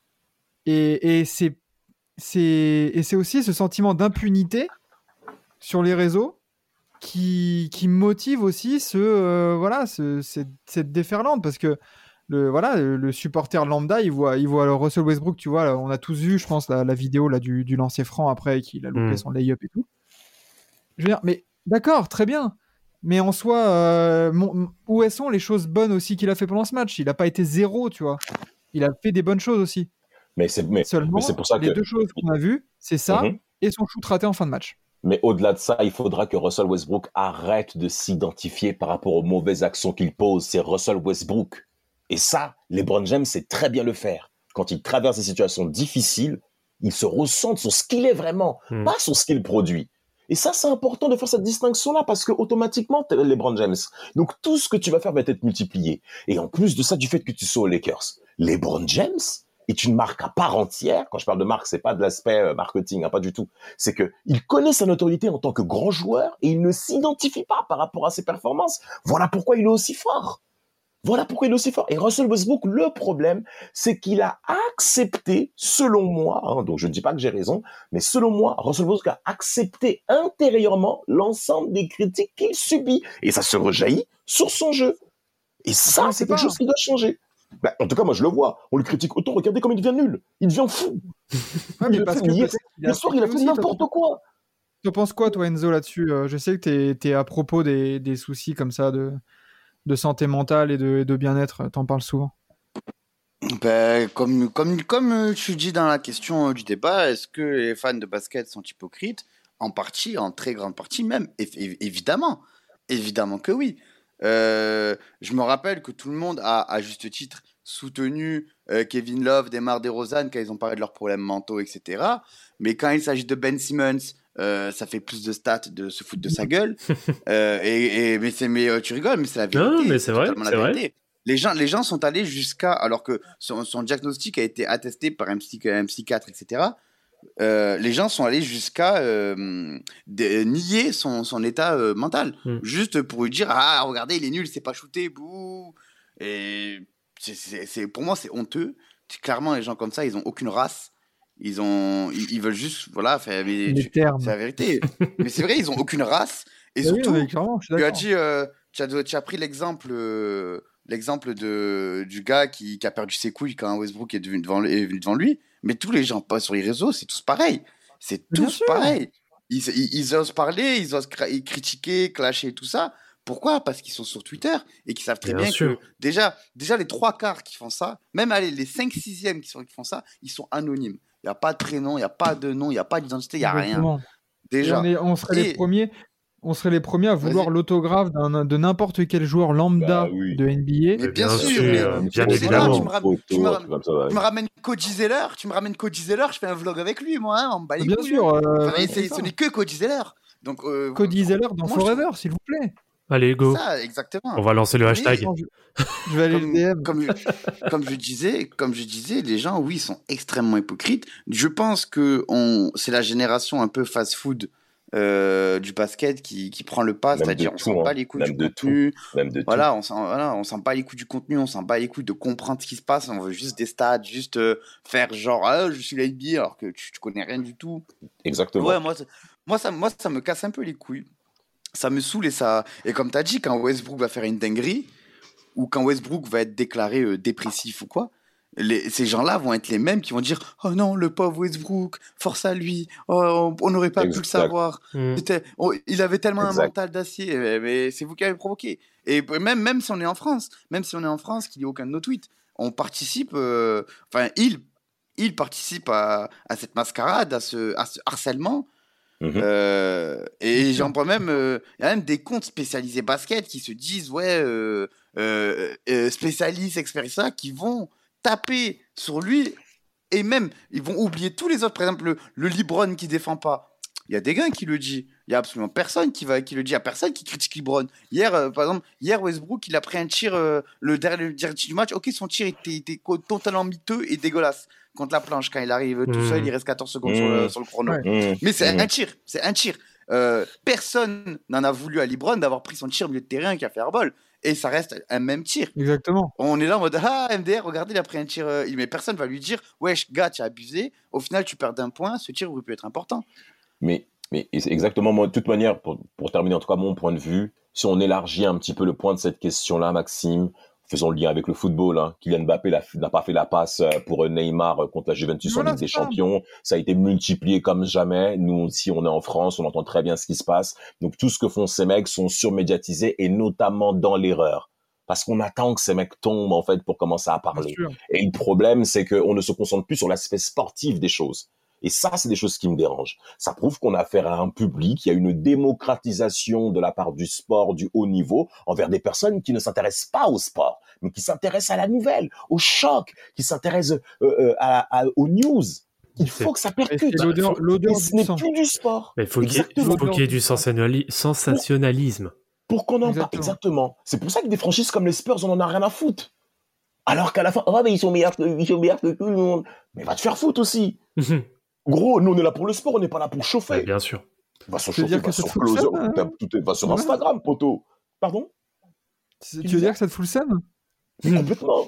Et, et, c'est, c'est, et c'est aussi ce sentiment d'impunité sur les réseaux qui, qui motive aussi ce, euh, voilà, ce, cette, cette déferlante. Parce que le, voilà, le, le supporter lambda, il voit, il voit le Russell Westbrook. Tu vois, là, on a tous vu, je pense, la, la vidéo là, du, du lancer franc après qu'il a loupé mmh. son lay-up et tout. Je veux dire, mais d'accord, très bien. Mais en soi, euh, mon, où sont les choses bonnes aussi qu'il a fait pendant ce match? Il n'a pas été zéro, tu vois. Il a fait des bonnes choses aussi. Mais c'est, mais, Seulement, mais c'est pour ça les que... deux choses qu'on a vues, c'est ça mm-hmm. et son shoot raté en fin de match. Mais au-delà de ça, il faudra que Russell Westbrook arrête de s'identifier par rapport aux mauvaises actions qu'il pose. C'est Russell Westbrook. Et ça, LeBron James sait très bien le faire. Quand il traverse des situations difficiles, il se ressent sur ce qu'il est vraiment, mm. pas sur ce qu'il produit. Et ça, c'est important de faire cette distinction-là parce que automatiquement, t'es LeBron James. Donc, tout ce que tu vas faire va être multiplié. Et en plus de ça, du fait que tu sois aux Lakers, LeBron James est une marque à part entière. Quand je parle de marque, c'est pas de l'aspect marketing, hein, pas du tout. C'est que il connaît sa notoriété en tant que grand joueur et il ne s'identifie pas par rapport à ses performances. Voilà pourquoi il est aussi fort. Voilà pourquoi il est aussi fort. Et Russell Westbrook, le problème, c'est qu'il a accepté, selon moi, hein, donc je ne dis pas que j'ai raison, mais selon moi, Russell Westbrook a accepté intérieurement l'ensemble des critiques qu'il subit. Et ça se rejaillit sur son jeu. Et ça, c'est quelque pas. chose qui doit changer. Ben, en tout cas, moi, je le vois. On le critique autant. Regardez comme il devient nul. Il devient fou. Ouais, mais parce que hier, hier soir, il a fait aussi, n'importe toi, quoi. Tu penses quoi, toi, Enzo, là-dessus? Je sais que tu es à propos des, des soucis comme ça de... de santé mentale et de, et de bien-être, t'en parles souvent. Ben, comme, comme, comme tu dis dans la question du débat, est-ce que les fans de basket sont hypocrites? En partie, en très grande partie même, é- évidemment. Évidemment que oui. Euh, je me rappelle que tout le monde a, à juste titre, soutenu euh, Kevin Love, DeMar DeRozan quand ils ont parlé de leurs problèmes mentaux, et cetera. Mais quand il s'agit de Ben Simmons, Euh, ça fait plus de stats de se foutre de sa gueule. euh, et, et, mais, c'est, mais tu rigoles, mais c'est la vérité. Non, mais c'est, c'est vrai. C'est vrai. Les gens, les gens sont allés jusqu'à, alors que son, son diagnostic a été attesté par un, psy, un psychiatre, et cetera. Euh, les gens sont allés jusqu'à euh, de, nier son, son état euh, mental, mm. juste pour lui dire ah regardez il est nul, c'est pas shooté, bouh. Et c'est, c'est, c'est, pour moi c'est honteux. C'est, clairement les gens comme ça ils ont aucune race. Ils ont, ils, ils veulent juste, voilà, faire mais, les tu, termes. C'est la vérité. Mais c'est vrai, ils ont aucune race. Et oui, surtout, tu as dit, euh, tu as, tu as pris l'exemple, euh, l'exemple de du gars qui, qui a perdu ses couilles quand Westbrook est, devenu devant, est venu devant lui. Mais tous les gens pas sur les réseaux, c'est tous pareil. C'est Bien tous sûr. pareil. Ils, ils, ils osent parler, ils osent cra- critiquer, clasher, tout ça. Pourquoi? Parce qu'ils sont sur Twitter et qu'ils savent très bien, bien que déjà, déjà les trois quarts qui font ça, même allez, les cinq sixièmes qui, sont, qui font ça, ils sont anonymes. Il n'y a pas de prénom, il n'y a pas de nom, il n'y a pas d'identité, il n'y a rien. Exactement. Déjà. On, est, on serait et... les premiers. on serait les premiers à vouloir Vas-y. l'autographe d'un, de n'importe quel joueur lambda bah, oui. de N B A. Mais bien, bien sûr, mais, euh, bien évidemment. Tu me, ram- tu me, ram- tu me ramènes Cody Zeller, tu me ramènes Cody Zeller, je fais un vlog avec lui, moi, hein, on me bat les bien couilles. Bien sûr. Euh, enfin, c'est, ce n'est que Cody Zeller. Donc, euh, Cody Zeller dans Forever, je... s'il vous plaît. Allez, go. Ça, exactement. On va lancer le hashtag. Mais, je vais aller comme, le D M. Comme, comme, je disais, comme je disais, les gens, oui, sont extrêmement hypocrites. Je pense que on, c'est la génération un peu fast-food euh, du basket qui, qui prend le pas, même c'est-à-dire on s'en hein. bat les couilles même du de contenu. Tout. Même de voilà, tout. on s'en, voilà, on s'en bat les couilles du contenu, on s'en bat les couilles de comprendre ce qui se passe. On veut juste des stats, juste euh, faire genre, ah, je suis la N B A alors que tu, tu connais rien du tout. Exactement. Ouais, moi, moi, ça, moi, ça me casse un peu les couilles. Ça me saoule et ça. Et comme tu as dit, quand Westbrook va faire une dinguerie, ou quand Westbrook va être déclaré euh, dépressif ou quoi, les, ces gens-là vont être les mêmes qui vont dire « Oh non, le pauvre Westbrook, force à lui, oh, on n'aurait pas exact. pu le savoir. Mmh. Oh, il avait tellement exact. un mental d'acier, mais, mais c'est vous qui avez provoqué. » Et même, même si on est en France, même si on est en France, qu'il n'y ait aucun de nos tweets, on participe, enfin, euh, il, il participe à, à cette mascarade, à ce, à ce harcèlement. Mmh. Euh, et j'en prends même, il euh, y a même des comptes spécialisés basket qui se disent ouais euh, euh, euh, spécialistes, experts, ça, qui vont taper sur lui et même ils vont oublier tous les autres. Par exemple le, le LeBron qui défend pas, il y a des gars qui le dit, il y a absolument personne qui va qui le dit, il y a personne qui critique LeBron. Hier euh, par exemple, hier Westbrook il a pris un tir euh, le dernier le dernier tir du match. Ok, son tir était, était totalement miteux et dégueulasse. Contre la planche, quand il arrive tout mmh. seul, il reste quatorze secondes mmh. sur, le, sur le chrono. Ouais. Mais c'est mmh. un tir, c'est un tir. Euh, personne n'en a voulu à LeBron d'avoir pris son tir au milieu de terrain qui a fait airball. Et ça reste un même tir. Exactement. On est là en mode ah, M D R, regardez, il a pris un tir. Euh... Mais personne va lui dire wesh, gars, tu as abusé. Au final, tu perds d'un point, ce tir aurait pu être important. Mais, mais c'est exactement, moi, de toute manière, pour, pour terminer en tout cas mon point de vue, si on élargit un petit peu le point de cette question-là, Maxime, faisons le lien avec le football. Hein. Kylian Mbappé la, n'a pas fait la passe pour Neymar contre la Juventus voilà, en Ligue des ça. Champions. Ça a été multiplié comme jamais. Nous aussi, on est en France, on entend très bien ce qui se passe. Donc, tout ce que font ces mecs sont surmédiatisés et notamment dans l'erreur. Parce qu'on attend que ces mecs tombent, en fait, pour commencer à parler. Et le problème, c'est qu'on ne se concentre plus sur l'aspect sportif des choses. Et ça, c'est des choses qui me dérangent. Ça prouve qu'on a affaire à un public, il y a une démocratisation de la part du sport, du haut niveau, envers des personnes qui ne s'intéressent pas au sport, mais qui s'intéressent à la nouvelle, au choc, qui s'intéressent euh, à, à, aux news. Il faut que ça percute. L'odeur, l'odeur ce n'est plus du sport. Mais il faut, qu'il, faut qu'il y ait du sensationnalisme. Pour, pour qu'on en parle. Exactement. C'est pour ça que des franchises comme les Spurs, on en a rien à foutre. Alors qu'à la fin, oh, mais ils sont meilleurs que, ils sont meilleurs que tout le monde. Mais va te faire foutre aussi. Gros, nous on est là pour le sport, on n'est pas là pour chauffer. Ouais, bien sûr. Va sur chauffer, va sur Closer, tout est, va sur Instagram, poteau. Pardon ? Tu, tu veux dire que ça te fout le seum ? Mais complètement.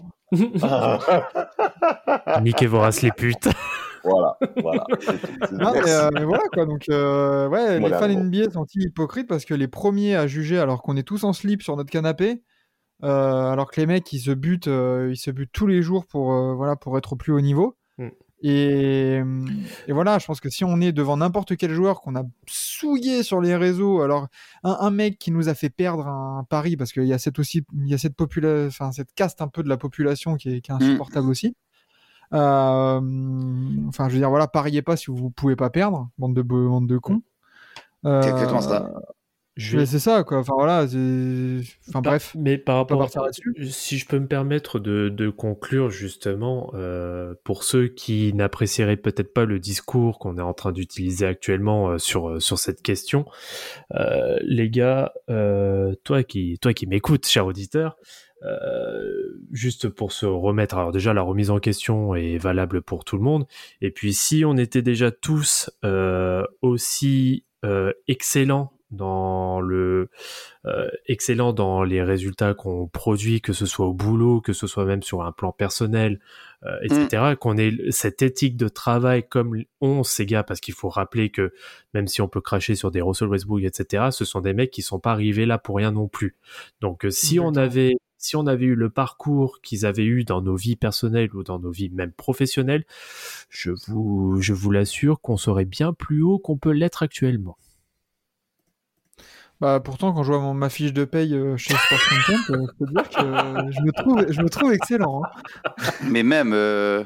Niquez vos races les putes. Voilà, voilà. Non, mais, euh, mais voilà quoi. Donc, euh, ouais, voilà, les fans N B A sont hypocrites parce que les premiers à juger, alors qu'on est tous en slip sur notre canapé, euh, alors que les mecs ils se butent, euh, ils se butent tous les jours pour, euh, voilà, pour être au plus haut niveau. Mm. Et, et voilà, je pense que si on est devant n'importe quel joueur qu'on a souillé sur les réseaux, alors un, un mec qui nous a fait perdre un pari, parce qu'il y a cette aussi, il y a cette popula- enfin cette caste un peu de la population qui est, qui est insupportable mmh. aussi. Euh, enfin, je veux dire, voilà, pariez pas si vous pouvez pas perdre, bande de bande de cons. Euh, c'est exactement ça. Je... Mais c'est ça, quoi. Enfin, voilà. C'est... Enfin, par, bref. Mais par rapport à si je peux me permettre de, de conclure, justement, euh, pour ceux qui n'apprécieraient peut-être pas le discours qu'on est en train d'utiliser actuellement euh, sur, sur cette question, euh, les gars, euh, toi qui, toi qui m'écoutes, cher auditeur, Euh, juste pour se remettre, alors déjà la remise en question est valable pour tout le monde, et puis si on était déjà tous euh, aussi euh, excellents dans le euh, excellent dans les résultats qu'on produit, que ce soit au boulot, que ce soit même sur un plan personnel, euh, et cetera, mmh. qu'on ait cette éthique de travail comme ont ces gars, parce qu'il faut rappeler que même si on peut cracher sur des Russell Westbrook, et cetera, ce sont des mecs qui sont pas arrivés là pour rien non plus. Donc si mmh. on avait si on avait eu le parcours qu'ils avaient eu dans nos vies personnelles ou dans nos vies même professionnelles, je vous je vous l'assure qu'on serait bien plus haut qu'on peut l'être actuellement. Bah, pourtant, quand je vois mon, ma fiche de paye euh, chez Sport Content, euh, je peux dire que euh, je, me trouve, je me trouve excellent. Hein. Mais même, euh...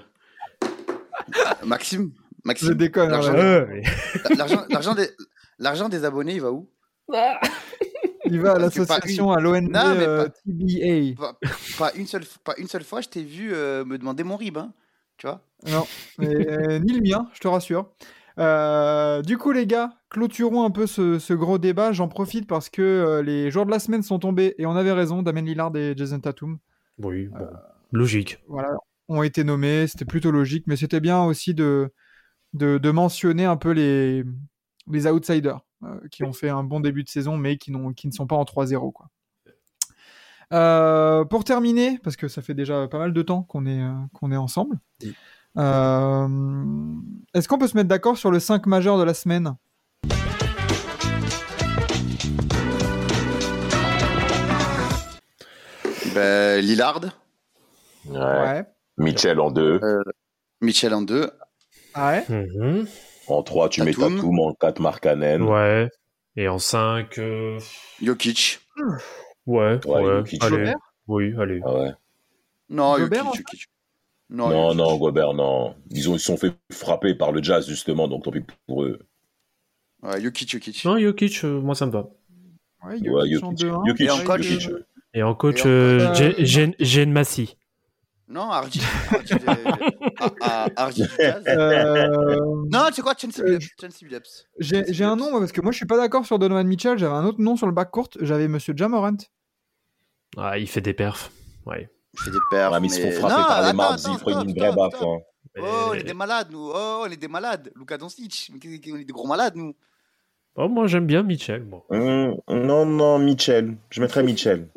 Maxime, Maxime, je déconne. L'argent, ouais. des... l'argent, l'argent, des... l'argent des abonnés, il va où ? Il va à Parce que pas l'association une- à l'O N G Non, mais euh, pas- T B A. Pas, pas une seule, pas une seule fois, je t'ai vu euh, me demander mon rib, hein, tu vois. Non, mais, euh, ni le mien, je te rassure. Euh, du coup, les gars, clôturons un peu ce, ce gros débat. J'en profite parce que euh, les joueurs de la semaine sont tombés et on avait raison. Damien Lillard et Jason Tatum, Oui, bon. Logique. voilà, ont été nommés. C'était plutôt logique, mais c'était bien aussi de, de, de mentionner un peu les, les outsiders euh, qui ont fait un bon début de saison, mais qui, n'ont, qui ne sont pas en trois zéro, quoi. Euh, pour terminer, parce que ça fait déjà pas mal de temps qu'on est, euh, qu'on est ensemble, Oui. euh, est-ce qu'on peut se mettre d'accord sur le cinq majeur de la semaine? Ben, Lillard, Ouais. Ouais. Mitchell en deux. euh, Mitchell en deux, Ah ouais. Mhm. En trois, tu mets Tatum. Tatum. En quatre, Markkanen. Ouais. Et en cinq, euh... Jokic. ouais, Ouais, ouais. Jokic. Allez. Gobert Oui, allez. Ah ouais. Non, Gobert, Jokic, en Jokic. Non, Non, Jokic. non, Gobert, non. Ils, ont, ils se sont fait frapper par le Jazz, justement, donc tant pis pour eux. Ouais, Jokic, Jokic. Non, Jokic, euh, moi ça me va. Ouais, Ouais, Jokic en Jokic. deux un. Jokic, Et en coach, Jokic. euh, Et en coach, Et en euh, coach, Jen- euh, Jen- Jen Massey. Non, Argy. Argy, ah, ah, Argy du Jazz. euh, Non, tu sais quoi, Chauncey euh, Billups. Chauncey Billups. j'ai, Chauncey j'ai un Billups. nom, moi, parce que moi je suis pas d'accord sur Donovan Mitchell. J'avais un autre nom sur le backcourt. J'avais Monsieur Ja Morant. Ah, il fait des perfs. Ouais. Je fais des perfs. Ouais, mais ils se font mais- frapper Non, par les attends, Mavs, attends, ils prennent stop, une vraie stop, baffe. stop. Hein. Oh, on est Mais- des malades, nous. Oh, on est des malades. Luka Doncic. Mais qu'est- qu'est- on est des gros malades, nous. Oh, moi j'aime bien Mitchell. Bon. Hum, non, non, Mitchell. Je mettrais Mitchell.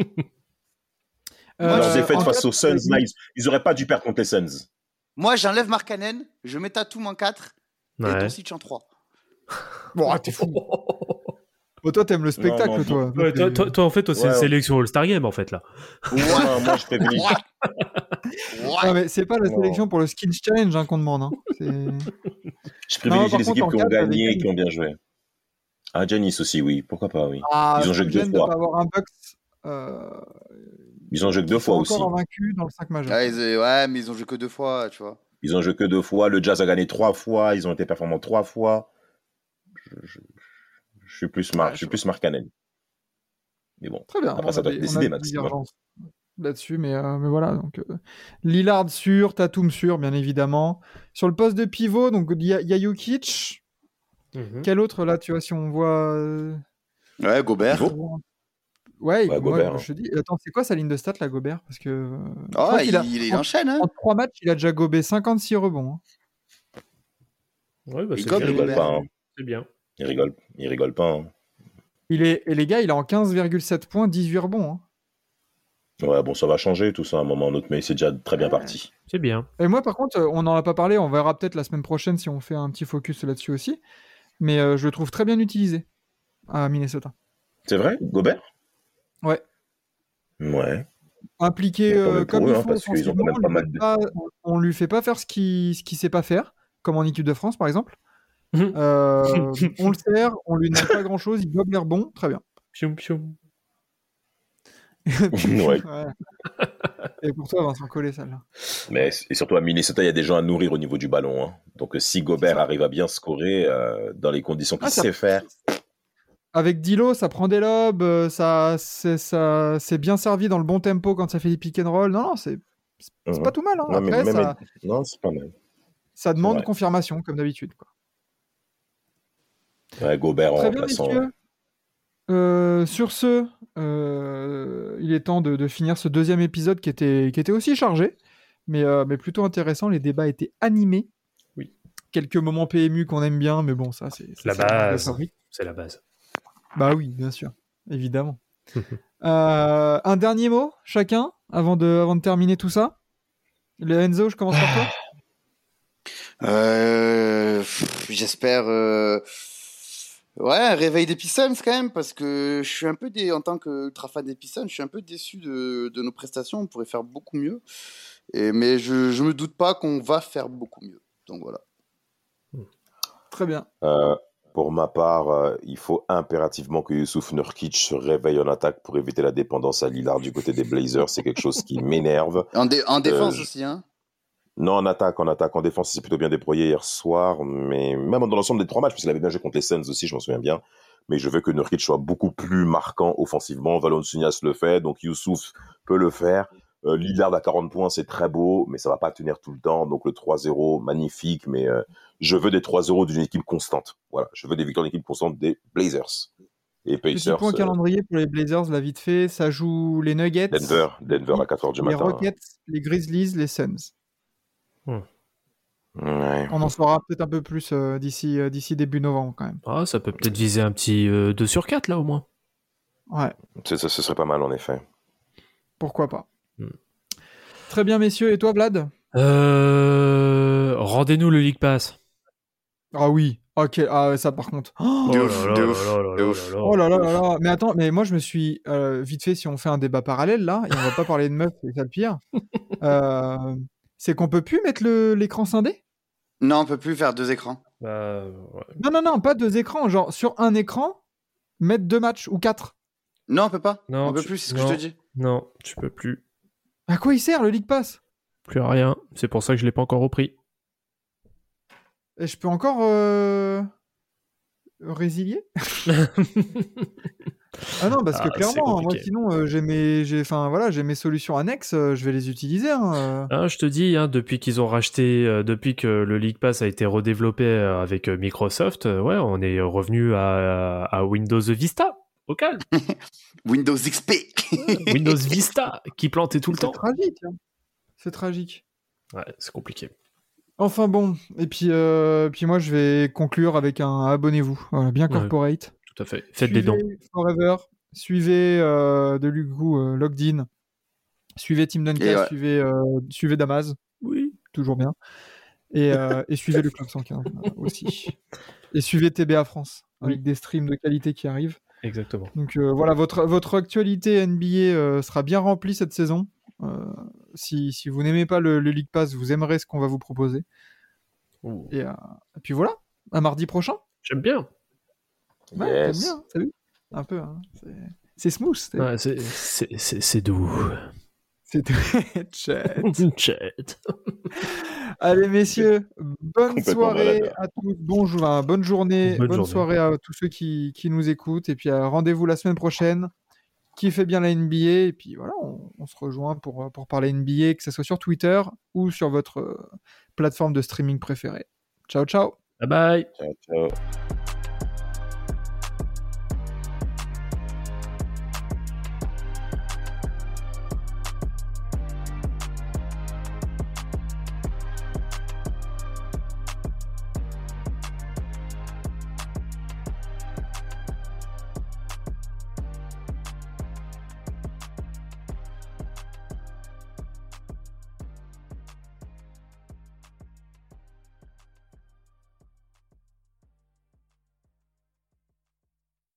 Euh, Leur défaite en face quatre, aux Suns, j'ai- là, ils, ils auraient pas dû perdre contre les Suns. Moi, j'enlève Markkanen, je mets Tatum en quatre et Ouais. Doncic en trois. Bon, ah, t'es fou. Oh, toi, t'aimes le spectacle, Non, non, toi. Ouais, toi, toi, toi, en fait, toi, c'est Ouais, une ouais. sélection All-Star Game, en fait, là. Non, non, moi, je privilégie. Non, mais c'est pas la Non. sélection pour le Skills Challenge hein, qu'on demande. Hein. C'est... Je privilégie par les contre, équipes en qui ont quatre, avec gagné et Giannis. qui ont bien joué. Ah, Giannis aussi, oui. Pourquoi pas, oui. Ah, Ils ont ça joué me que deux gêne de fois. pas avoir un Bucks euh, Ils ont joué que deux qui sont fois aussi. encore invaincus dans le cinq majeur. Ouais, ils- ouais, mais ils ont joué que deux fois, tu vois. Ils ont joué que deux fois. Le Jazz a gagné trois fois. Ils ont été performants trois fois. Je, je- je suis plus Mar, Ouais, je suis je- plus Markkanen. Mais bon. Très bien. Après, on ça a doit des- être on a décidé, des Max. divergences là-dessus, mais, euh, mais voilà. Donc, euh, Lillard sûr, Tatum sûr, bien évidemment. Sur le poste de pivot, donc il y, a- il y a Jokic. Mhm. Quel autre là, tu vois, si on voit. euh, Ouais, Gobert. Pivot. Ouais, Ouais, moi, Gobert, je te dis. Attends, c'est quoi sa ligne de stats, là, Gobert? Parce que. euh, je Ah, crois il, qu'il a- il, il en- enchaîne, hein. En trois matchs, il a déjà gobé cinquante-six rebonds. hein. Ouais, bah, Il c'est gobe, Il bien. rigole Gobert. pas. Hein. C'est bien. Il rigole, il rigole pas. Hein. Il est... Et les gars, il est en quinze virgule sept points, dix-huit rebonds. hein. Ouais, bon, ça va changer tout ça à un moment ou un autre, mais c'est déjà très bien parti. C'est bien. Et moi, par contre, euh, on n'en a pas parlé, on verra peut-être la semaine prochaine si on fait un petit focus là-dessus aussi. Mais euh, je le trouve très bien utilisé à Minnesota. C'est vrai, Gobert? Ouais. Ouais. Impliqué Mais tant mieux euh, pour comme eux, il hein, faut parce qu'ils ont quand offensivement, même pas on mal lui de- fait pas- on lui fait pas faire ce qu'il ce qu'il sait pas faire, comme en équipe de France par exemple. Mhm. Euh, on le sert, on lui demande pas grand-chose, il gobe l'air bon, très bien. Pioum, pioum. Ouais. Ouais. Et pour toi, Vincent Collet, celle-là. Mais et surtout à Minnesota, il y a des gens à nourrir au niveau du ballon. Hein. Donc euh, si Gobert ça. arrive à bien scorer euh, dans les conditions qu'il Ah, ça- sait faire, Avec Dilo, ça prend des lobes, euh, ça, c'est, ça, c'est bien servi dans le bon tempo quand ça fait des pick and roll. Non, non, c'est, c'est Mhm. pas tout mal. hein. Non, mais- Après, mais- ça, mais- non, c'est pas mal. ça demande vrai. confirmation, comme d'habitude. quoi. Ouais, Gobert en Très bien, remplaçant. messieurs. Euh, sur ce, euh, il est temps de, de finir ce deuxième épisode qui était, qui était aussi chargé, mais, euh, mais plutôt intéressant. Les débats étaient animés. Oui. Quelques moments P M U qu'on aime bien, mais bon, ça, c'est, ça, La c'est marque de base. fabrique. C'est la base. Bah oui, bien sûr, évidemment. Euh, un dernier mot, chacun, avant de, avant de terminer tout ça. Le Enzo, je commence par toi. Euh, pff, j'espère. euh, Ouais, un réveil des Pistons quand même, parce que je suis un peu dé... en tant que ultra fan des Pistons, je suis un peu déçu de, de nos prestations. On pourrait faire beaucoup mieux, et mais je je me doute pas qu'on va faire beaucoup mieux. Donc voilà. Très bien. Euh, pour ma part, euh, il faut impérativement que Youssouf Nurkic se réveille en attaque pour éviter la dépendance à Lillard du côté des Blazers. C'est quelque chose qui m'énerve. En, dé- en défense je- aussi, hein. Non, en attaque, en attaque, en défense, il s'est plutôt bien débrouillé hier soir, mais même dans l'ensemble des trois matchs, parce qu'il avait bien joué contre les Suns aussi, je m'en souviens bien. mais je veux que Nurkic soit beaucoup plus marquant offensivement. Valanciunas le fait, donc Youssouf peut le faire. Euh, Lillard à quarante points, c'est très beau, mais ça va pas tenir tout le temps. Donc le trois zéro, magnifique, mais euh, je veux des trois zéro d'une équipe constante. Voilà, je veux des victoires d'équipe constante des Blazers. Et Pacers. Petit point euh, calendrier pour les Blazers, là vite fait, ça joue les Nuggets, Denver, Denver à quatre heures du les matin. Rockets, les Grizzlies, les Suns. Hmm. Ouais. On en saura peut-être un peu plus euh, d'ici, euh, d'ici début novembre quand même. Ah, ça peut peut-être viser un petit euh, deux sur quatre là au moins. Ouais, C'est, ça, ce serait pas mal en effet. pourquoi pas. Hmm. Très bien messieurs, et toi Vlad? Euh... Rendez-nous le League Pass. Ah oui, ok, ah, ça par contre. Oh, De Oh ouf, là de là ouf, là là de là ouf. là là. oh là là là là. Mais attends, mais moi je me suis euh, vite fait, si on fait un débat parallèle là, et on va pas parler de meufs, c'est ça le pire, euh, c'est qu'on peut plus mettre le, l'écran scindé? Non, on peut plus faire deux écrans. Bah, ouais. Non, non, non, pas deux écrans, genre sur un écran, mettre deux matchs ou quatre. Non, on peut pas. Non, on peut tu- plus, c'est ce non. que je te dis. Non, tu peux plus. À quoi il sert le League Pass? Plus rien. C'est pour ça que je l'ai pas encore repris. Et je peux encore euh... résilier? Ah non, parce que Ah, c'est clairement, moi compliqué. sinon, euh, j'ai mes, j'ai, enfin voilà, j'ai mes solutions annexes, euh, je vais les utiliser. Hein, euh. Hein, je te dis, hein, depuis qu'ils ont racheté, euh, depuis que le League Pass a été redéveloppé euh, avec euh, Microsoft, euh, ouais, on est revenu à, à Windows Vista, au calme. Windows X P. Windows Vista, qui plantait tout le C'est temps. tragique. Hein. C'est tragique. Ouais, c'est compliqué. Enfin bon, et puis, euh, puis moi je vais conclure avec un abonnez-vous, voilà, bien Ouais. corporate. Tout à fait. Faites des dons. Suivez Forever, suivez euh, de Lugu, euh, Logged In, suivez Team Duncast, Et ouais. suivez, euh, suivez Damaz, Oui. toujours bien, et, euh, et suivez le Club cent quinze euh, aussi. Et suivez T B A France, avec Oui. des streams de qualité qui arrivent. Exactement. Donc euh, voilà, votre, votre actualité N B A euh, sera bien remplie cette saison. Euh, si, si vous n'aimez pas le, le League Pass, vous aimerez ce qu'on va vous proposer. Ouh. Et, euh, et puis voilà, à mardi prochain. J'aime bien. Ouais, Yes. t'aimes bien, hein, t'as vu? Un peu, hein. c'est... c'est smooth. C'est, Ouais, c'est, c'est, c'est, c'est doux. c'est... Chat. Chat. Allez messieurs, bonne Complètement soirée malade. à tous, bon, jou- enfin, bonne journée, Bonne bonne, journée. soirée à tous ceux qui, qui nous écoutent. Et puis euh, rendez-vous la semaine prochaine. Kiffez bien la N B A. Et puis voilà, on, on se rejoint pour, pour parler N B A, que ce soit sur Twitter ou sur votre euh, plateforme de streaming préférée. Ciao, ciao. Bye bye. Ciao, ciao.